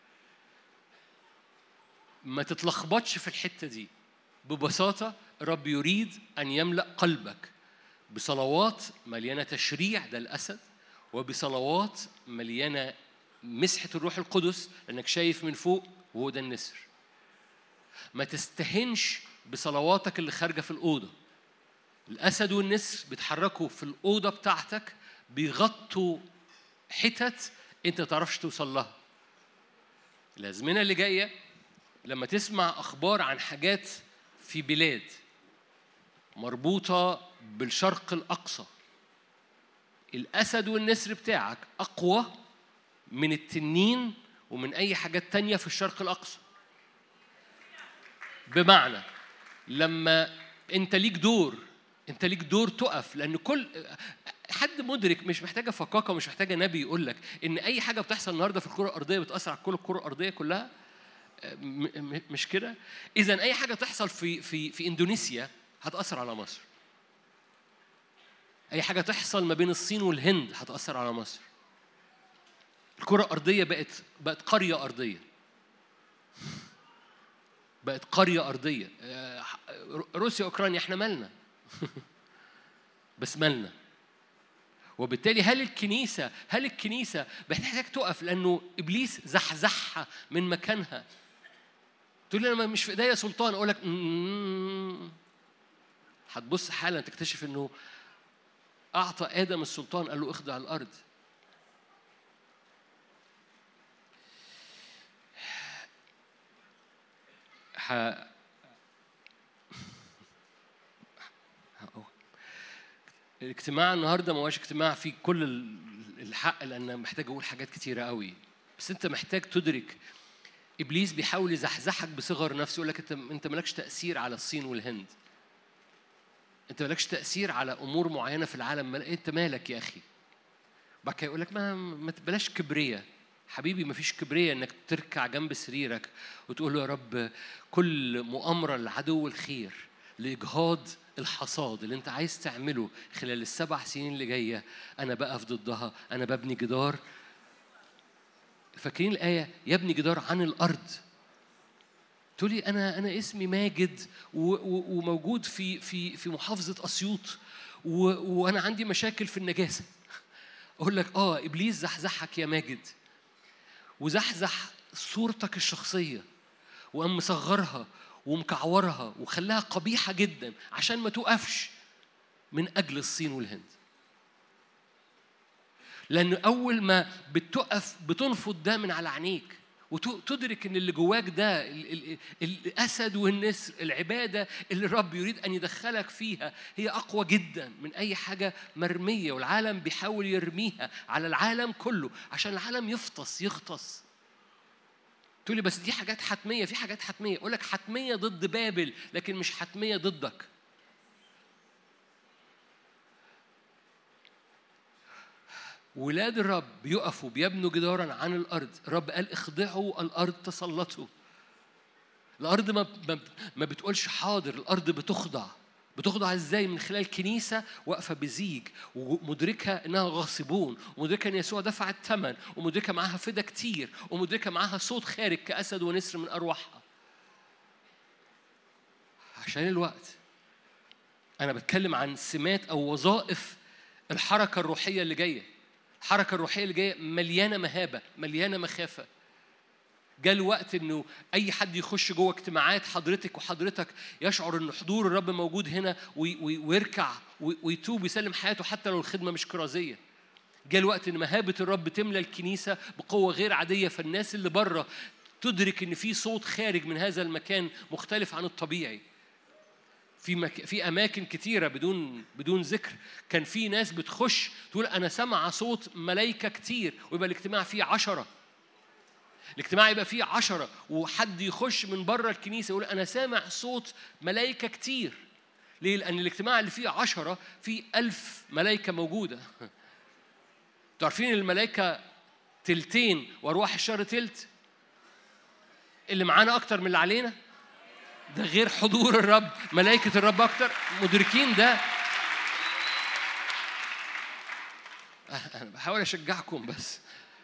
ما تتلخبطش في الحتة دي. ببساطة رب يريد أن يملأ قلبك بصلوات مليانة تشريع، ده الأسد، وبصلوات مليانة مسحة الروح القدس لأنك شايف من فوق، وهو ده النسر. ما تستهنش بصلواتك اللي خارجة في الأوضة. الأسد والنسر بيتحركوا في الأوضة بتاعتك، بيغطوا حتت أنت ما تعرفش توصل لها. الأزمنة اللي جاية لما تسمع أخبار عن حاجات في بلاد مربوطة بالشرق الأقصى، الأسد والنسر بتاعك أقوى من التنين ومن أي حاجات تانية في الشرق الأقصى. بمعنى لما أنت ليك دور، أنت ليك دور تقف، لأن كل حد مدرك، مش محتاجة فقاقة ومش محتاجة نبي يقول لك إن أي حاجة بتحصل النهاردة في الكرة الأرضية بتأثر على كل الكرة الأرضية كلها. مش كده؟ إذن أي حاجة تحصل في في في إندونيسيا هتأثر على مصر. أي حاجة تحصل ما بين الصين والهند هتأثر على مصر. الكرة الأرضية بقت بقت قرية أرضية. بقت قرية أرضية. روسيا أوكرانيا إحنا مالنا. بس مالنا. وبالتالي هل الكنيسة هل الكنيسة بتحتاج تقف لأنه إبليس زحزحها من مكانها؟ تقول لي أنا مش في إيديا سلطان، أقول لك هتبص حالا تكتشف إنه أعطى آدم السلطان، قال له اخضع الأرض. ح... الاجتماع النهارده ما هوش اجتماع فيه كل الحق، لأن محتاج أقول حاجات كتيرة قوي، بس أنت محتاج تدرك إبليس بيحاول يزحزحك بصغر نفسه، يقول لك أنت أنت مالكش تأثير على الصين والهند، أنت مالكش تأثير على أمور معينة في العالم، أنت مالك يا أخي؟ بعد كده يقول لك ما ما بلاش كبرية حبيبي، ما فيش كبرية إنك تركع جنب سريرك وتقول له يا رب كل مؤامرة لعدو الخير لإجهاض الحصاد اللي أنت عايز تعمله خلال السبع سنين اللي جاية أنا بقف ضدها، أنا ببني جدار. فاكرين الآية يبني جدار عن الأرض؟ تقولي أنا أنا اسمي ماجد وموجود في في في محافظة أسيوط وأنا عندي مشاكل في النجاسة. أقول لك آه إبليس زحزحك يا ماجد، وزحزح صورتك الشخصية وقام مصغرها ومكعورها وخلاها قبيحة جدا عشان ما توقفش من أجل الصين والهند. لأن أول ما بتقف بتنفض ده من على عينيك وتدرك إن اللي جواك ده الأسد والنسر، العبادة اللي الرب يريد أن يدخلك فيها هي أقوى جدا من أي حاجة مرمية، والعالم بيحاول يرميها على العالم كله عشان العالم يفطس يغطس. تقولي بس دي حاجات حتمية، في حاجات حتمية. أقول لك حتمية ضد بابل لكن مش حتمية ضدك. ولاد الرب بيقفوا بيبنوا جدارا عن الأرض. الرب قال اخضعوا الأرض تسلطوا. الأرض ما ما بتقولش حاضر، الأرض بتخضع. بتخضع ازاي؟ من خلال كنيسة واقفة بزيج ومدركة انها غاصبون، ومدركة ان يسوع دفع الثمن، ومدركة معاها فدا كتير، ومدركة معاها صوت خارج كأسد ونسر من أرواحها. عشان الوقت أنا بتكلم عن سمات أو وظائف الحركة الروحية اللي جاية. الحركة الروحية اللي جاية مليانة مهابة، مليانة مخافة. جاء الوقت إنه أي حد يخش جوه اجتماعات حضرتك وحضرتك يشعر إن حضور الرب موجود هنا ويركع ويتوب ويسلم حياته حتى لو الخدمة مش كرازية. جاء الوقت إن مهابة الرب تملى الكنيسة بقوة غير عادية، فالناس اللي بره تدرك إن في صوت خارج من هذا المكان مختلف عن الطبيعي. في مك... في أماكن كتيرة بدون بدون ذكر كان في ناس بتخش تقول أنا سمع صوت ملايكة كتير، ويبقى الاجتماع فيه عشرة. الاجتماع يبقى فيه عشرة وحد يخش من بره الكنيسة يقول أنا سامع صوت ملايكة كتير. ليه؟ لأن الاجتماع اللي فيه عشرة فيه ألف ملايكة موجودة. تعرفين الملايكة تلتين وأرواح الشر تلت؟ اللي معانا أكتر من اللي علينا. ده غير حضور الرب، ملائكة الرب أكتر. مدركين ده؟ أنا بحاول أشجعكم بس.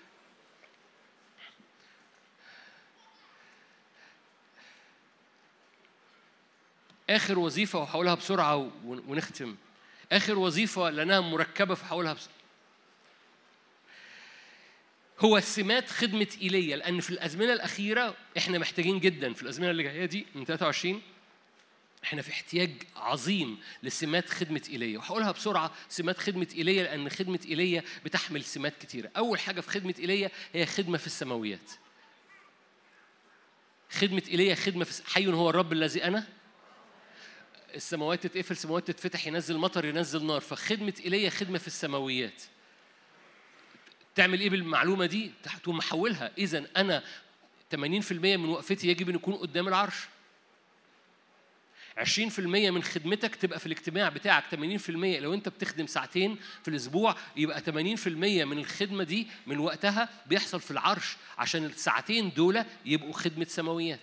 آخر وظيفة وحاولها بسرعة ونختم. آخر وظيفة لأنها مركبة فحاولها بسرعة. هو سمات خدمة إيليا، لأن في الأزمنة الأخيرة إحنا محتاجين جدا في الأزمنة اللي جاية دي من ثلاثة وعشرين إحنا في احتياج عظيم لسمات خدمة إيليا. وهقولها بسرعة سمات خدمة إيليا لأن خدمة إيليا بتحمل سمات كتيرة. أول حاجة في خدمة إيليا هي خدمة في السماويات. خدمة إيليا خدمة في حي هو الرب الذي أنا. السماوات تتقفل، السماوات تتفتح، ينزل مطر، ينزل نار. فخدمة إيليا خدمة في السماويات. تعمل إيه بالمعلومة دي؟ تقوم محولها. إذن أنا ثمانين بالمئة من وقفتي يجب أن يكون قدام العرش. عشرين بالمئة من خدمتك تبقى في الاجتماع بتاعك. ثمانين بالمئة لو أنت بتخدم ساعتين في الأسبوع يبقى ثمانين بالمئة من الخدمة دي من وقتها بيحصل في العرش، عشان الساعتين دول يبقوا خدمة سماويات.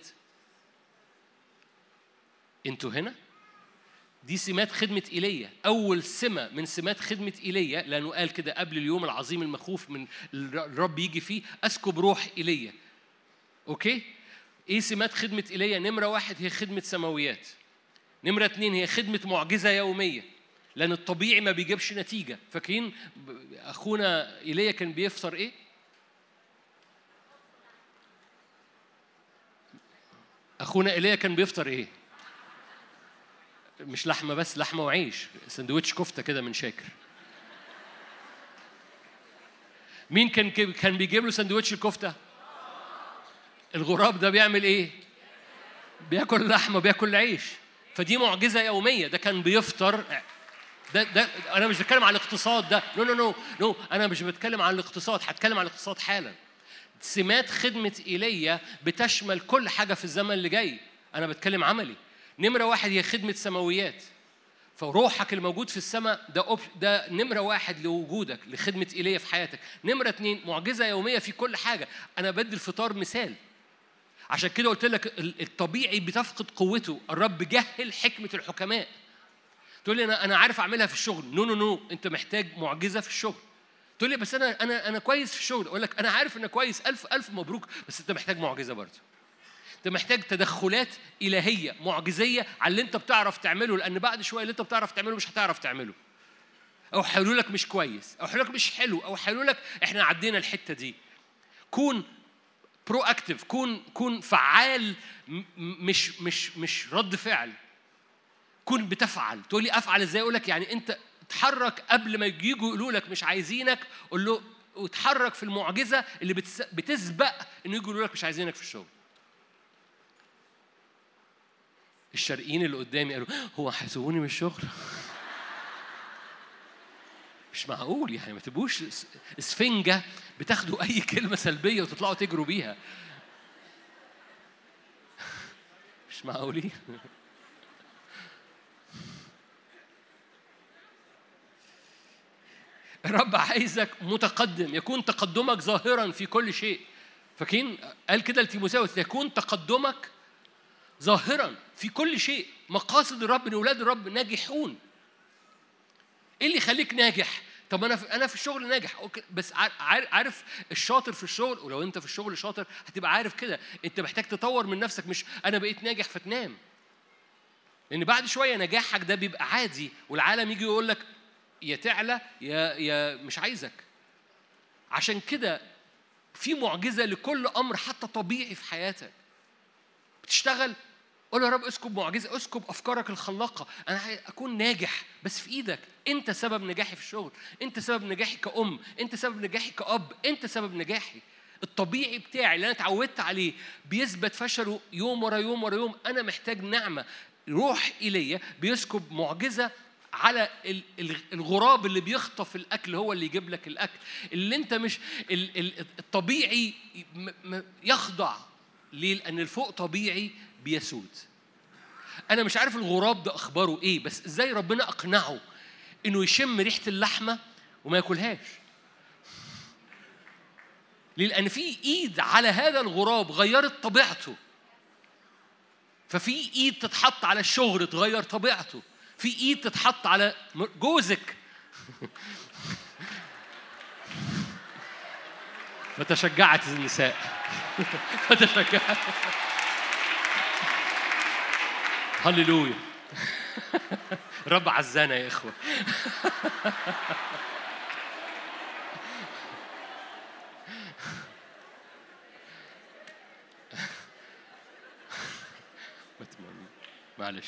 أنتوا هنا؟ دي سمات خدمة إيليا. أول سمة من سمات خدمة إيليا، لأنه قال كده قبل اليوم العظيم المخوف من الرب يجي فيه أسكب روح إيليا. أوكي؟ إيه سمات خدمة إيليا؟ نمرة واحد هي خدمة سماويات. نمرة اتنين هي خدمة معجزة يومية، لأن الطبيعي ما بيجيبش نتيجة. فاكرين أخونا إيليا كان بيفطر إيه؟ أخونا إيليا كان بيفطر إيه؟ مش لحمة بس، لحمة وعيش، سندوتش كفتة كده من شاكر. مين كان كان بيجيب له سندوتش الكفتة؟ الغراب ده بيعمل إيه؟ بياكل لحمة، بياكل عيش. فدي معجزة يومية. ده كان بيفطر. ده ده أنا مش بتكلم عن الاقتصاد ده، نو نو نو نو أنا مش بتكلم عن الاقتصاد، هتكلم عن الاقتصاد حالا. سمات خدمة إيليا بتشمل كل حاجة في الزمن اللي جاي. أنا بتكلم عملي. نمرة واحد هي خدمة سماويات، فروحك الموجود في السماء ده ده نمرة واحد لوجودك لخدمة إيليا في حياتك. نمرة اتنين معجزة يومية في كل حاجة. أنا بدي الفطار مثال، عشان كده قلت لك الطبيعي بتفقد قوته. الرب جهل حكمة الحكماء. تقول لي أنا أنا عارف أعملها في الشغل. نو نو نو أنت محتاج معجزة في الشغل. تقول لي بس أنا أنا أنا كويس في الشغل. أقول لك أنا عارف إنك كويس، ألف ألف مبروك، بس أنت محتاج معجزة برضه. أنت محتاج تدخلات إلهية معجزية على اللي أنت بتعرف تعمله، لأن بعد شوية اللي أنت بتعرف تعمله مش هتعرف تعمله، أو حلولك مش كويس، أو حلولك مش حلو، أو حلولك إحنا عدينا الحتة دي. كون برو أكتيف، كون كون فعال، مش مش مش رد فعل. كون بتفعل. تقول لي أفعل إزاي؟ أقول لك يعني أنت تحرك قبل ما يجوا يقولوا لك مش عايزينك، قول له وتحرك في المعجزة اللي بتسبق إنه يجوا يقولوا لك مش عايزينك في الشغل. الشرقيين اللي قدامي قالوا هو هيسيبوني من الشغل؟ مش معقول يعني، ما تبقوش اسفنجة بتاخدوا أي كلمة سلبية وتطلعوا تجروا بيها. مش معقولين. الرب عايزك متقدم، يكون تقدمك ظاهرا في كل شيء. فاكرين قال كده لتيموثاوس يكون تقدمك ظاهرا في كل شيء. مقاصد الرب ان اولاد الرب ناجحون. ايه اللي يخليك ناجح؟ طب انا في انا في الشغل ناجح، أوكي، بس عارف الشاطر في الشغل، ولو انت في الشغل شاطر هتبقى عارف كده انت محتاج تطور من نفسك. مش انا بقيت ناجح فتنام، لان بعد شويه نجاحك ده بيبقى عادي، والعالم يجي يقول لك يا تعلى يا يا مش عايزك. عشان كده في معجزه لكل امر حتى طبيعي في حياتك. بتشتغل قول يا رب اسكب معجزه، اسكب افكارك الخلاقه. انا اكون ناجح، بس في ايدك. انت سبب نجاحي في الشغل، انت سبب نجاحي كأم، انت سبب نجاحي كأب، انت سبب نجاحي. الطبيعي بتاعي اللي انا اتعودت عليه بيثبت فشله يوم ورا يوم ورا يوم. انا محتاج نعمه. روح إيليا بيسكب معجزه على الغراب اللي بيخطف الاكل، هو اللي يجيب لك الاكل اللي انت مش الطبيعي يخضع ليه، لان الفوق طبيعي بيسود. أنا مش عارف الغراب ده أخباره إيه، بس إزاي ربنا أقنعه إنه يشم ريحة اللحمة وما يأكلهاش. لأن في إيد على هذا الغراب غيرت طبيعته. ففي إيد تتحط على الشغل تغير طبيعته. في إيد تتحط على جوزك فتشجعت النساء فتشجعت. هللويا. رب عزانا يا إخوة. معلش.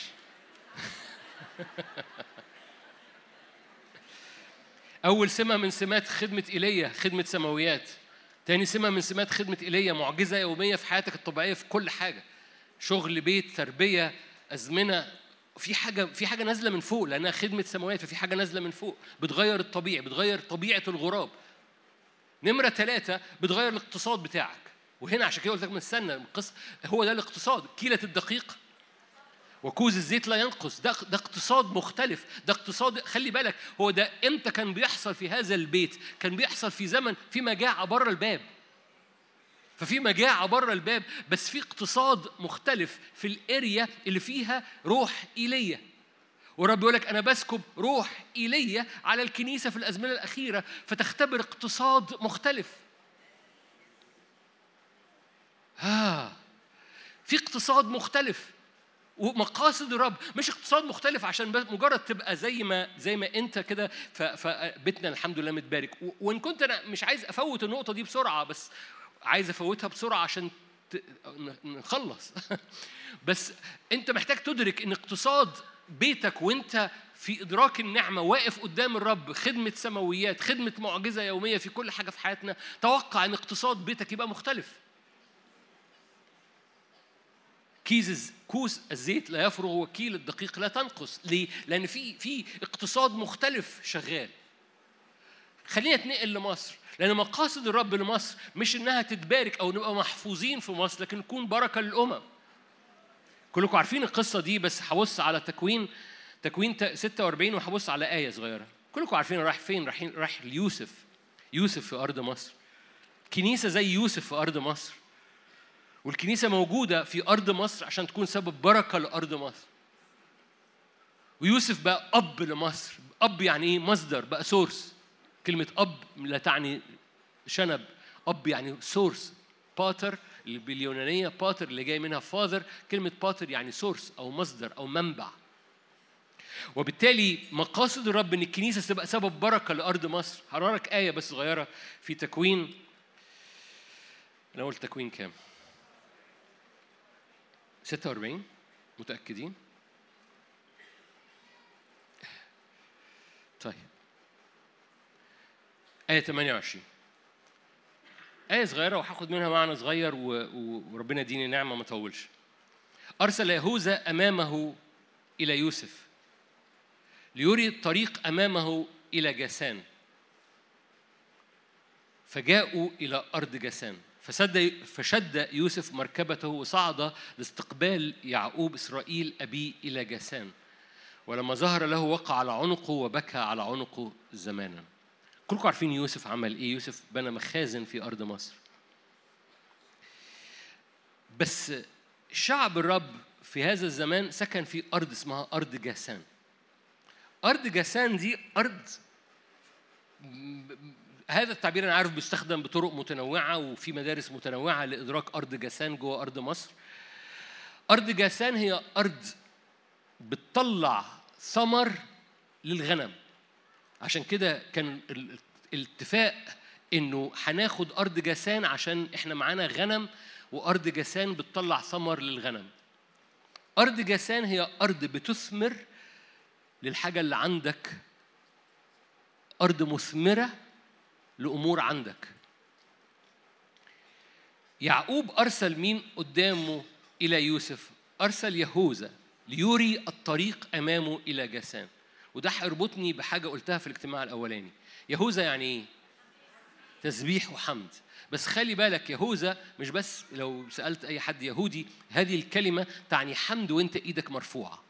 أول سمة من سمات خدمة إيليا خدمة سماويات. تاني سمة من سمات خدمة إيليا معجزة يومية في حياتك الطبيعية في كل حاجة. شغل، بيت، تربية، أزمنة. في حاجة في حاجة نازلة من فوق، لأنها خدمة سماوات، ففي حاجة نازلة من فوق بتغير الطبيعي، بتغير طبيعة الغراب. نمرة ثلاثة بتغير الاقتصاد بتاعك. وهنا عشان كده قلت لك من السنة القصة هو ده الاقتصاد. كيلة الدقيق وكوز الزيت لا ينقص. ده ده اقتصاد مختلف. ده اقتصاد، خلي بالك، هو ده امتى كان بيحصل في هذا البيت؟ كان بيحصل في زمن في مجاعة بره الباب. ففي مجاعة بره الباب، بس في اقتصاد مختلف في الاريا اللي فيها روح إيليا. ورب يقول لك أنا بسكب روح إيليا على الكنيسة في الأزمنة الأخيرة فتختبر اقتصاد مختلف. ها، في اقتصاد مختلف. ومقاصد الرب مش اقتصاد مختلف عشان بس مجرد تبقى زي ما زي ما انت كده. فبيتنا الحمد لله متبارك. وان كنت انا مش عايز افوت النقطه دي بسرعه، بس عايز افوتها بسرعه عشان نخلص. بس انت محتاج تدرك ان اقتصاد بيتك وانت في ادراك النعمه واقف قدام الرب، خدمه سماويات، خدمه معجزه يوميه في كل حاجه في حياتنا، توقع ان اقتصاد بيتك يبقى مختلف. كيز كوس الزيت لا يفرغ وكيل الدقيق لا تنقص. ليه؟ لأن في في اقتصاد مختلف شغال. خلينا نتنقل لمصر، لأن مقاصد الرب لمصر مش إنها تتبارك أو نبقى محفوظين في مصر، لكن نكون بركة للأمم. كلكم عارفين القصة دي، بس هبص على تكوين تكوين ستة وأربعين وهبص على آية صغيرة. كلكم عارفين راح فين؟ رايحين راح ليوسف. يوسف في أرض مصر. كنيسة زي يوسف في أرض مصر. والكنيسة موجودة في أرض مصر عشان تكون سبب بركة لأرض مصر. ويوسف بقى أب لمصر. أب يعني إيه؟ مصدر، بقى سورس. كلمة أب لا تعني شنب، أب يعني سورس. باتر اللي باليونانية باتر اللي جاي منها فاذر، كلمة باتر يعني سورس أو مصدر أو منبع. وبالتالي مقاصد الرب إن الكنيسة تبقى سبب بركة لأرض مصر. هقرأ لك آية بس صغيرة في تكوين. أنا قلت تكوين كام؟ ستة وأربعين متأكدين؟ طيب آية ثمانية وعشرين، آية صغيرة وهاخد منها معنى صغير وربنا يديني نعمة ما طولش. أرسل يهوذا أمامه إلى يوسف ليري الطريق أمامه إلى جاسان، فجاءوا إلى أرض جاسان. فشد فشد يوسف مركبته وصعد لاستقبال يعقوب إسرائيل أبيه إلى جاسان، ولما ظهر له وقع على عنقه وبكى على عنقه زمانا. كلكم عارفين يوسف عمل إيه؟ يوسف بنى مخازن في أرض مصر. بس شعب الرب في هذا الزمان سكن في أرض اسمها أرض جاسان. أرض جاسان دي أرض، هذا التعبير أنا عارف بيستخدم بطرق متنوعة وفي مدارس متنوعة لإدراك أرض جاسان جوه أرض مصر. أرض جاسان هي أرض بتطلع ثمر للغنم. عشان كده كان الاتفاق إنه هناخد أرض جاسان عشان إحنا معانا غنم، وأرض جاسان بتطلع ثمر للغنم. أرض جاسان هي أرض بتثمر للحاجة اللي عندك، أرض مثمرة لأمور عندك. يعقوب أرسل مين قدامه إلى يوسف؟ أرسل يهوذا ليري الطريق أمامه إلى جاسان. وده هيربطني بحاجة قلتها في الاجتماع الأولاني. يهوذا يعني إيه؟ تسبيح وحمد. بس خلي بالك يهوذا مش بس، لو سألت أي حد يهودي هذه الكلمة تعني حمد وإنت إيدك مرفوعة.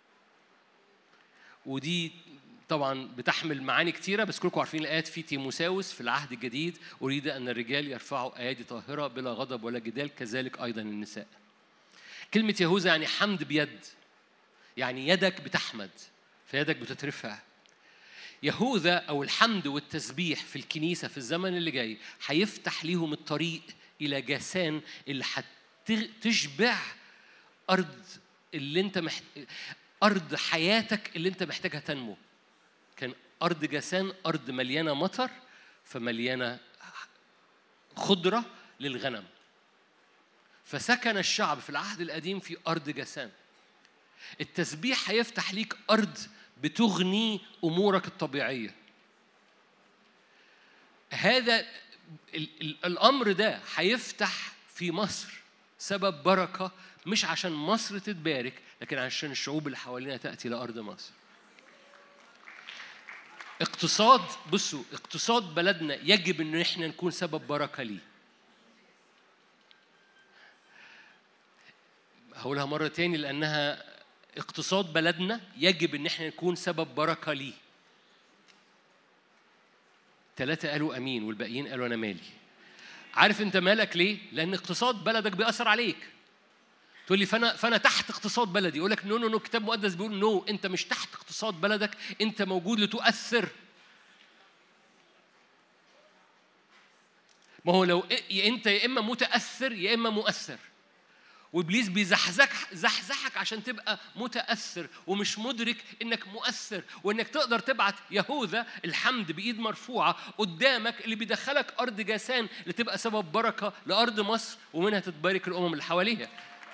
ودي طبعا بتحمل معاني كتيرة، بس كلكم عارفين الآيات في تيموساوس في العهد الجديد: أريد أن الرجال يرفعوا أيادي طاهرة بلا غضب ولا جدال، كذلك أيضا النساء. كلمة يهوذا يعني حمد بيد، يعني يدك بتحمد فيدك بتترفع. يهوذا أو الحمد والتسبيح في الكنيسة في الزمن اللي جاي هيفتح ليهم الطريق إلى جاسان اللي هتشبع أرض اللي أنت محت... أرض حياتك اللي أنت محتاجها تنمو. كان أرض جاسان أرض مليانة مطر، فمليانة خضرة للغنم. فسكن الشعب في العهد القديم في أرض جاسان. التسبيح هيفتح ليك أرض بتغني أمورك الطبيعية. هذا الأمر ده هيفتح في مصر سبب بركة، مش عشان مصر تتبارك لكن عشان الشعوب اللي حوالينا تأتي لأرض مصر. اقتصاد، بصوا، اقتصاد بلدنا يجب ان احنا نكون سبب بركة ليه. هقولها مرة تاني لأنها اقتصاد بلدنا يجب ان احنا نكون سبب بركة ليه. ثلاثة قالوا أمين والباقيين قالوا أنا مالي. عارف أنت مالك ليه؟ لأن اقتصاد بلدك بيأثر عليك. تقول لي فأنا فأنا تحت اقتصاد بلدي. يقول لك نو نو نو كتاب مقدس بيقول نو، أنت مش تحت اقتصاد بلدك، أنت موجود لتؤثر. ما هو لو أنت يا إما متأثر يا إما مؤثر. وإبليس بيزحزحك زحزحك عشان تبقى متأثر ومش مدرك إنك مؤثر، وإنك تقدر تبعت يهوذا الحمد بإيد مرفوعة قدامك اللي بيدخلك أرض جاسان اللي تبقى سبب بركة لأرض مصر ومنها تتبارك الأمم اللي حواليها.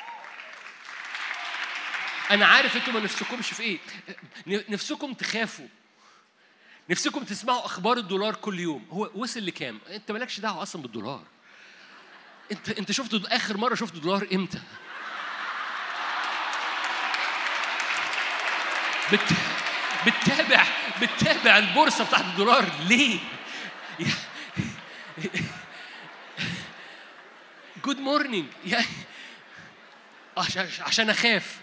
أنا عارف أنتم ما نفسكمش في إيه، نفسكم تخافوا، نفسكم تسمعوا أخبار الدولار كل يوم. هو وصل لكام؟ أنت مالكش دعوة أصلا بالدولار. أنت أنت شفت آخر مرة شفت دولار إمتى؟ بت... بتتابع بتتابع البورصة بتاعت الدولار ليه؟ جود مورنينج يعني عشان عشان أخاف.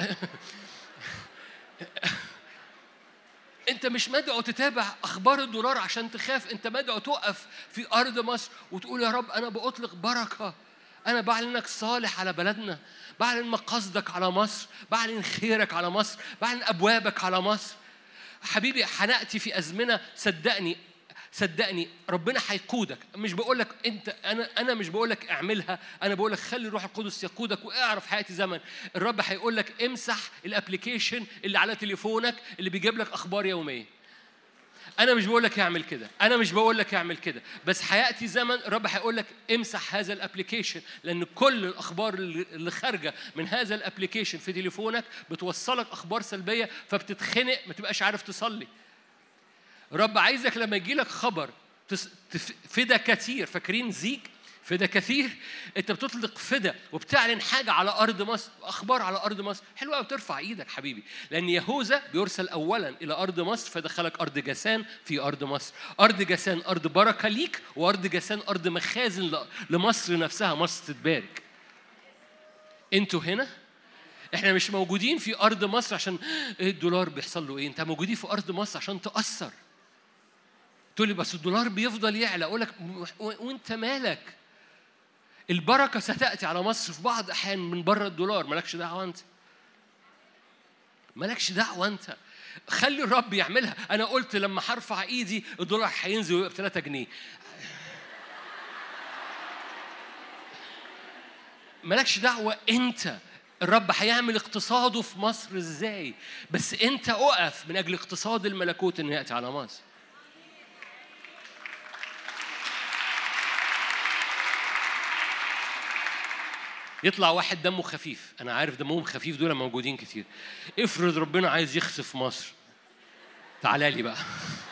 أنت مش مدعو تتابع أخبار الدولار عشان تخاف، أنت مدعو تقف في أرض مصر وتقول يا رب أنا بأطلق بركة، أنا بعلنك صالح على بلدنا، بعلن مقاصدك على مصر، بعلن خيرك على مصر، بعلن أبوابك على مصر. حبيبي هنأتي في أزمنة، صدقني صدقني ربنا هيقودك. مش بقولك أنت أنا أنا مش بقولك اعملها، أنا بقولك خلي الروح القدس يقودك واعرف حياتي زمن. الرب هيقولك امسح الابليكيشن اللي على تليفونك اللي بيجيب لك أخبار يومية. أنا مش بقولك اعمل كده، أنا مش بقولك اعمل كده، بس حياتي زمن الرب هيقولك امسح هذا الابليكيشن، لأن كل الأخبار اللي خارجة من هذا الابليكيشن في تليفونك بتوصلك أخبار سلبية، فبتتخنق ما تبقاش عارف تصلي. رب عايزك لما يجيلك خبر فدا كثير، فاكرين زيك فدا كثير؟ انت بتطلق فدا وبتعلن حاجه على ارض مصر، اخبار على ارض مصر حلوه، وترفع ايدك حبيبي، لان يهوذا بيرسل اولا الى ارض مصر فدخلك ارض جاسان في ارض مصر. ارض جاسان ارض بركه ليك، وارض جاسان ارض مخازن لمصر نفسها، مصر تتبارك. انتوا هنا احنا مش موجودين في ارض مصر عشان ايه الدولار بيحصل له ايه، انت موجودين في ارض مصر عشان تاثر. تقول لي بس الدولار بيفضل يعلى، اقول لك وانت مالك؟ البركه ستاتي على مصر في بعض احيان من بره الدولار، مالكش دعوه انت، مالكش دعوه انت، خلي الرب يعملها. انا قلت لما هرفع ايدي الدولار هينزل ويبقى ثلاثة جنيه، مالكش دعوه انت. الرب هيعمل اقتصاده في مصر ازاي، بس انت اقف من اجل اقتصاد الملكوت انه ياتي على مصر. يطلع واحد دمه خفيف، أنا عارف دمهم خفيف دول موجودين كتير. افرض ربنا عايز يخسف مصر، تعالى لي بقى.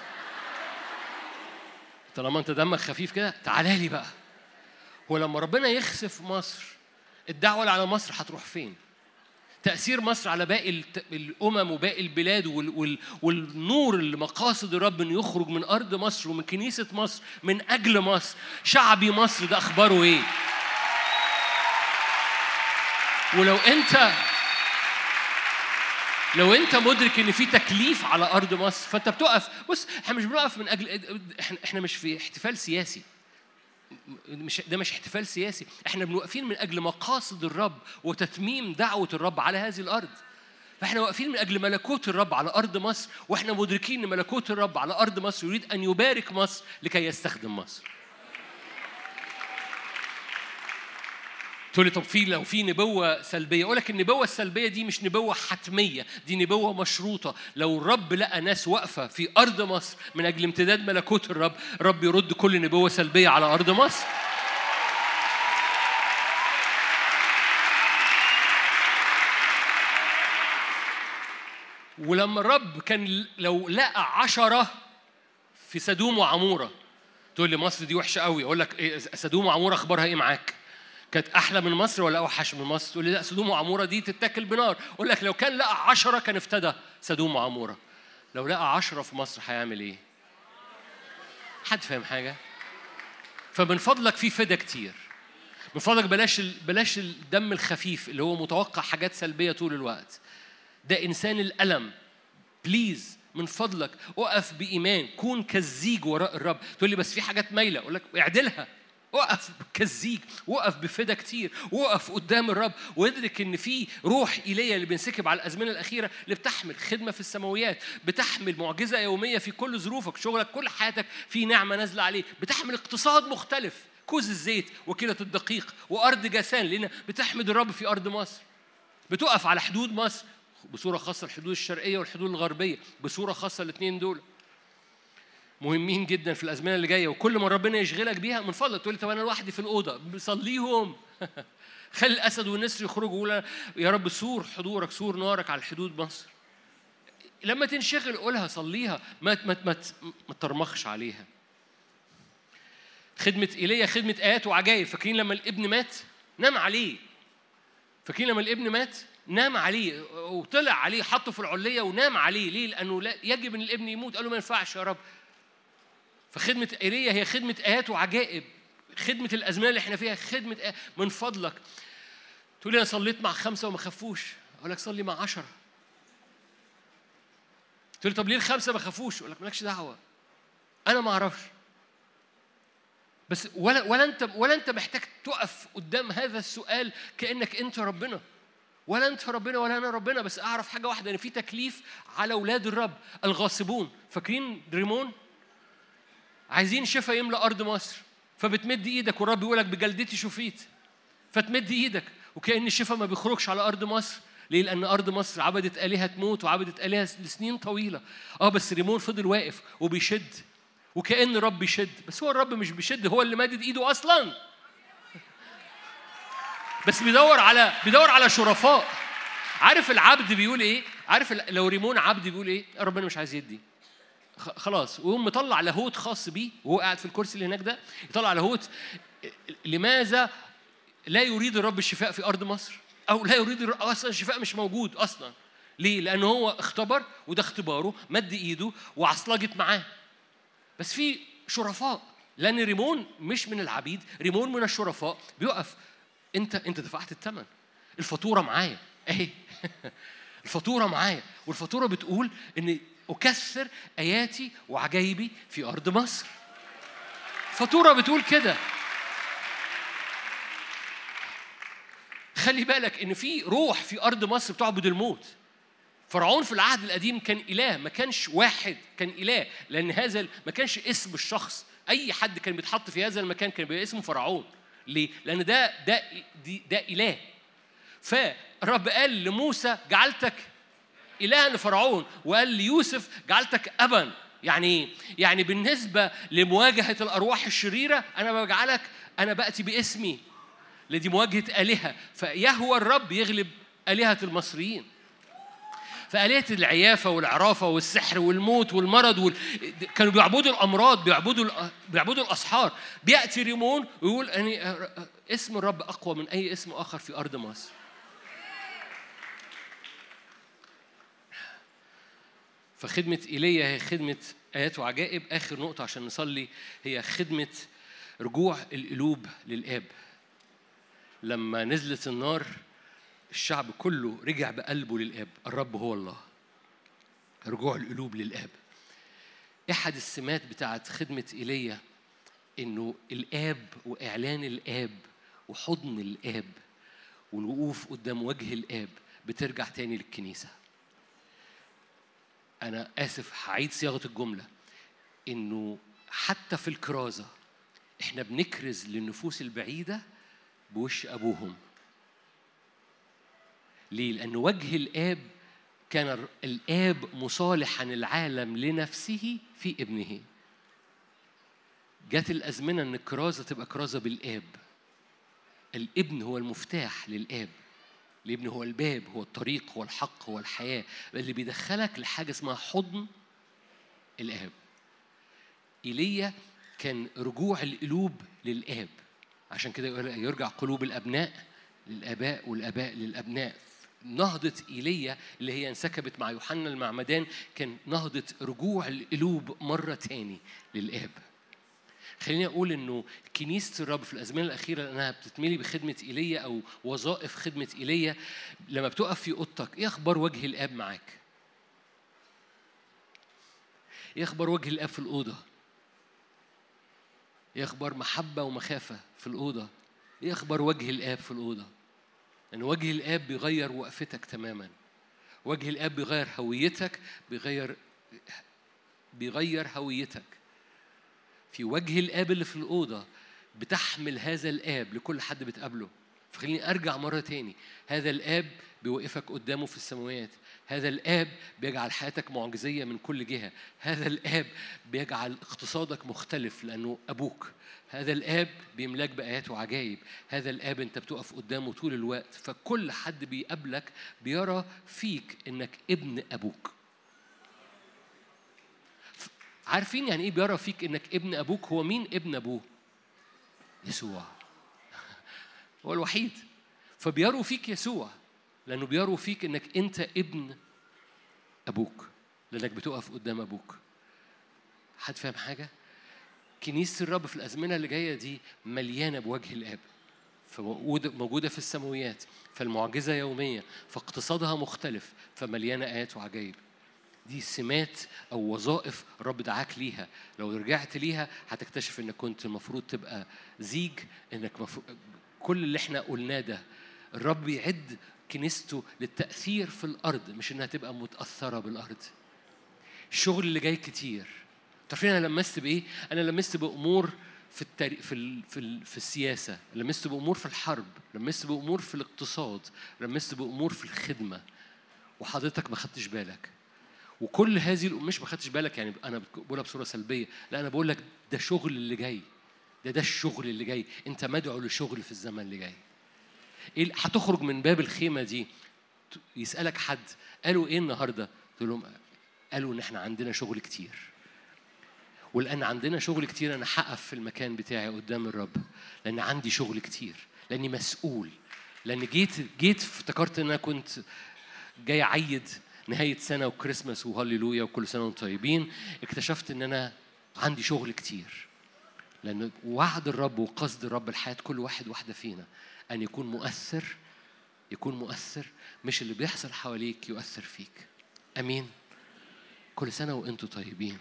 طالما أنت دمك خفيف كده تعالى لي بقى. هو لما ربنا يخسف مصر، الدعوة اللي على مصر هتروح فين؟ تأثير مصر على باقي الأمم وباقي البلاد، والنور اللي مقاصد الرب إنه يخرج من أرض مصر ومن كنيسة مصر من أجل مصر. شعبي مصر ده أخباره إيه؟ ولو انت لو انت مدرك ان في تكليف على ارض مصر، فانت بتقف. بص احنا مش بنقف من اجل، احنا احنا مش في احتفال سياسي، مش ده مش احتفال سياسي، احنا بنوقفين من اجل مقاصد الرب وتتميم دعوة الرب على هذه الارض. فاحنا واقفين من اجل ملكوت الرب على ارض مصر، واحنا مدركين ان ملكوت الرب على ارض مصر يريد ان يبارك مصر لكي يستخدم مصر. تقول لي طب في لو في نبوة سلبية، أقول لك النبوة السلبية دي مش نبوة حتمية، دي نبوة مشروطة. لو الرب لقى ناس واقفة في أرض مصر من أجل امتداد ملكوت الرب، الرب يرد كل نبوة سلبية على أرض مصر. ولما الرب كان لو لقى عشرة في سدوم وعمورة، تقول لي مصر دي وحشة قوي، أقول لك إيه سدوم وعمورة أخبارها إيه معاك؟ كانت أحلى من مصر ولا أوحش من مصر؟ تقول لي لا سدوم وعمورة دي تتاكل بنار. أقول لك لو كان لقى عشرة كان افتدى سدوم وعمورة. لو لقى عشرة في مصر هيعمل إيه؟ حد فاهم حاجة؟ فمن فضلك في فدا كتير، من فضلك بلاش بلاش الدم الخفيف اللي هو متوقع حاجات سلبية طول الوقت. ده إنسان الألم. بليز من فضلك أقف بإيمان، كون كالزيج وراء الرب. تقول لي بس في حاجات مايلة، أقول لك اعدلها. وقف كالزيج، وقف بفدا كتير، وقف قدام الرب، وادرك ان في روح ايليا اللي بينسكب على الازمنه الاخيره، اللي بتحمل خدمه في السماويات، بتحمل معجزه يوميه في كل ظروفك، شغلك، كل حياتك في نعمه نازله عليه، بتحمل اقتصاد مختلف. كوز الزيت وكيلة الدقيق وأرض جاسان، لأن بتحمد الرب في أرض مصر. بتقف على حدود مصر بصورة خاصة، الحدود الشرقية والحدود الغربية بصورة خاصة. الاثنين دول مهمين جدا في الأزمنة اللي جاية، وكل ما ربنا يشغلك بيها من فضلك تقول لي طب أنا لوحدي في الأوضة، بصليهم. خلي الأسد والنسر يخرجوا، ويقول يا رب سور حضورك، سور نارك على الحدود مصر. لما تنشغل قولها، صليها، ما ما ما ما ترمخش عليها. خدمة إيليا خدمة آيات وعجائب. فاكرين لما الابن مات نام عليه؟ فاكرين لما الابن مات نام عليه وطلع عليه، حطه في العلية ونام عليه. ليه؟ لأنه لا يجب أن الابن يموت. قال له ما ينفعش يا رب. فخدمة إيليا هي خدمة آيات وعجائب. خدمة الأزمنة اللي احنا فيها خدمة آيات. من فضلك تقول لي أنا صليت مع خمسة وما خافوش، أقول لك صلي مع عشرة. تقول لي طب ليه الخمسة ما خافوش؟ أقول لك مالكش دعوة، أنا ما أعرفش. بس ولا ولا أنت ولا أنت محتاج تقف قدام هذا السؤال كأنك أنت ربنا، ولا أنت ربنا ولا أنا ربنا. بس أعرف حاجة واحدة، إن في تكليف على أولاد الرب الغاصبون. فاكرين ريمون؟ عايزين شفاء يملأ أرض مصر، فبتمد إيدك والرب يقولك بجلدتي شفيت، فتمد إيدك وكأن الشفاء ما بيخرجش على أرض مصر. ليه؟ لأن أرض مصر عبدت آلهة تموت وعبدت آلهة لسنين طويلة. آه بس ريمون فضل واقف وبيشد، وكأن الرب بيشد، بس هو الرب مش بيشد، هو اللي مادد إيده أصلاً. بس بيدور على بيدور على شرفاء. عارف العبد بيقول إيه؟ عارف لو ريمون عبد بيقول إيه؟ ربنا مش عايز يدي، خلاص. ويقوم مطلع لاهوت خاص بيه وهو قاعد في الكرسي اللي هناك ده، يطلع لاهوت لماذا لا يريد الرب الشفاء في أرض مصر؟ أو لا يريد أصلا الشفاء مش موجود أصلا. ليه؟ لأنه هو اختبر، وده اختباره، مد إيده وعصلجت معاه. بس في شرفاء، لأن ريمون مش من العبيد، ريمون من الشرفاء. بيقف، أنت أنت دفعت الثمن، الفاتورة معايا أهي. الفاتورة معايا، والفاتورة بتقول إن أكثر آياتي وعجائبي في أرض مصر. فاتورة بتقول كده. خلي بالك إن في روح في أرض مصر بتعبد الموت. فرعون في العهد القديم كان إله، ما كانش واحد، كان إله، لأن هذا ما كانش اسم الشخص. أي حد كان بيتحط في هذا المكان كان بيبقى اسمه فرعون. ليه؟ لأن ده ده ده إله. فالرب قال لموسى جعلتك إلها لفرعون، وقال ليوسف جعلتك أبا. يعني إيه؟ يعني بالنسبة لمواجهة الأرواح الشريرة أنا بجعلك، أنا بأتي باسمي لدي مواجهة آلهة. فيهوى الرب يغلب آلهة المصريين. فآلهة العيافة والعرافة والسحر والموت والمرض وال... كانوا بيعبدوا الأمراض، بيعبدوا بيعبدوا الأسحار. بيأتي ريمون ويقول أني اسم الرب أقوى من أي اسم آخر في أرض مصر. فخدمة إيليا هي خدمة آيات وعجائب. آخر نقطة عشان نصلي هي خدمة رجوع القلوب للآب. لما نزلت النار الشعب كله رجع بقلبه للآب. الرب هو الله. رجوع القلوب للآب. أحد السمات بتاعت خدمة إيليا إنه الآب وإعلان الآب وحضن الآب والوقوف قدام وجه الآب بترجع تاني للكنيسة. أنا آسف هعيد صياغة الجملة، إنه حتى في الكرازة إحنا بنكرز للنفوس البعيدة بوش أبوهم. ليه؟ لأن وجه الآب كان الآب مصالحا العالم لنفسه في ابنه. جات الأزمنة أن الكرازة تبقى كرازة بالآب. الابن هو المفتاح للآب. الابن هو الباب، هو الطريق، هو الحق، هو الحياة اللي بيدخلك لحاجة اسمها حضن الآب. إيليا كان رجوع القلوب للآب. عشان كده يرجع قلوب الأبناء للآباء والآباء للأبناء. نهضة إيليا اللي هي انسكبت مع يوحنا المعمدان كان نهضة رجوع القلوب مرة تاني للآب. خليني أقول إنه كنيسة الرب في الأزمنة الأخيرة لأنها بتتملي بخدمة إيليا أو وظائف خدمة إيليا، لما بتقف في أوضتك إيه أخبار وجه الآب معاك؟ إيه أخبار وجه الآب في الأوضة؟ إيه أخبار محبة ومخافة في الأوضة؟ إيه أخبار وجه الآب في الأوضة؟ لأن وجه الآب بيغير وقفتك تماماً. وجه الآب بيغير هويتك، بيغير بيغير هويتك. في وجه الآب اللي في الأوضة بتحمل هذا الآب لكل حد بتقابله. فخليني أرجع مرة تاني، هذا الآب بيوقفك قدامه في السماوات، هذا الآب بيجعل حياتك معجزية من كل جهة، هذا الآب بيجعل اقتصادك مختلف لأنه أبوك، هذا الآب بيملاك بآيات وعجائب، هذا الآب أنت بتقف قدامه طول الوقت. فكل حد بيقابلك بيرى فيك إنك ابن أبوك. عارفين يعني إيه بيرى فيك إنك ابن أبوك؟ هو مين ابن أبوه؟ يسوع، هو الوحيد. فبيروا فيك يسوع لأنه بيروا فيك إنك أنت ابن أبوك، لأنك بتقف قدام أبوك. حد فاهم حاجة؟ كنيسة الرب في الأزمنة اللي جاية دي مليانة بوجه الآب، فموجودة في السماويات، فالمعجزة يومية، فاقتصادها مختلف، فمليانة آيات وعجائب. دي سمات أو وظائف رب دعاك ليها. لو رجعت ليها هتكتشف إنك كنت المفروض تبقى زيج، إنك مفروض كل اللي احنا قلناه ده. الرب يعد كنيسته للتأثير في الأرض، مش إنها تبقى متأثرة بالأرض. الشغل اللي جاي كتير. تعرفين أنا لمست بإيه؟ أنا لمست بأمور في التاريخ، في ال... في ال... في السياسة، لمست بأمور في الحرب، لمست بأمور في الاقتصاد، لمست بأمور في الخدمة، وحضرتك ما خدتش بالك. وكل هذه الأمور مش ما خدتش بالك يعني أنا بقولها بصورة سلبية، لا أنا بقول لك ده شغل اللي جاي، ده ده الشغل اللي جاي. أنت مدعو لشغل في الزمن اللي جاي. إيه هتخرج من باب الخيمة دي يسألك حد قالوا إيه النهاردة؟ تقول لهم قالوا إن إحنا عندنا شغل كتير. ولأن عندنا شغل كتير أنا هقف في المكان بتاعي قدام الرب، لأن عندي شغل كتير، لأني مسؤول، لأن جيت جيت افتكرت إن أنا كنت جاي أعيد نهاية سنة وكريسماس وهاليلويا وكل سنة وانتم طيبين. اكتشفت إن أنا عندي شغل كتير، لأن وعد الرب وقصد الرب الحياة كل واحد واحدة فينا أن يكون مؤثر، يكون مؤثر، مش اللي بيحصل حواليك يؤثر فيك. أمين. كل سنة وانتم طيبين.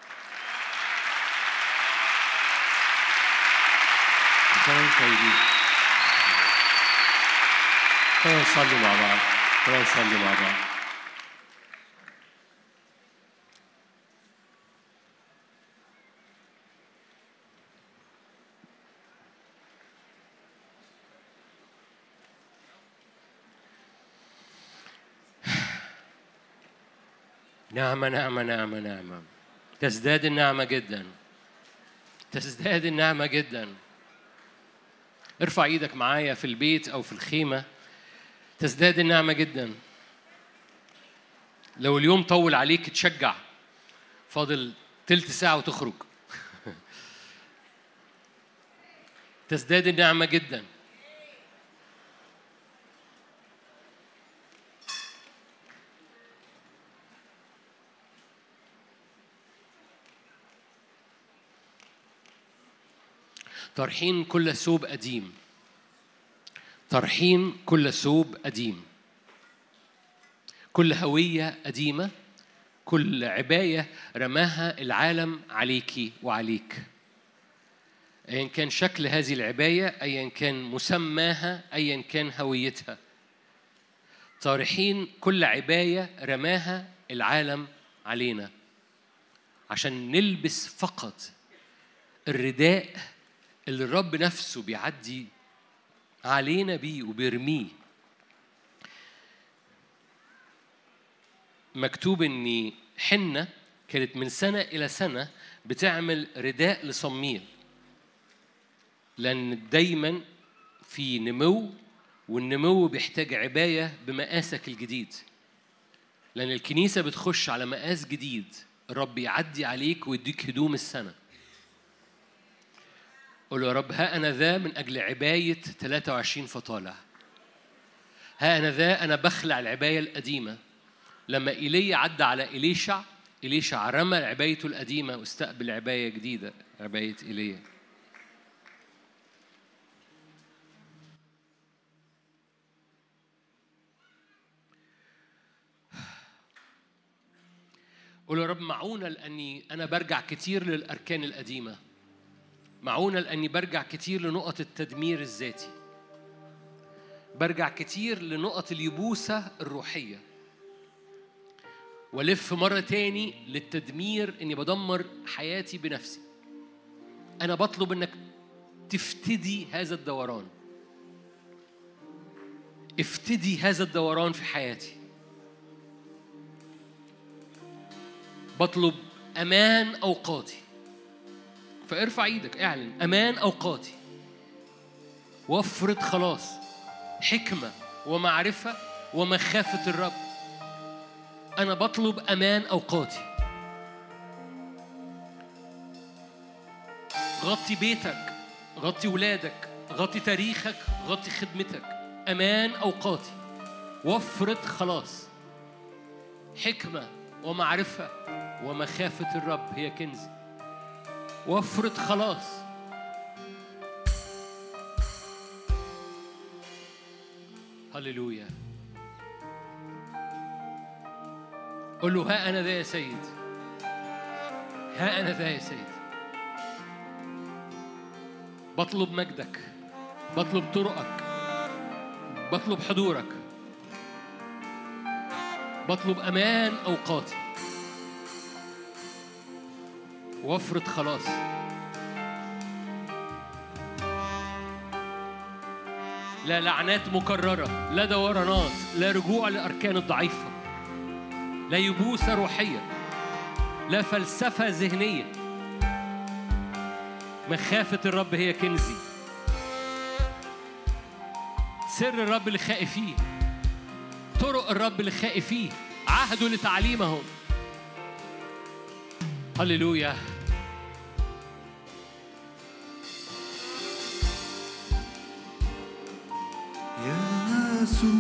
كل سنة وانتم طيبين. خلينا نصلي مع بعض. خلينا نصلي مع بعض. نعمة نعمة نعمة نعمة. تزداد النعمة جدا، تزداد النعمة جدا. ارفع ايدك معايا في البيت أو في الخيمة. تزداد النعمة جدا. لو اليوم طول عليك تشجع، فاضل تلت ساعة وتخرج. تزداد النعمة جدا. طرحين كل ثوب قديم، طرحين كل ثوب قديم، كل هوية قديمة، كل عباية رماها العالم عليكي وعليك، أيا كان شكل هذه العباية، أيا كان مسماها، أيا كان هويتها. طارحين كل عباية رماها العالم علينا عشان نلبس فقط الرداء اللي الرب نفسه بيعدي علينا بيه وبيرميه. مكتوب إن حنة كانت من سنة إلى سنة بتعمل رداء لصميل، لأن دايما في نمو، والنمو بيحتاج عباية بمقاسك الجديد، لأن الكنيسة بتخش على مقاس جديد. الرب يعدي عليك ويديك هدوم السنة. قل يا رب ها أنا ذا من أجل عباية ثلاثة وعشرين فطالع. ها أنا ذا، أنا بخلع العباية القديمة. لما إيليا عدى على إليشع، إليشع رمى عبايته القديمة واستقبل عباية جديدة، عباية إيليا. قل يا رب معونة لأني أنا برجع كتير للأركان القديمة، معونة لأني برجع كتير لنقط التدمير الذاتي، برجع كتير لنقط اليبوسة الروحية، ولف مرة تاني للتدمير، إني بدمر حياتي بنفسي. أنا بطلب إنك تفتدي هذا الدوران. افتدي هذا الدوران في حياتي. بطلب أمان أوقاتي. فارفع ايدك اعلن أمان أوقاتي. وافرض خلاص حكمة ومعرفة ومخافة الرب. أنا بطلب أمان أوقاتي. غطي بيتك، غطي ولادك، غطي تاريخك، غطي خدمتك. أمان أوقاتي. وافرض خلاص حكمة ومعرفة ومخافة الرب هي كنزي. وافرض خلاص. هللويا. قل له ها أنا ذا يا سيد، ها أنا ذا يا سيد. بطلب مجدك، بطلب طرقك، بطلب حضورك، بطلب أمان أوقاتي. وافرض خلاص. لا لعنات مكررة، لا دورانات، لا رجوع لأركان الضعيفة، لا يبوسة روحية، لا فلسفة ذهنية. مخافة الرب هي كنزي. سر الرب لخائفيه، طرق الرب لخائفيه، عهده لتعليمهم. هللويا. يسوع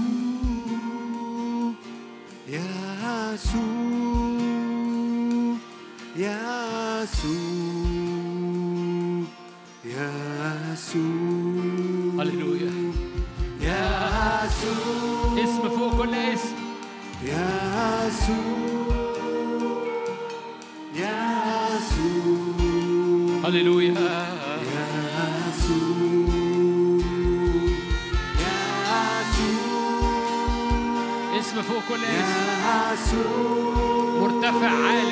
يسوع يسوع يسوع. هللويا. يسوع اسم فوق كل اسم. يسوع يسوع. هللويا. اسم فوق كل اسم. مرتفع عالي.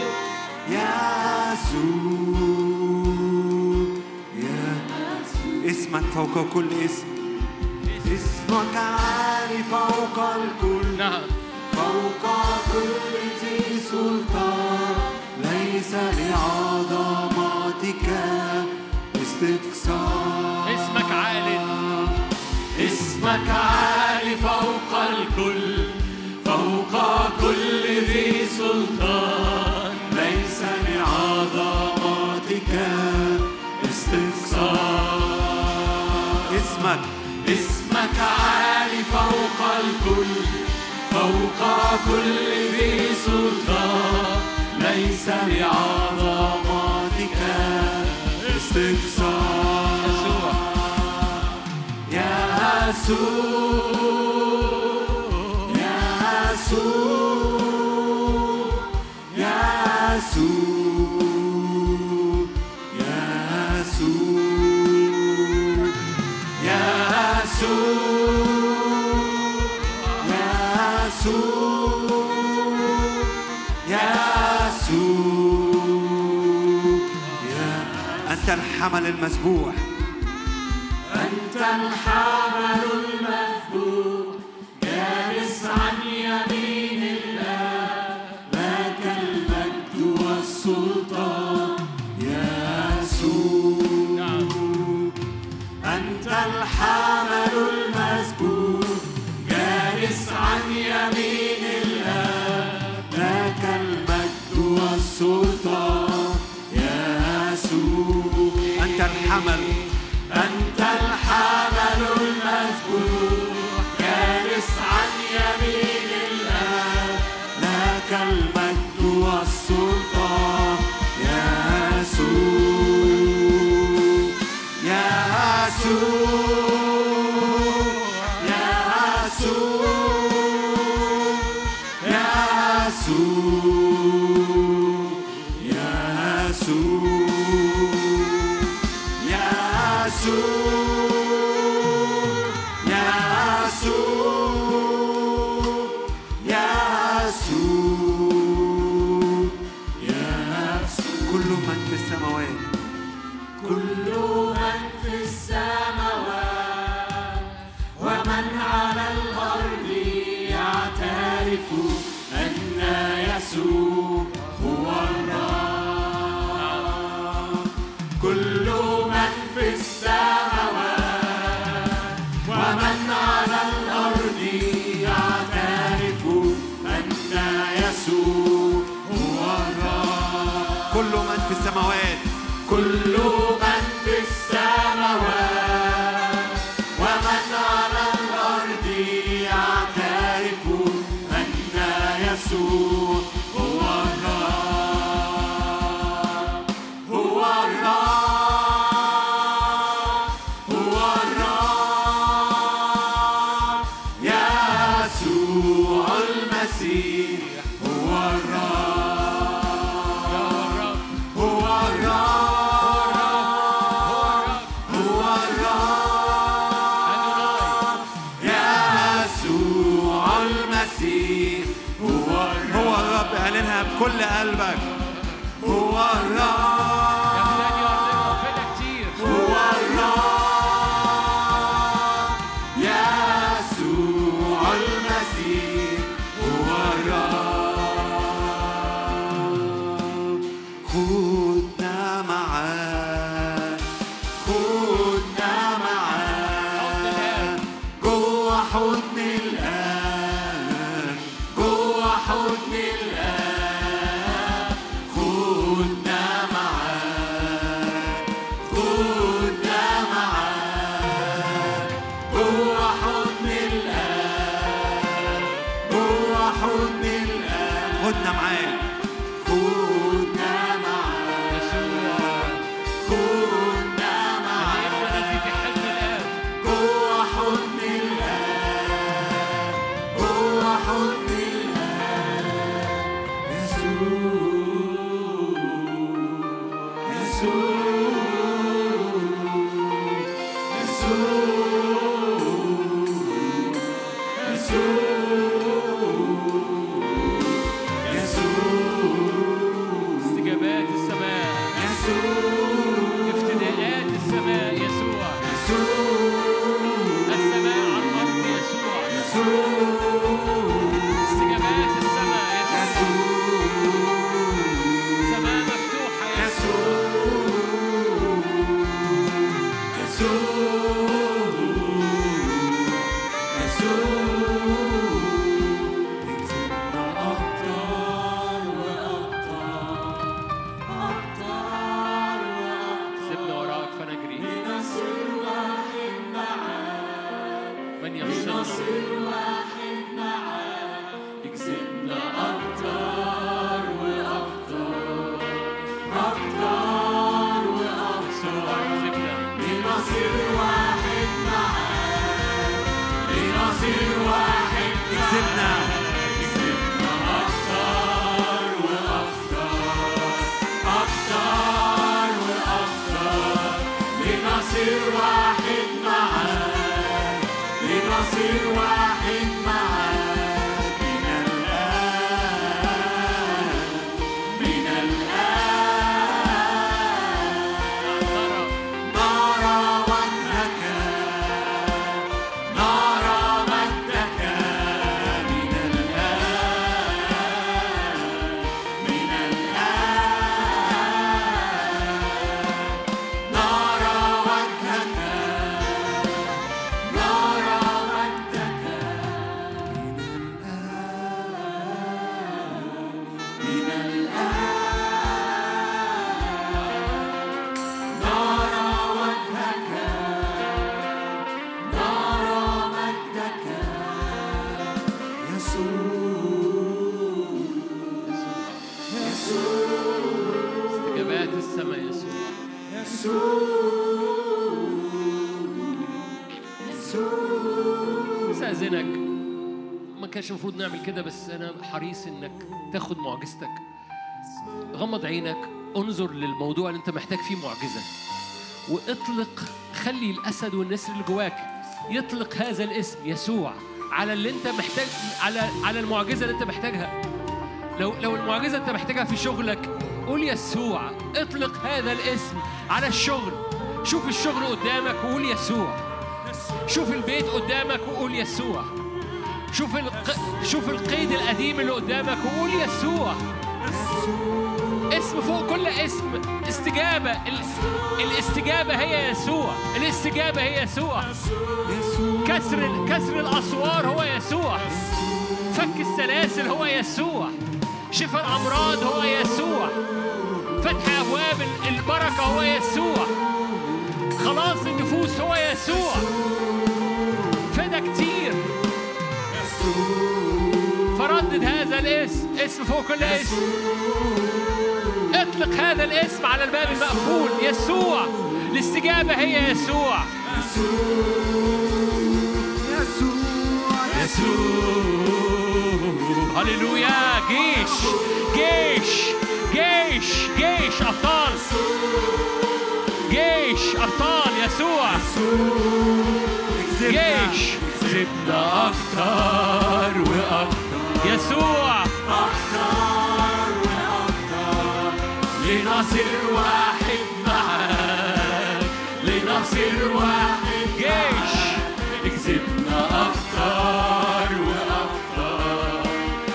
يسوع اسمك فوق كل اسم. اسمك عالي فوق الكل. نعم. فوق كل ذي سلطان. ليس لعظمتك استقصاء. اسمك عالي. اسمك عالي فوق الكل. فوق كل ذي سلطان. ليس لعظمتك استقصاء. اسمك اسمك عالي فوق الكل. فوق كل ذي سلطان. ليس لعظمتك استقصاء. يسوع يسوع يسوع يسوع يسوع. أنت الحمل المذبوح. أنت الحمل المذبوح جالس عن يمين الله. لك المجد والسلطان يسوع. أنت الحمل المذبوح جالس عن يمين الله. لك المجد والسلطان يسوع. أنت الحمل. أنت الحمل المذبوح جالس عن يمين الله. لك المجد والسلطان يسوع. يسوع يسوع يسوع يسوع. كل من في السماوات ومن على الأرض يعترف أن يسوع هو الرب. كل من في السماوات ومن على الأرض يعترف أن يسوع هو الرب. كل من في السماوات كل من في السماوات ومن على الأرض يعترف أن يسوع هو الرب. هو الرب هو الرب يسوع المسيح هو الرب. هو الرب هو الرب يسوع المسيح هو الرب. هو الرب. اعلنها بكل قلبك. هو الرب هو الرب يسوع المسيح هو الرب. خدنا معاه خدنا معاه جوه حضن الآن جوه حضن الآن. خدنا معاه خدنا معاه جوه حضن الآن جوه حضن الآن. خدنا معاك. خدنا معاه خدنا معاه جوه حضن الآن جوه حضن الآن. يسوع استجابات السماء، افتداءات السماء يسوع، السماء على الأرض يسوع، استجابات السماء يسوع، سماء مفتوحة سيبنا وراك فنجري. من يفصلنا يكسبنا أكتر وأكتر أكتر وأكتر لنصير واحد معاه لنصير واحد يكسبنا يكسبنا أكتر وأكتر أكتر وأكتر لنصير واحد معاه لنصير واحد معاه من الآن من الآن. نرى وجهك نرى مجدك من الآن من الآن. نرى وجهك نرى مجدك من الآن من الآن. نرى وجهك نرى مجدك يسوع يسوع استجابات السماء يسوع. استأذنك، ما كانش المفروض نعمل كده بس أنا حريص إنك تاخد معجزتك. غمض عينك، انظر للموضوع اللي أنت محتاج فيه معجزة، واطلق، خلي الأسد والنسر اللي جواك يطلق هذا الاسم يسوع على اللي أنت محتاج، على على المعجزة اللي أنت محتاجها. لو لو المعجزة أنت محتاجها في شغلك، قول يسوع. اطلق هذا الاسم على الشغل. شوف الشغل قدامك وقول يسوع. شوف البيت قدامك وقول يسوع. شوف الق... شوف القيد القديم اللي قدامك وقول يسوع. اسم فوق كل اسم. استجابة. ال... الاستجابة هي يسوع. الاستجابة هي يسوع. كسر كسر الأسوار هو يسوع. فك السلاسل هو يسوع. شفاء الأمراض هو يسوع. فتح أبواب البركة هو يسوع. خلاص النفوس هو يسوع. فدا كتير. فردد هذا الاسم. اسم فوق كل اسم. اطلق هذا الاسم على الباب المقفول. يسوع. الاستجابة هي يسوع. هللويا. جيش جيش جيش جيش أبطال. جيش أبطال يسوع. جيش. زدنا أكتر وأكتر يسوع. أكتر وأكتر لنصير واحد معاك. لنصير واحد. جيش. اكسبنا أكتر وأكتر.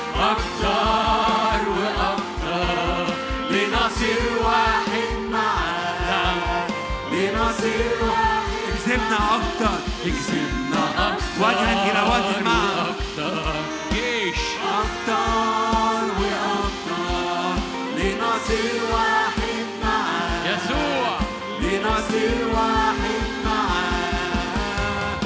أكتر وأكتر لنصير واحد معاك. لنصير واحد. اكسبنا أكتر. اكسبنا أكتر وجها إلى وجه معك. جيش. أكتر وأكتر لنصير واحد معاك. يسوع. لنصير واحد معاك.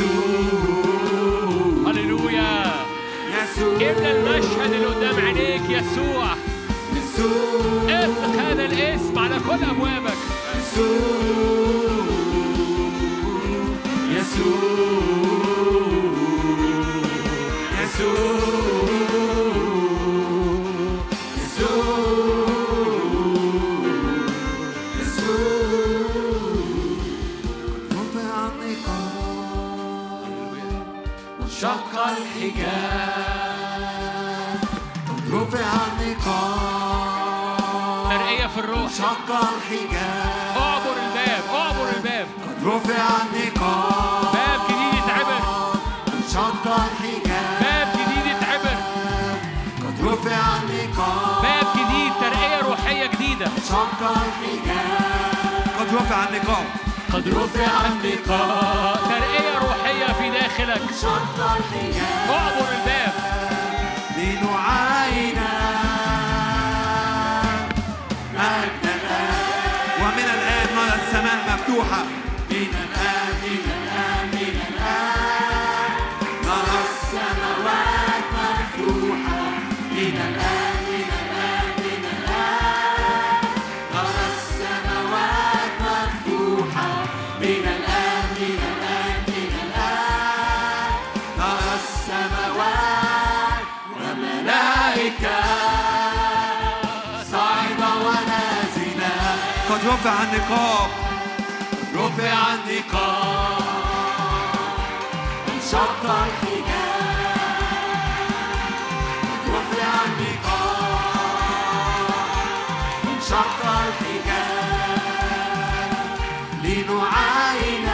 يسوع. هللويا. يسوع. املى المشهد اللي قدام عينيك. يسوع. يسوع. اطلق هذا الاسم على كل ابوابك. يسوع. يسوع. شق الحجاب. رفع النقاب. ترقية في الروح. شق الحجاب. اعبر الباب. اعبر الباب. رفع النقاب. باب جديد يتعبر. شق الحجاب. باب جديد يتعبر. قد رفع النقاب. باب جديد. ترقية روحية جديدة. شق الحجاب. قد رفع النقاب. قد رفع النقاب. ترقية روحية في داخلك. شق الحجاب. اعبر الباب. لنعاين مجدنا. ومن الآن نرى السماء مفتوحة. من الآن من الآن من الآن نرى السماوات مفتوحة. من الآن من الآن من الآن نرى السماوات مفتوحة. من الآن من الآن من الآن نرى السماوات وملائكة صاعدة ونازلة. قد رفع النقاب. رفع النقاب. انشق الحجاب. رفع النقاب. انشق الحجاب. لنعاين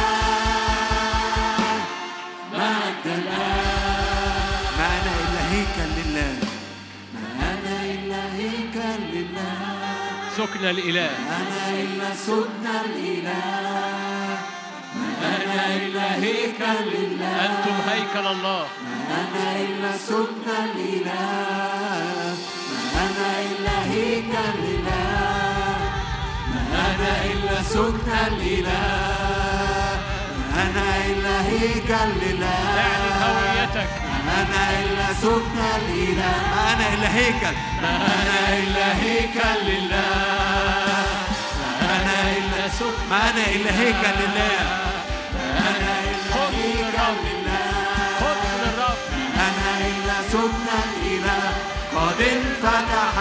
مجد الآب. ما أنا إلا هيكل لله. ما أنا إلا هيكل لله. سكن الإله. أنا إلا سكن الإله. ما أنا إلا هيكل لله. أنتم هيكل الله. ما أنا إلا سكن الإله. ما أنا إلا هيكل لله. ما أنا إلا سكن الإله. ما أنا إلا هيكل لله. اعلن هويتك. ما أنا إلا سكن الإله. ما أنا إلا هيكل. ما أنا إلا هيكل لله. ما أنا إلا سكن. ما أنا إلا هيكل لله. ما أنا إلا هيكل لله. قدس للرب. أنا إلا سكن الإله. قد انفتح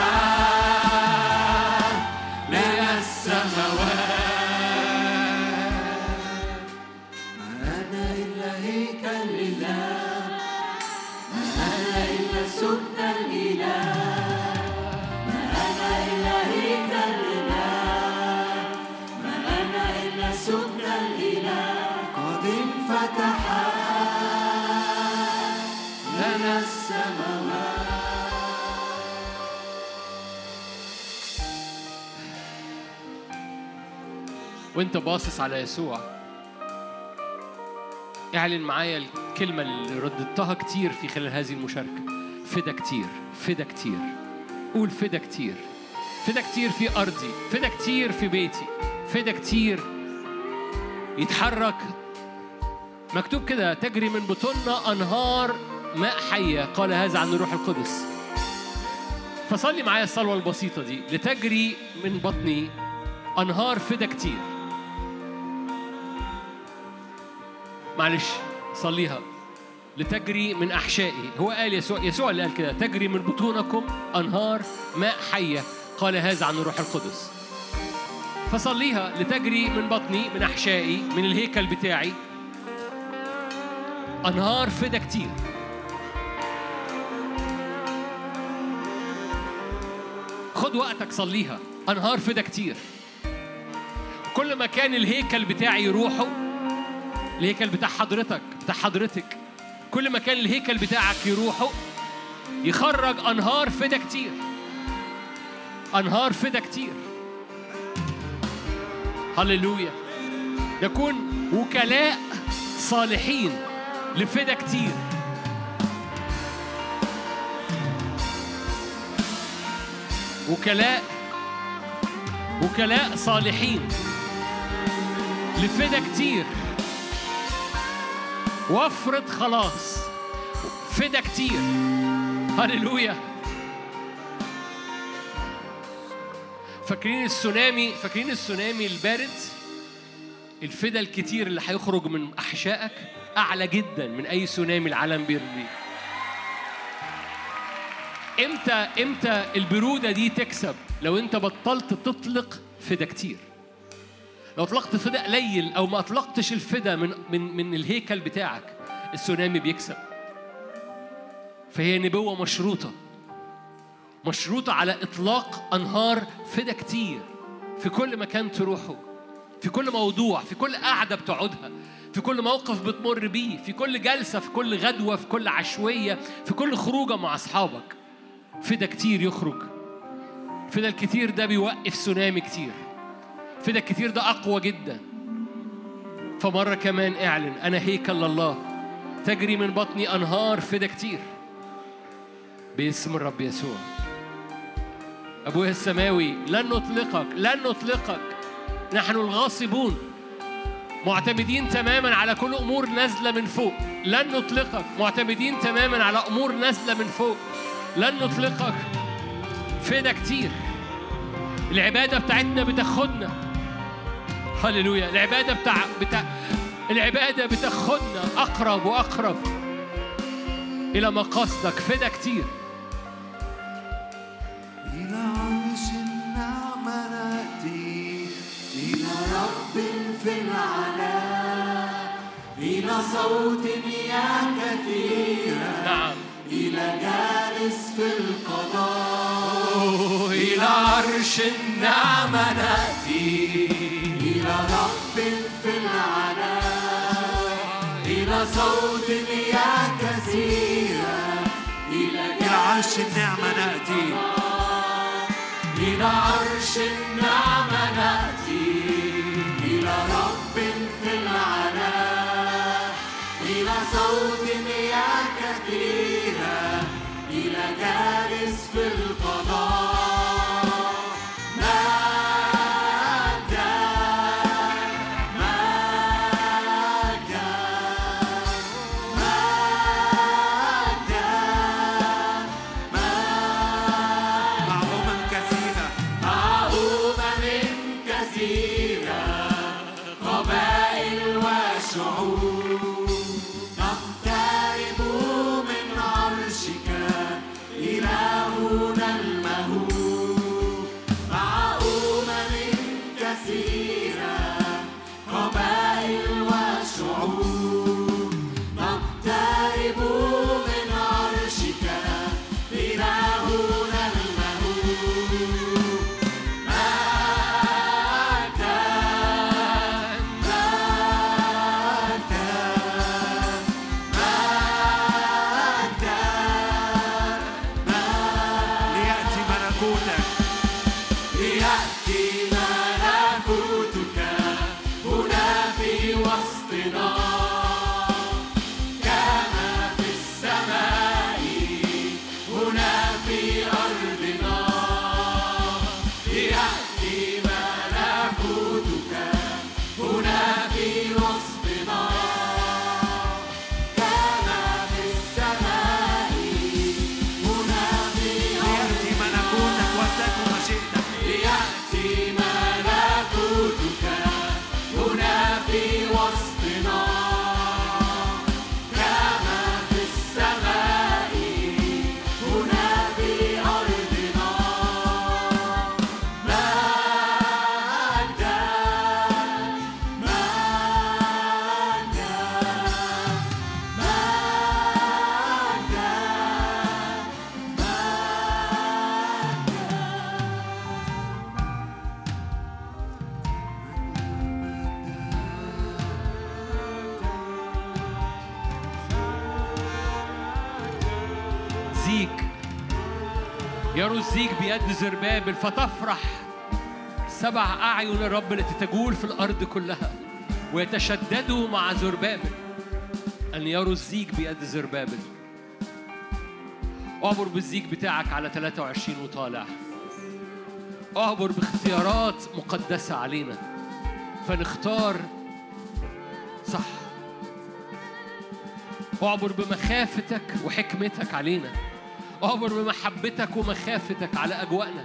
لنا السماوات. ما أنا إلا هيكل لله. ما أنا إلا سكن الإله. ما أنا إلا فتحت لنا السماوات. وانت باصص على يسوع اعلن معايا الكلمة اللي رددتها كتير في خلال هذه المشاركة. فدا كتير، فدا كتير. قول فدا كتير، فدا كتير في أرضي، فدا كتير في بيتي، فدا كتير يتحرك. مكتوب كده تجري من بطوننا أنهار ماء حية، قال هذا عن الروح القدس. فصلي معايا الصلوة البسيطة دي. لتجري من بطني أنهار فدا كتير. معلش صليها. لتجري من أحشائي، هو قال يسوع، يسوع اللي قال كده تجري من بطونكم أنهار ماء حية، قال هذا عن الروح القدس. فصليها. لتجري من بطني، من أحشائي، من الهيكل بتاعي أنهار فدا كتير. خد وقتك صليها. أنهار فدا كتير. كل ما كان الهيكل بتاعي يروحه، الهيكل بتاع حضرتك بتاع حضرتك، كل ما كان الهيكل بتاعك يروحه يخرج أنهار فدا كتير. أنهار فدا كتير. هللويا. نكون وكلاء صالحين لفدا كتير. وكلاء وكلاء صالحين لفدا كتير. وافرض خلاص فدا كتير. هللويا. فاكرين السونامي؟ فاكرين السونامي البارد؟ الفدا الكتير اللي هيخرج من أحشائك أعلى جدا من أي سونامي العالم بيرمي. إمتى إمتى البرودة دي تكسب؟ لو أنت بطلت تطلق فدا كتير. لو أطلقت فدا قليل أو ما أطلقتش الفدا من من من الهيكل بتاعك، السونامي بيكسب. فهي نبوة مشروطة، مشروطة على إطلاق أنهار فدا كتير في كل مكان تروحه، في كل موضوع، في كل قعدة بتقعدها، في كل موقف بتمر بيه، في كل جلسة، في كل غدوة، في كل عشوية، في كل خروجة مع أصحابك. فدا كتير يخرج. فدا الكتير ده بيوقف سونامي كتير. فدا الكتير ده أقوى جدا. فمرة كمان اعلن أنا هيكل الله، تجري من بطني أنهار فدا كتير باسم الرب يسوع. أبويا السماوي لن نطلقك، لن نطلقك. نحن الغاصبون معتمدين تماما على كل أمور نازلة من فوق. لن نطلقك، معتمدين تماما على أمور نازلة من فوق. لن نطلقك. فدا كتير. العبادة بتاعتنا بتاخدنا. هللويا. العبادة بتاع بتاع العبادة بتاخدنا أقرب وأقرب إلى مقاصدك. فدا كتير. إلى عرش النعمة نأتي، إلى رب في العلا، إلى صوت مياه كثيرة. نعم. إلى جالس في القضاء، إلى عرش النعمة نأتي، إلى رب في العلا، إلى صوت مياه كثيرة. إلى عرش النعمة نأتي، إلى عرش النعمة نأتي، إلى رب في العلا، إلى صوت مياه كثيرة. إلى جالس في القضاء. مجدا مجدا مجدا مع أمم كثيرة، مع أمم كثيرة، قبائل وشعوب، نقترب من عرشك إلهنا المهوب. مع أمم كثيرة، قبائل وشعوب، نقترب من عرشك إلهنا المهوب. مجدا مجدا يرزيك يرزيك بيد زربابل فتفرح سبع أعين الرب التي تجول في الأرض كلها ويتشددوا مع زربابل أن يرزيك بيد زربابل. أعبر بالزيك بتاعك على ثلاثة وعشرين وطالع. أعبر باختيارات مقدسة علينا فنختار صح. أعبر بمخافتك وحكمتك علينا. أعبر بمحبتك ومخافتك على أجواءنا.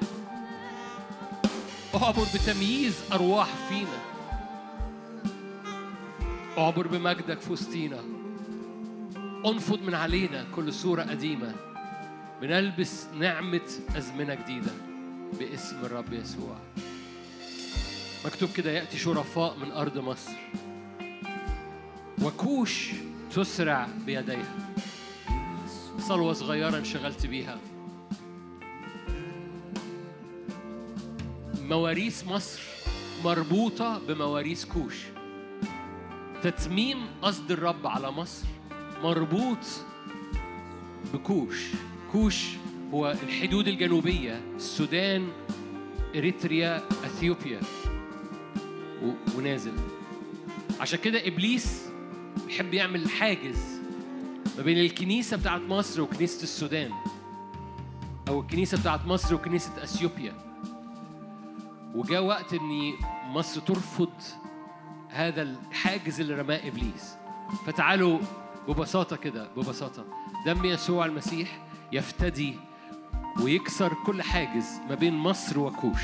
أعبر بتمييز أرواح فينا. أعبر بمجدك في وسطينا. انفض من علينا كل صورة قديمة. بنلبس نعمة أزمنة جديدة باسم الرب يسوع. مكتوب كده يأتي شرفاء من أرض مصر وكوش تسرع بيديها. صلوة صغيرة انشغلت بيها. مواريث مصر مربوطة بمواريث كوش. تتميم قصد الرب على مصر مربوط بكوش. كوش هو الحدود الجنوبية، السودان، إريتريا، أثيوبيا ونازل. عشان كده إبليس بيحب يعمل حاجز ما بين الكنيسة بتاعت مصر وكنيسة السودان، أو الكنيسة بتاعت مصر وكنيسة أثيوبيا. وجاء وقت إن مصر ترفض هذا الحاجز اللي رماه إبليس. فتعالوا ببساطة كده، ببساطة دم يسوع المسيح يفتدي ويكسر كل حاجز ما بين مصر وكوش.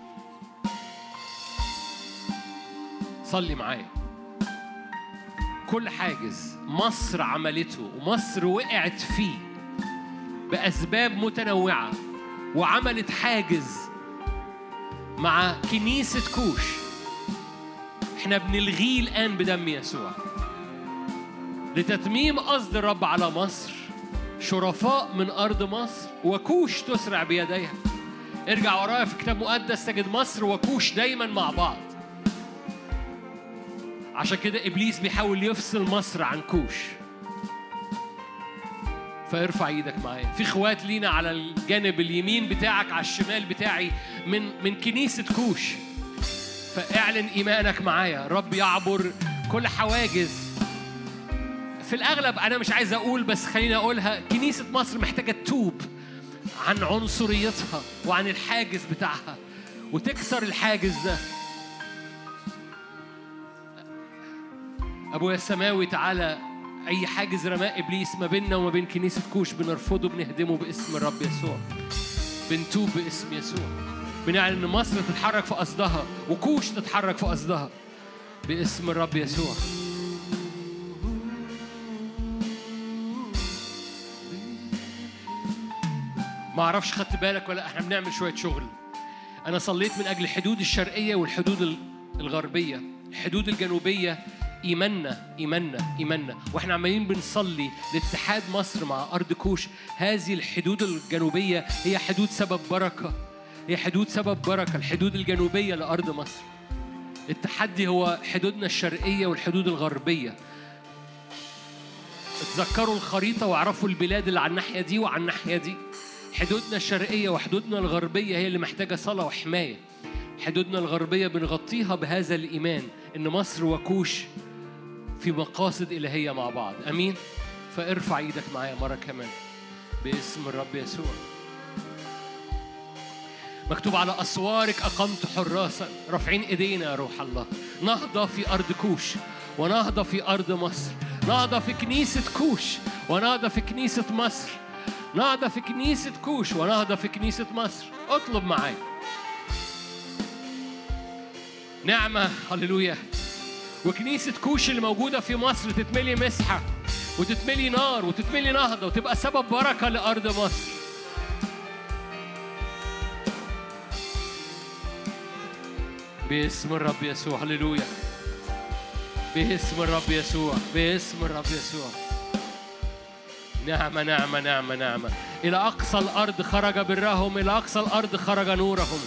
صلي معايا. كل حاجز مصر عملته ومصر وقعت فيه بأسباب متنوعة وعملت حاجز مع كنيسة كوش، احنا بنلغيه الآن بدم يسوع لتتميم قصد الرب على مصر. شرفاء من أرض مصر وكوش تسرع بيديها. ارجع ورايا في كتاب مقدس تجد مصر وكوش دايما مع بعض. عشان كده إبليس بيحاول يفصل مصر عن كوش. فارفع ايدك معايا. في اخوات لينا على الجانب اليمين بتاعك، على الشمال بتاعي، من من كنيسة كوش. فاعلن إيمانك معايا. رب يعبر كل حواجز. في الأغلب أنا مش عايز أقول، بس خليني أقولها، كنيسة مصر محتاجة تتوب عن عنصريتها وعن الحاجز بتاعها وتكسر الحاجز ده. أبويا السماوي تعالى، أي حاجز رماه إبليس ما بيننا وما بين كنيسة كوش بنرفضه، بنهدمه باسم الرب يسوع. بنتوب باسم يسوع. بنعلن إن مصر تتحرك في قصدها وكوش تتحرك في قصدها باسم الرب يسوع. ما أعرفش خدت بالك ولا إحنا بنعمل شوية شغل. أنا صليت من أجل الحدود الشرقية والحدود الغربية. الحدود الجنوبية إيماننا إيماننا إيماننا وإحنا عمالين بنصلي لاتحاد مصر مع أرض كوش. هذه الحدود الجنوبية هي حدود سبب بركة، هي حدود سبب بركة. الحدود الجنوبية لأرض مصر. التحدي هو حدودنا الشرقية والحدود الغربية. اتذكروا الخريطة واعرفوا البلاد اللي على الناحية دي وعلى الناحية دي. حدودنا الشرقية وحدودنا الغربية هي اللي محتاجة صلاة وحماية. حدودنا الغربية بنغطيها بهذا الإيمان إن مصر وكوش في مقاصد إلهية مع بعض. أمين. فارفع ايدك معايا مرة كمان باسم الرب يسوع. مكتوب على أسوارك أقمت حراسا. رافعين إيدينا يا روح الله. نهضة في أرض كوش ونهضة في أرض مصر. نهضة في كنيسة كوش ونهضة في كنيسة مصر. نهضة في كنيسة كوش ونهضة في كنيسة مصر. اطلب معايا نعمة. هللويا. وكنيسة كوش اللي موجودة في مصر تتملي مسحة وتتملي نار وتتملي نهضة وتبقى سبب بركة لأرض مصر. باسم الرب يسوع. هللويا. باسم الرب يسوع. باسم الرب يسوع. نعمة نعمة نعمة نعمة. إلى أقصى الأرض خرج برهم، إلى أقصى الأرض خرج نورهم.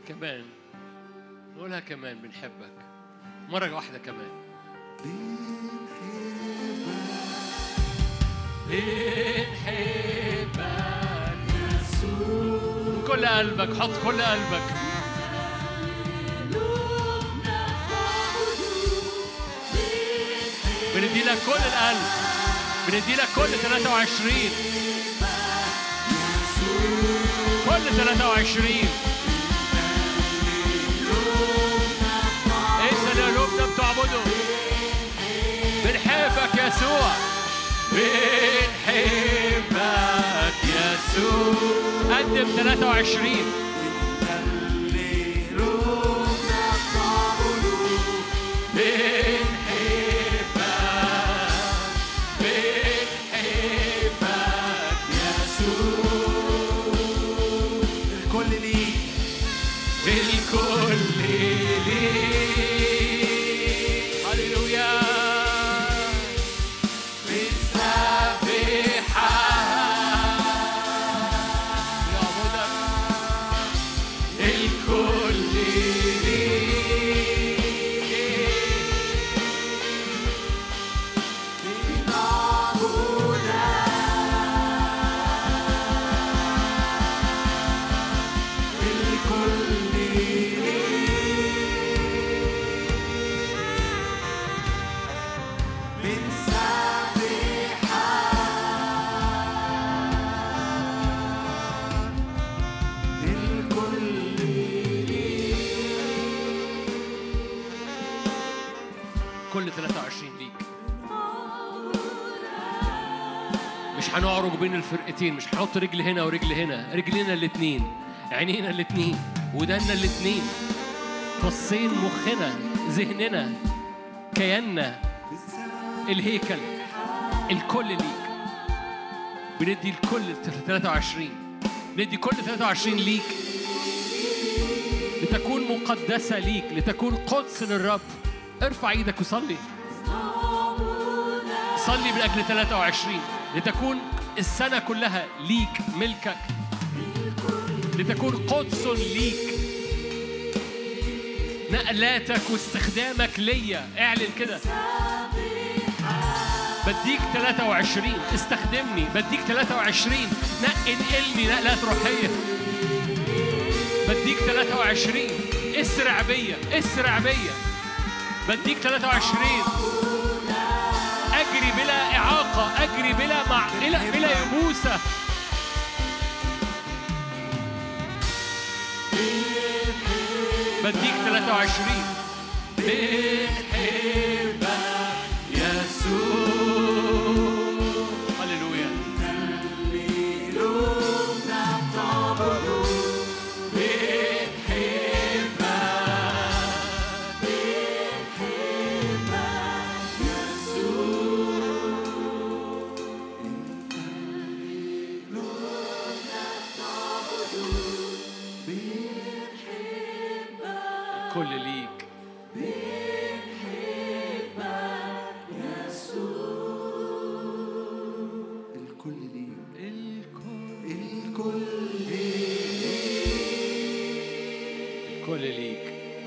كمان نقولها كمان، بنحبك مرة واحدة كمان. بنحبك يسوع، كل قلبك، حط كل قلبك. بندي لك كل القلب، بندي لك كل ثلاثة وعشرين، كل ثلاثة وعشرين. انت اللي قلوبنا بتعبده. بنحبك يسوع، بنحبك يسوع. قدم ثلاثة وعشرين. هنعرج بين الفرقتين، مش هنحط رجل هنا ورجل هنا، رجلنا الاتنين، عينينا الاتنين، ودنا الاتنين، فصين مخنا، ذهننا، كياننا، الهيكل، الكل ليك. بندي الكل ثلاثة وعشرين، ندي كل ثلاثة وعشرين ليك، لتكون مقدسة ليك، لتكون قدس للرب. ارفع ايدك وصلي، صلي من أجل ثلاثة وعشرين، لتكون السنة كلها ليك، ملكك، لتكون قدس ليك، نقلاتك واستخدامك ليا. اعلن كده، بديك ثلاثة وعشرين، استخدمني. بديك ثلاثة وعشرين، نقل نقلني نقلات روحية. بديك ثلاثة وعشرين، اسرع بيا، اسرع بيا. بديك ثلاثة وعشرين، أجري بلا إعاقة، أجري بلا مع بلا, بلا يبوسة. بديك ثلاثة وعشرين، بنحبك يسوع. هللويا. كل ليك، الكل ليك، الكل الكل ليك.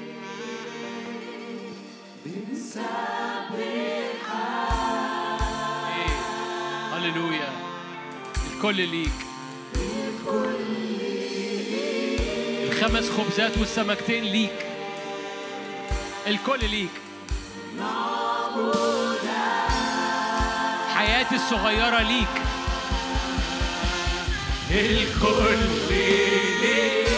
هللويا. الكل ليك. الخمس خبزات والسمكتين ليك، الكل ليك. حياتي الصغيرة ليك، الكل ليك.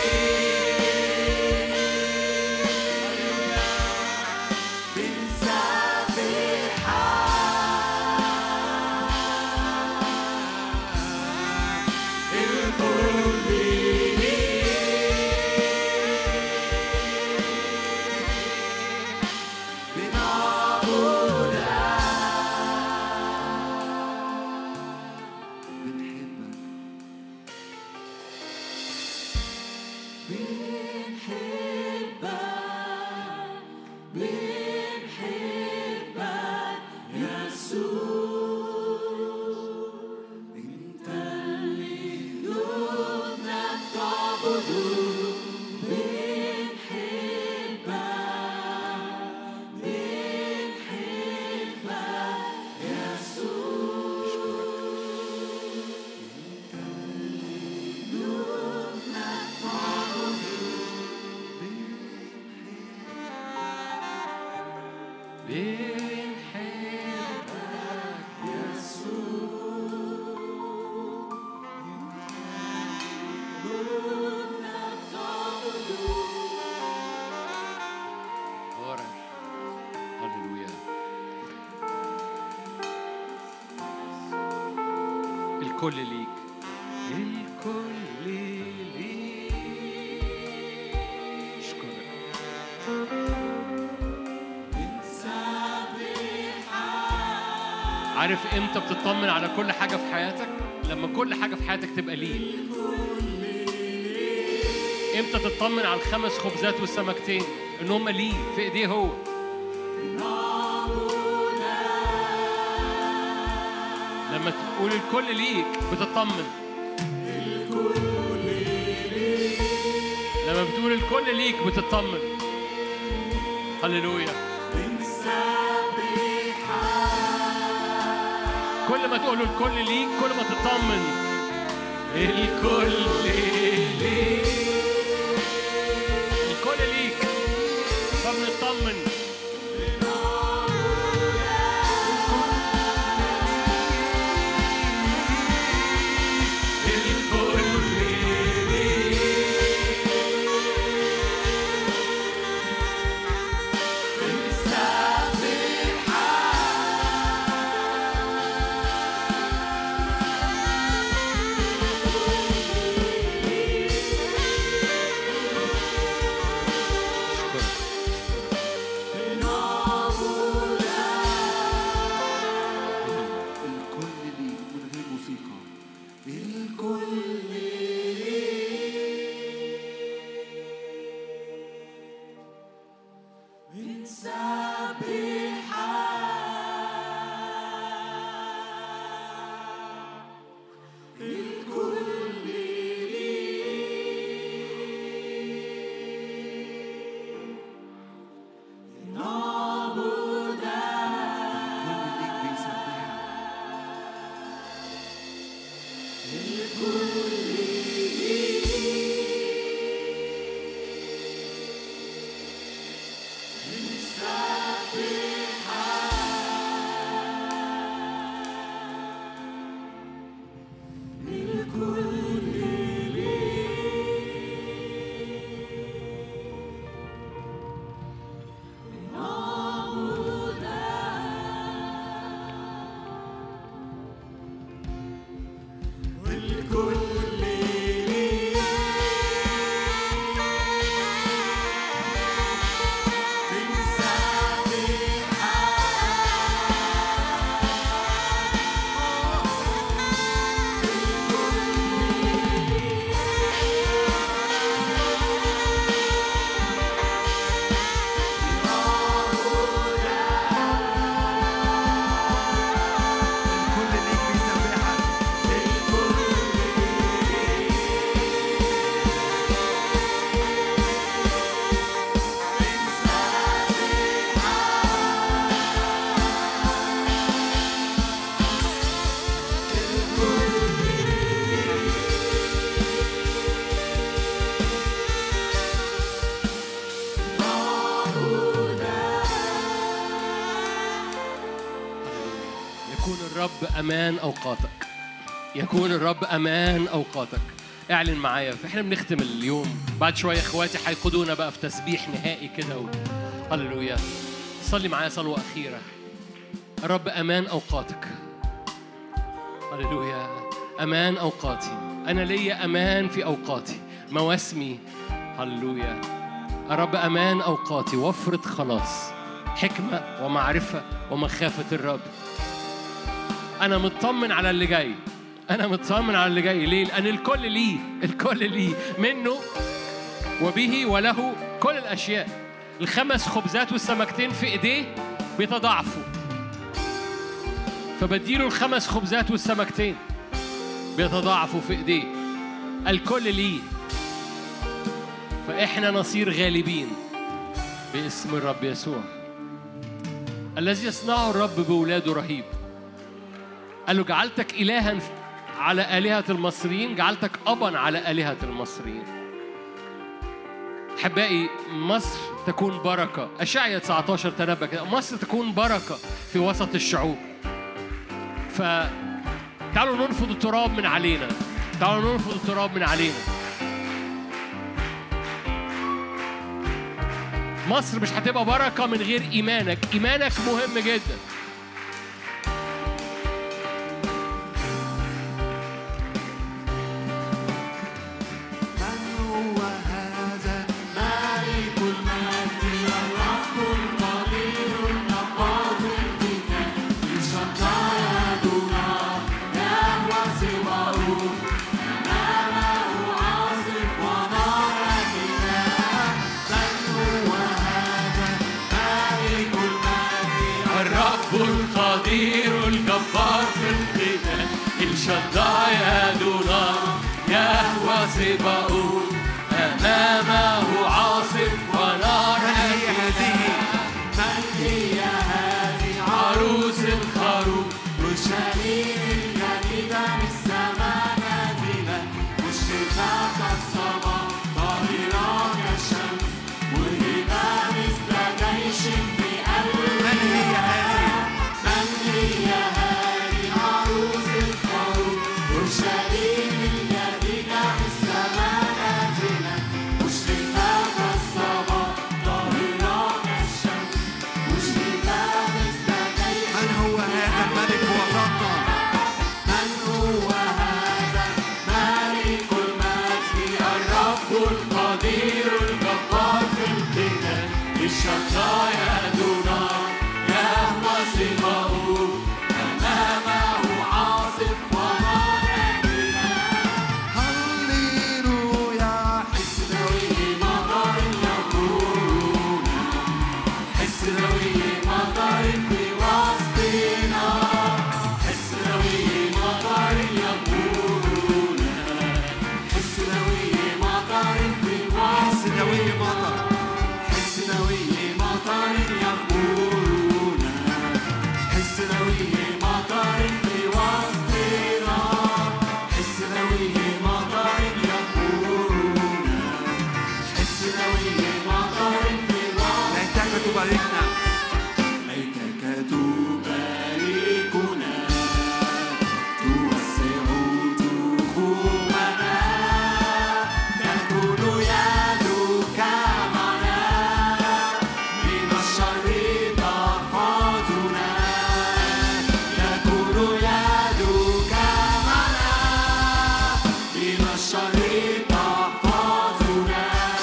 Be هللويا. الكل ليك، الكل ليك. اشكرك. عارف امتى بتطمن على كل حاجة في حياتك؟ لما كل حاجة في حياتك تبقى ليه. امتى تطمن على الخمس خبزات والسمكتين ان هم ليه في ايديه هو. لما تقول الكل ليك بتطمن. لما بتقول الكل ليك بتطمن. هللويا. كل ما تقول الكل ليك كل ما تطمن. الكل ليك، الكل ليك، فبنطمن. أمان أوقاتك. يكون الرب أمان أوقاتك. اعلن معايا. فإحنا بنختم اليوم. بعد شوية إخواتي هيقودونا بقى في تسبيح نهائي كده. و... هللويا. صلي معايا صلوة أخيرة. الرب أمان أوقاتك. هللويا. أمان أوقاتي. أنا ليا أمان في أوقاتي. مواسمي. هللويا. الرب أمان أوقاتي. وفرة خلاص. حكمة ومعرفة ومخافة الرب. أنا مطمن على اللي جاي. أنا مطمن على اللي جاي. ليه؟ لأن الكل ليه. الكل ليه منه وبه وله كل الأشياء. الخمس خبزات والسمكتين في إيديه بيتضاعفوا. فبديله الخمس خبزات والسمكتين بيتضاعفوا في إيديه. الكل ليه. فإحنا نصير غالبين باسم الرب يسوع. الذي يصنعه الرب بولاده رهيب. قال له جعلتك إلها على آلهة المصريين، جعلتك أبا على آلهة المصريين. أحبائي مصر تكون بركة. أشعياء تسعة عشر تنبأ كده مصر تكون بركة في وسط الشعوب. فتعالوا ننفض التراب من علينا. تعالوا ننفض التراب من علينا. مصر مش هتبقى بركة من غير إيمانك. إيمانك مهم جدا. القدير الجبار في القتال الشداي أدوناي يهوى سباؤوت أمامه عاصف ونار. من هي هذه؟ من هي هذه عروس الخروف والشميل الجديدة من السماء نازلة مشرقة كالصباح طاهرة كالشمس وهبة مثل جيش بقلب. من هي هذه؟ هي هذه عروس الخروف والشميل الجديدة من السماء نازلة مشرقة كالصباح طاهرة كالشمس مشرقة مثل جيش. من هو هذا الملك وسطنا؟ من هو هذا ملك المجد الرب القدير الجبار في القتال الشداي أدوناي يهوى سباؤوت أمامه عاصف ونار. هللويا. حس دوي مطر يقولون حس دوي مطر في وسطنا حس دوي مطر يقولون حس دوي مطر في حس وسطنا دوي مطر. حس دوي مطر يقولون حس دوي مطر في وسطنا حس دوي مطر يقولون حس دوي مطر في وسطنا. ليتك تباركنا. ليتك تباركنا توسع تخومنا تكون يدك معنا من الشر تحفظنا تكون يدك معنا من الشر تحفظنا.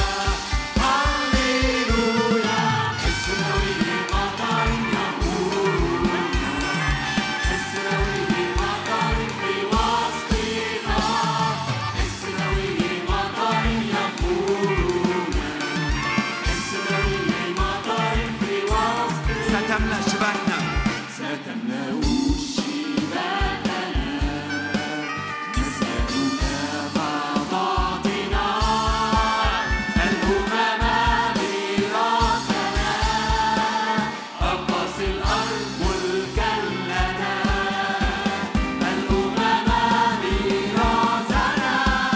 هللويا. حس دوي مطر يقولون حس دوي مطر في وسطنا حس دوي مطر يقولون حس دوي مطر في وسطنا. ستملأ شباكنا. ستملأ شباكنا نسألك فضعتنا الأمم براسنا أقص الأرض ملكا لنا الأمم براسنا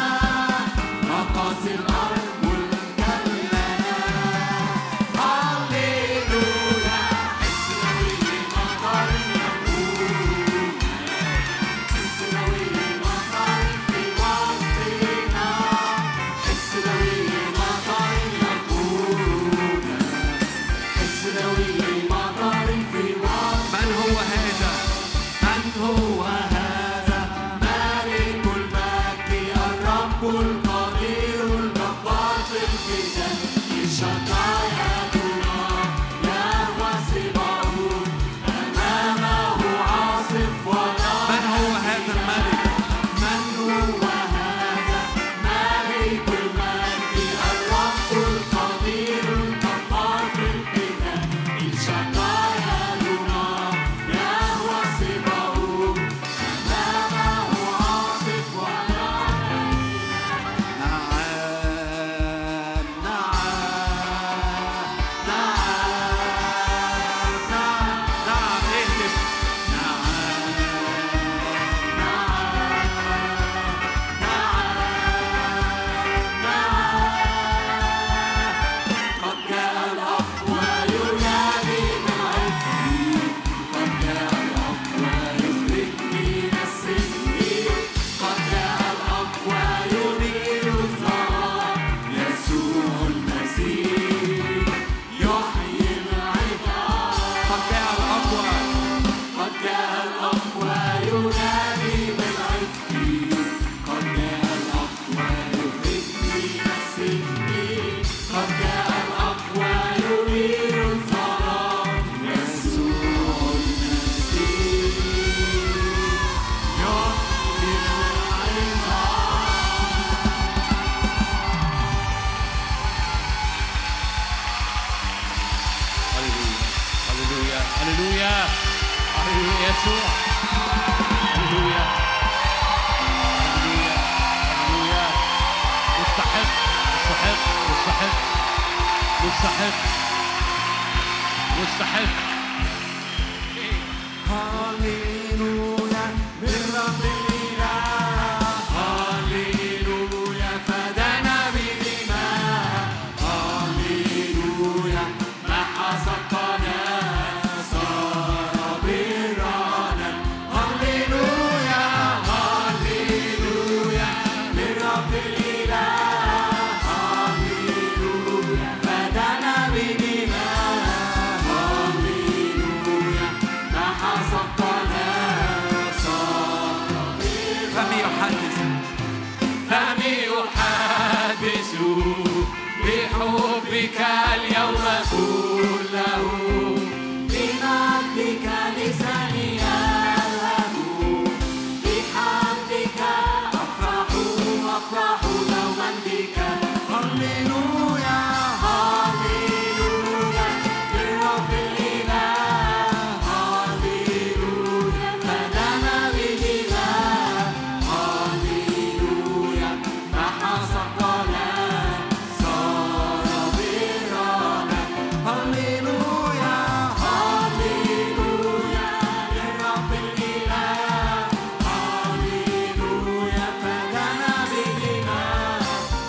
أقص الأرض ملكا لنا. هللويا. حس دوي مطر يقولون حس دوي مطر في وسطنا حس دوي مطر يقولون حس دوي مطر في وسطنا. من هو هذا؟ من هو هذا ملك المجد الرب القدير الجبار يسوع. هللويا هللويا هللويا. مستحق مستحق مستحق مستحق مستحق. هاليلويا بالرب الإله. هاليلويا فدانا بدماء. هاليلويا محى سقطنا صار برانا. هاليلويا هاليلويا بالرب الإله. هاليلويا فدانا بدماء. هاليلويا محى سقطنا صار برانا. فمي يحدث فمي يحدث بحبك اليوم كله. بمجدك لساني يلهب. بحمدك أفرح أفرح دوما بك. هللويا هللويا للرب الإله. هللويا فدانا بدماء. هللويا محى سقطنا صار برانا. هللويا هللويا للرب الإله. هللويا فدانا بدماء.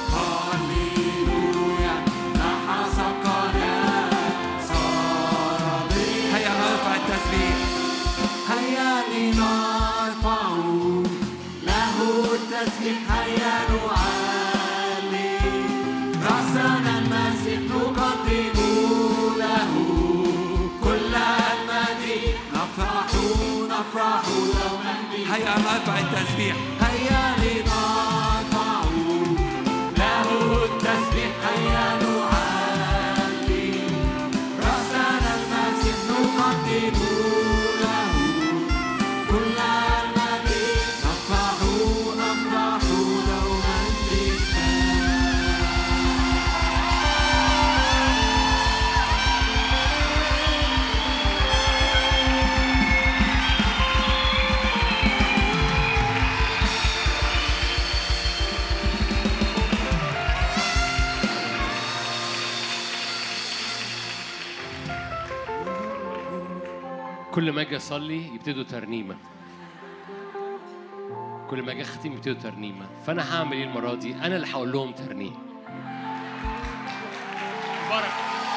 هللويا محى سقطنا صار برانا. هيا نرفع التسبيح. هيا لنرفع له التسبيح. هيا نعلي رأسنا المسيح نقدم له كل المجد. نفرح نفرح دوما به. هيا نرفع التسبيح. هيا لنرفع له التسبيح. هيا نعلي رأسنا المسيح نقدم له كل المجد. نفرح نفرح دوما به. كل ما اجي اصلي يبتدوا ترنيمه، كل ما اجي اختم يبتدوا ترنيمه. فانا هعمل ايه المره دي؟ انا اللي هقول لهم ترنيم. بركه.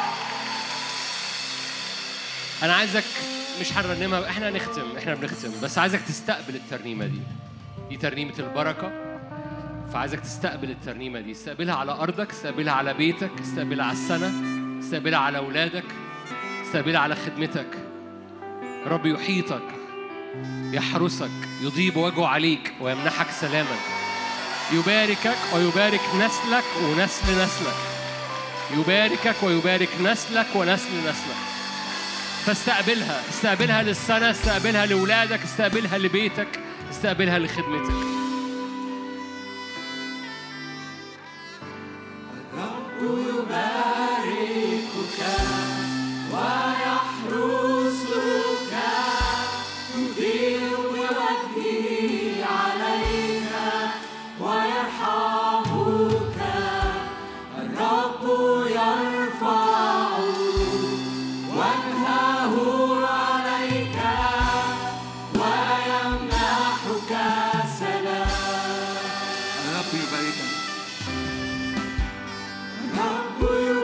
انا عايزك مش هنرنمها، احنا هنختم، احنا بنختم، بس عايزك تستقبل الترنيمه دي. دي ترنيمه البركه، فعايزك تستقبل الترنيمه دي. استقبلها على ارضك، استقبلها على بيتك، استقبلها على السنه، استقبلها على اولادك، استقبلها على خدمتك. رب يحيطك، يحرسك، يضيب وجهه عليك ويمنحك سلاما، يباركك ويبارك نسلك ونسل نسلك، يباركك ويبارك نسلك ونسل نسلك. فاستقبلها، استقبلها للسنة، استقبلها لأولادك، استقبلها لبيتك، استقبلها لخدمتك. الرب يباركك ويحرسك، يضيء بوجهه عليك ويرحمك. الرب يرفع وجهه عليك ويمنحك سلام. الرب يباركك. الرب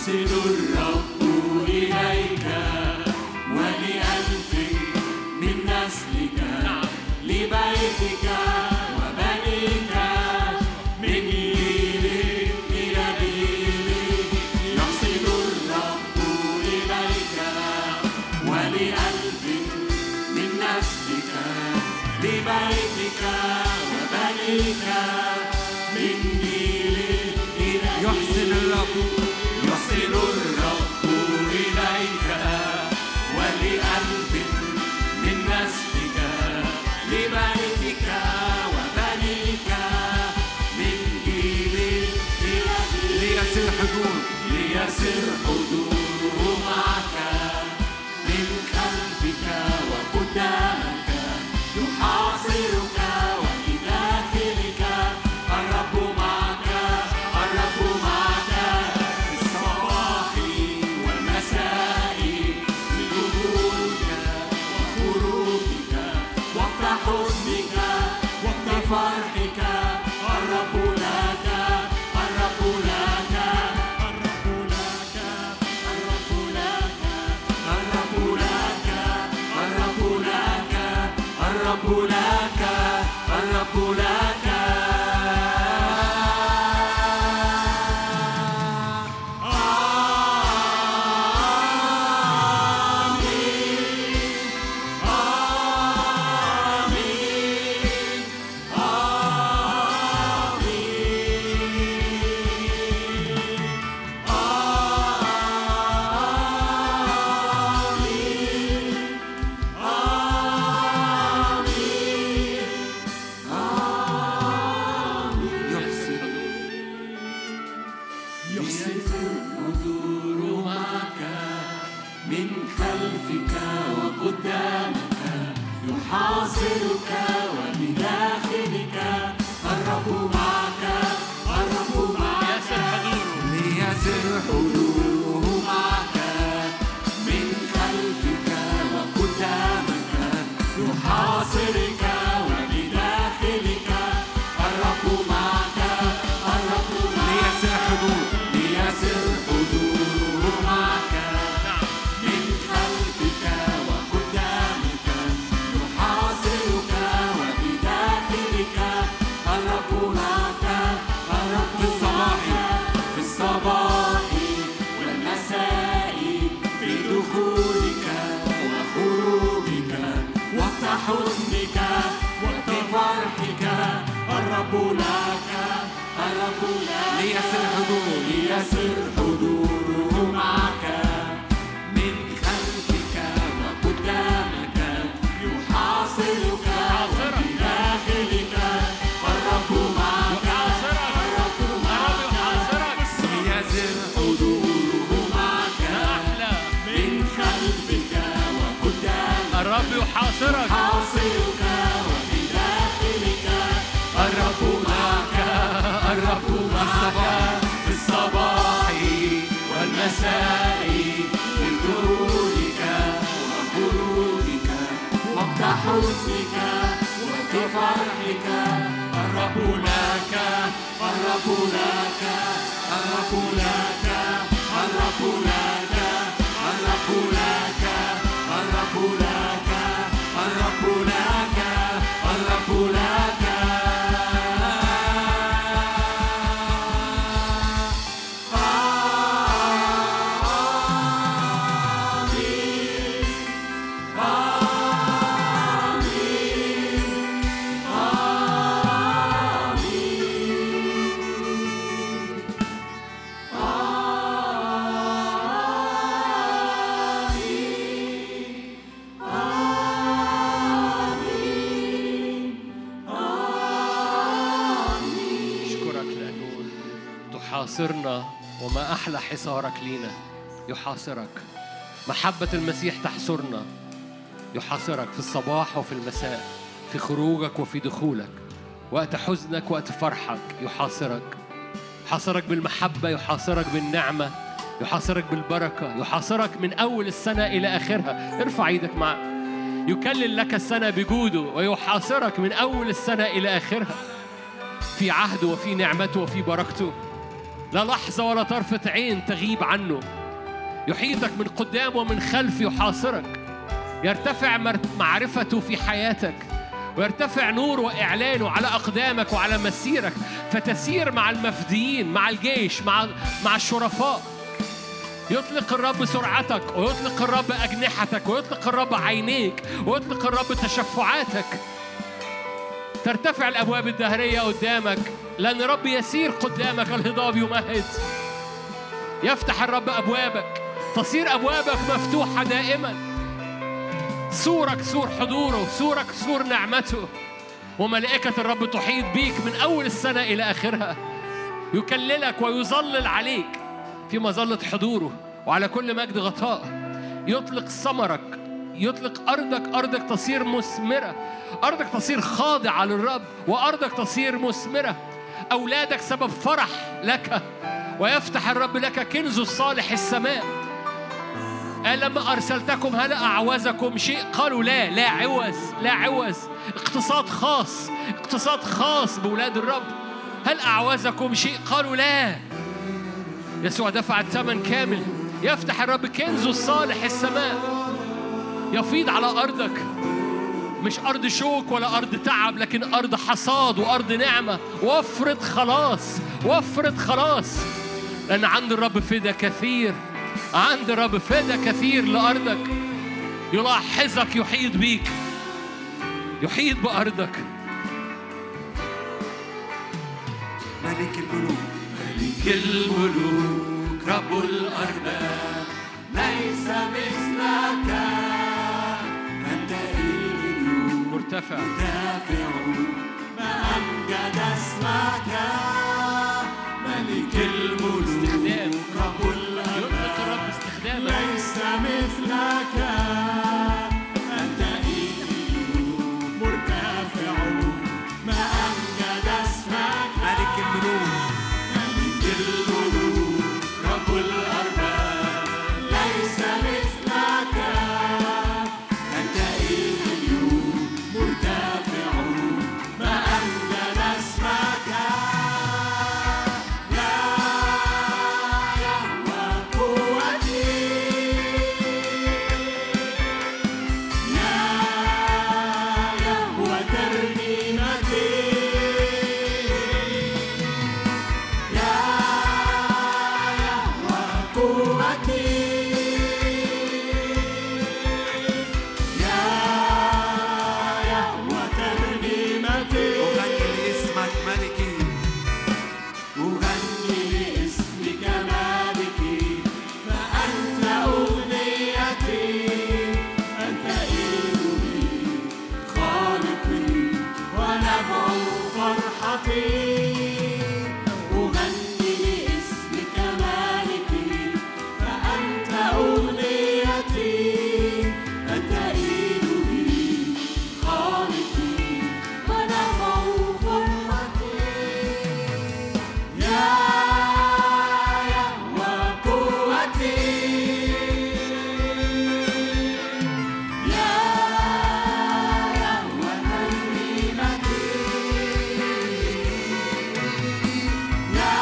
يحسن الرب إليك ولألف من نسلك لبيتك وبنيك من جيل إلى جيل يحسن الرب إليك ولألف من نسلك لبيتك وبنيك من جيل إلى جيل يحسن الرب يحسن الرب إليك ولألف من نسلك لبيتك وبنيك من جيل إلى جيل ليسر حضور ليسر حضوره معك من خلفك وقدامك يحاصرك وبداخلك الرب معك الرب معك في الصباح والمساء في دخولك وخروجك وقت حزنك وقت فرحك الرب لك الرب لك الرب لك الرب لك الرب لك الرب لك الرب لك الرب لك يحسن الحضور معك من خلفك وقدامك يحاصرك وبداخلك الرب معك الرب معك ليسر حضوره معك من خلفك وقدامك يحاصرك وبداخلك الرب معك الرب معك ليسر حضور ليسر حضوره معك من خلفك وقدامك يحاصرك وبداخلك الرب معك الرب في الصباح في الصباح والمساء في دخولك وخروجك وقت حزنك وقت فرحك الرب لك الرب لك ليسر حضور ليسر حضوره معك من خلفك وقدامك يحاصرك وبداخلك الرب معك الرب معك ليسر حضوره معك من خلفك وقدامك الرب يحاصرك يحاصرك وبداخلك الرب معك الرب معك في الصباح والمساء في دخولك وخروجك وقت حزنك وقت فرحك الرب لك الرب لك الرب لك الرب لك الرب لك الرب لك الرب لك الرب لك يحاصرنا وما أحلى حصارك لينا. يحاصرك محبة المسيح تحصرنا، يحاصرك في الصباح وفي المساء، في خروجك وفي دخولك، وقت حزنك وقت فرحك. يحاصرك يحاصرك بالمحبة، يحاصرك بالنعمة، يحاصرك بالبركة، يحاصرك من أول السنة إلى آخرها. ارفع ايدك مع يكلل لك السنة بجوده ويحاصرك من أول السنة إلى آخرها في عهده وفي نعمته وفي بركته. لا لحظة ولا طرفة عين تغيب عنه. يحيطك من قدام ومن خلف، يحاصرك. يرتفع معرفته في حياتك، ويرتفع نور وإعلانه على أقدامك وعلى مسيرك، فتسير مع المفديين، مع الجيش، مع مع الشرفاء. يطلق الرب سرعتك، ويطلق الرب أجنحتك، ويطلق الرب عينيك، ويطلق الرب تشفعاتك. ترتفع الأبواب الدهرية قدامك، لأن الرب يسير قدامك، الهضاب يمهد. يفتح الرب أبوابك، تصير أبوابك مفتوحة دائما. سورك سور حضوره، سورك سور نعمته، وملائكة الرب تحيط بيك من أول السنة إلى آخرها. يكللك ويظلل عليك في مظلة حضوره، وعلى كل مجد غطاء. يطلق ثمرك، يطلق أرضك، أرضك تصير مثمرة، أرضك تصير خاضعة للرب، وأرضك تصير مثمرة. أولادك سبب فرح لك، ويفتح الرب لك كنز الصالح السماء. قال لما أرسلتكم هل أعوزكم شيء؟ قالوا لا، لا عوز، لا عوز. اقتصاد خاص، اقتصاد خاص بولاد الرب. هل أعوزكم شيء؟ قالوا لا. يسوع دفع الثمن كامل. يفتح الرب كنز الصالح السماء، يفيض على أرضك. مش أرض شوك ولا أرض تعب، لكن أرض حصاد وأرض نعمة. وفرة خلاص، وفرة خلاص، لأن عند الرب فدا كثير، عند الرب فدا كثير لأرضك. يلاحظك، يحيط بيك، يحيط بأرضك. ملك الملوك، ملك الملوك، رب الأرباب، ليس مثلك. أنت إله مرتفع، مرتفع، ما أمجد اسمك. ملك الملوك، استخدام رب الأرباب، يطلق الرب استخدامك. ليس مثلك. أنت إله مرتفع، ما أمجد اسمك. ملك الملوك، ملك الملوك، رب الأرباب، ليس مثلك. أنت إله مرتفع، ما أمجد اسمك. يا يهوى قوتي، يا يهوى ترنيمتي، يا يهوى قوتي، يا يهوى ترنيمتي. أغني لاسمك ملكي، أغني لاسمك مالكي، فأنت أغنيتي. أنت إلهي خالقي ونبع فرحتي. أغني لاسمك مالكي، فأنت أغنيتي. أنت إلهي خالقي ونبع فرحتي. يا يهوى قوتي، يا يهوى ترنيمتي، يا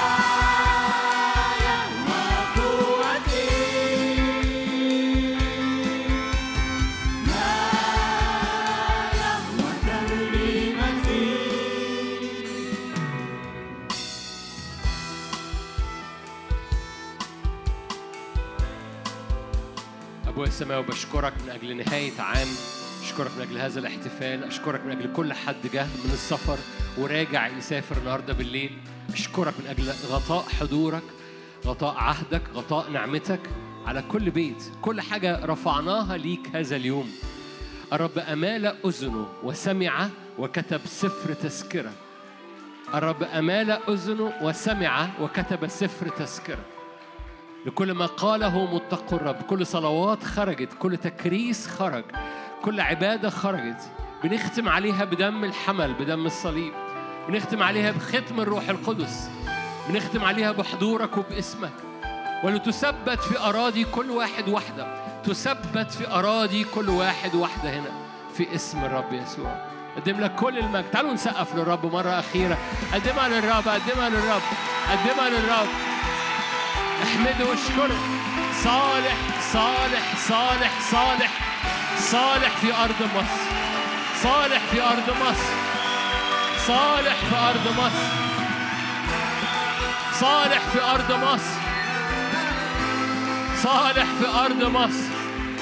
يهوى قوتي، يا يهوى ترنيمتي. أبويا السماوي، بشكرك من أجل نهاية عام، أشكرك من أجل هذا الاحتفال، أشكرك من أجل كل حد جه من السفر وراجع يسافر النهاردة بالليل. أشكرك من أجل غطاء حضورك، غطاء عهدك، غطاء نعمتك على كل بيت، كل حاجة رفعناها ليك هذا اليوم. الرب أمال أذنه وسمع وكتب سفر تذكرة. الرب أمال أذنه وسمع وكتب سفر تذكرة لكل ما قاله متقوا الرب. كل صلوات خرجت، كل تكريس خرج، كل عبادة خرجت، بنختم عليها بدم الحمل، بدم الصليب، بنختم عليها بختم الروح القدس، بنختم عليها بحضورك وباسمك. ولتثبت في أراضي كل واحد وحدة، تثبت في أراضي كل واحد وحدة هنا في اسم الرب يسوع. قدم لك كل المجد. تعالوا نسقف للرب مرة أخيرة. قدمها للرب، قدمها للرب، قدمها للرب. احمده واشكره. صالح صالح صالح صالح صالح في أرض مصر، صالح في أرض مصر، صالح في أرض مصر، صالح في أرض مصر، صالح في أرض مصر.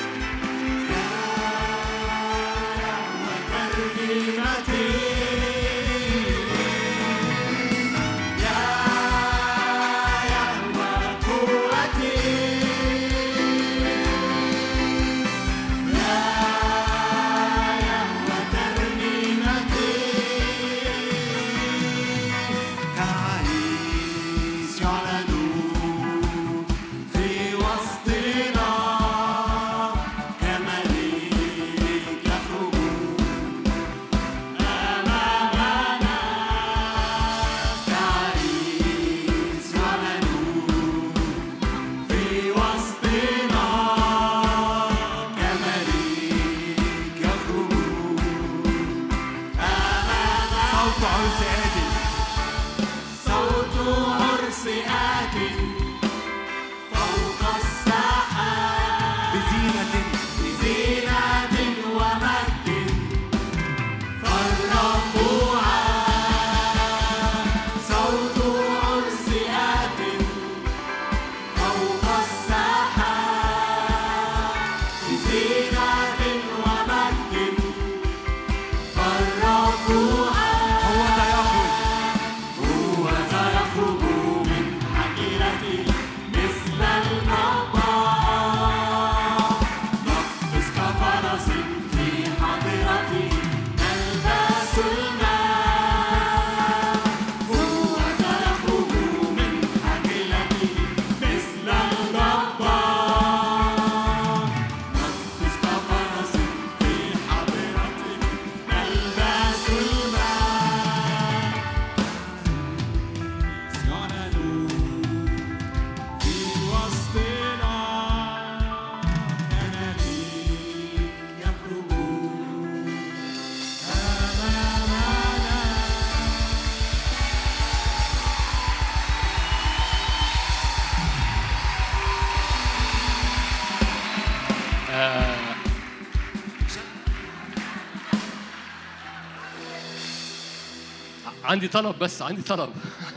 عندي طلب بس عندي طلب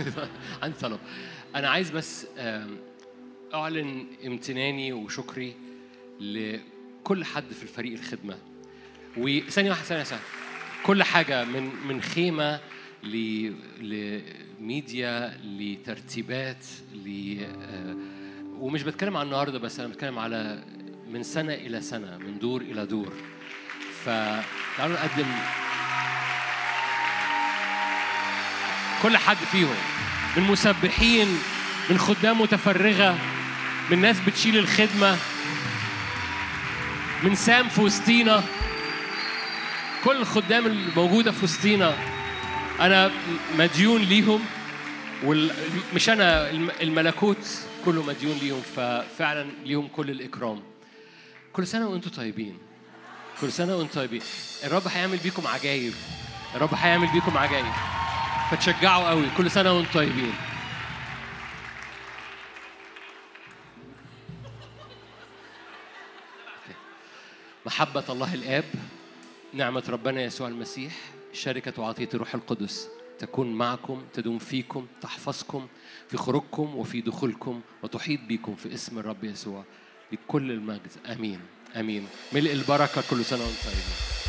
عندي طلب أنا عايز بس أعلن امتناني وشكري لكل حد في الفريق الخدمة. وثانية واحدة ثانية ثانية كل حاجة من من خيمة لميديا لترتيبات ل ومش بتكلم عن النهارده بس أنا بتكلم على من سنة إلى سنة من دور إلى دور. فتعالوا نقدم كل حد فيهم من مسبحين، من خدام متفرغة، من ناس بتشيل الخدمة، من سام في وسطينا، كل الخدام الموجودة في وسطينا أنا مديون ليهم، ومش أنا الملكوت كله مديون ليهم، ففعلا ليهم كل الإكرام. كل سنة وأنتم طيبين، كل سنة وأنتم طيبين. الرب هيعمل بيكم عجائب، الرب هيعمل بيكم عجائب، فتشجعوا قوي. كل سنة وأنتم طيبين. محبة الله الآب، نعمة ربنا يسوع المسيح، شركة وعطية الروح القدس تكون معكم، تدوم فيكم، تحفظكم في خروجكم وفي دخولكم، وتحيط بكم في اسم الرب يسوع لكل المجد. آمين آمين. ملء البركة. كل سنة وأنتم طيبين.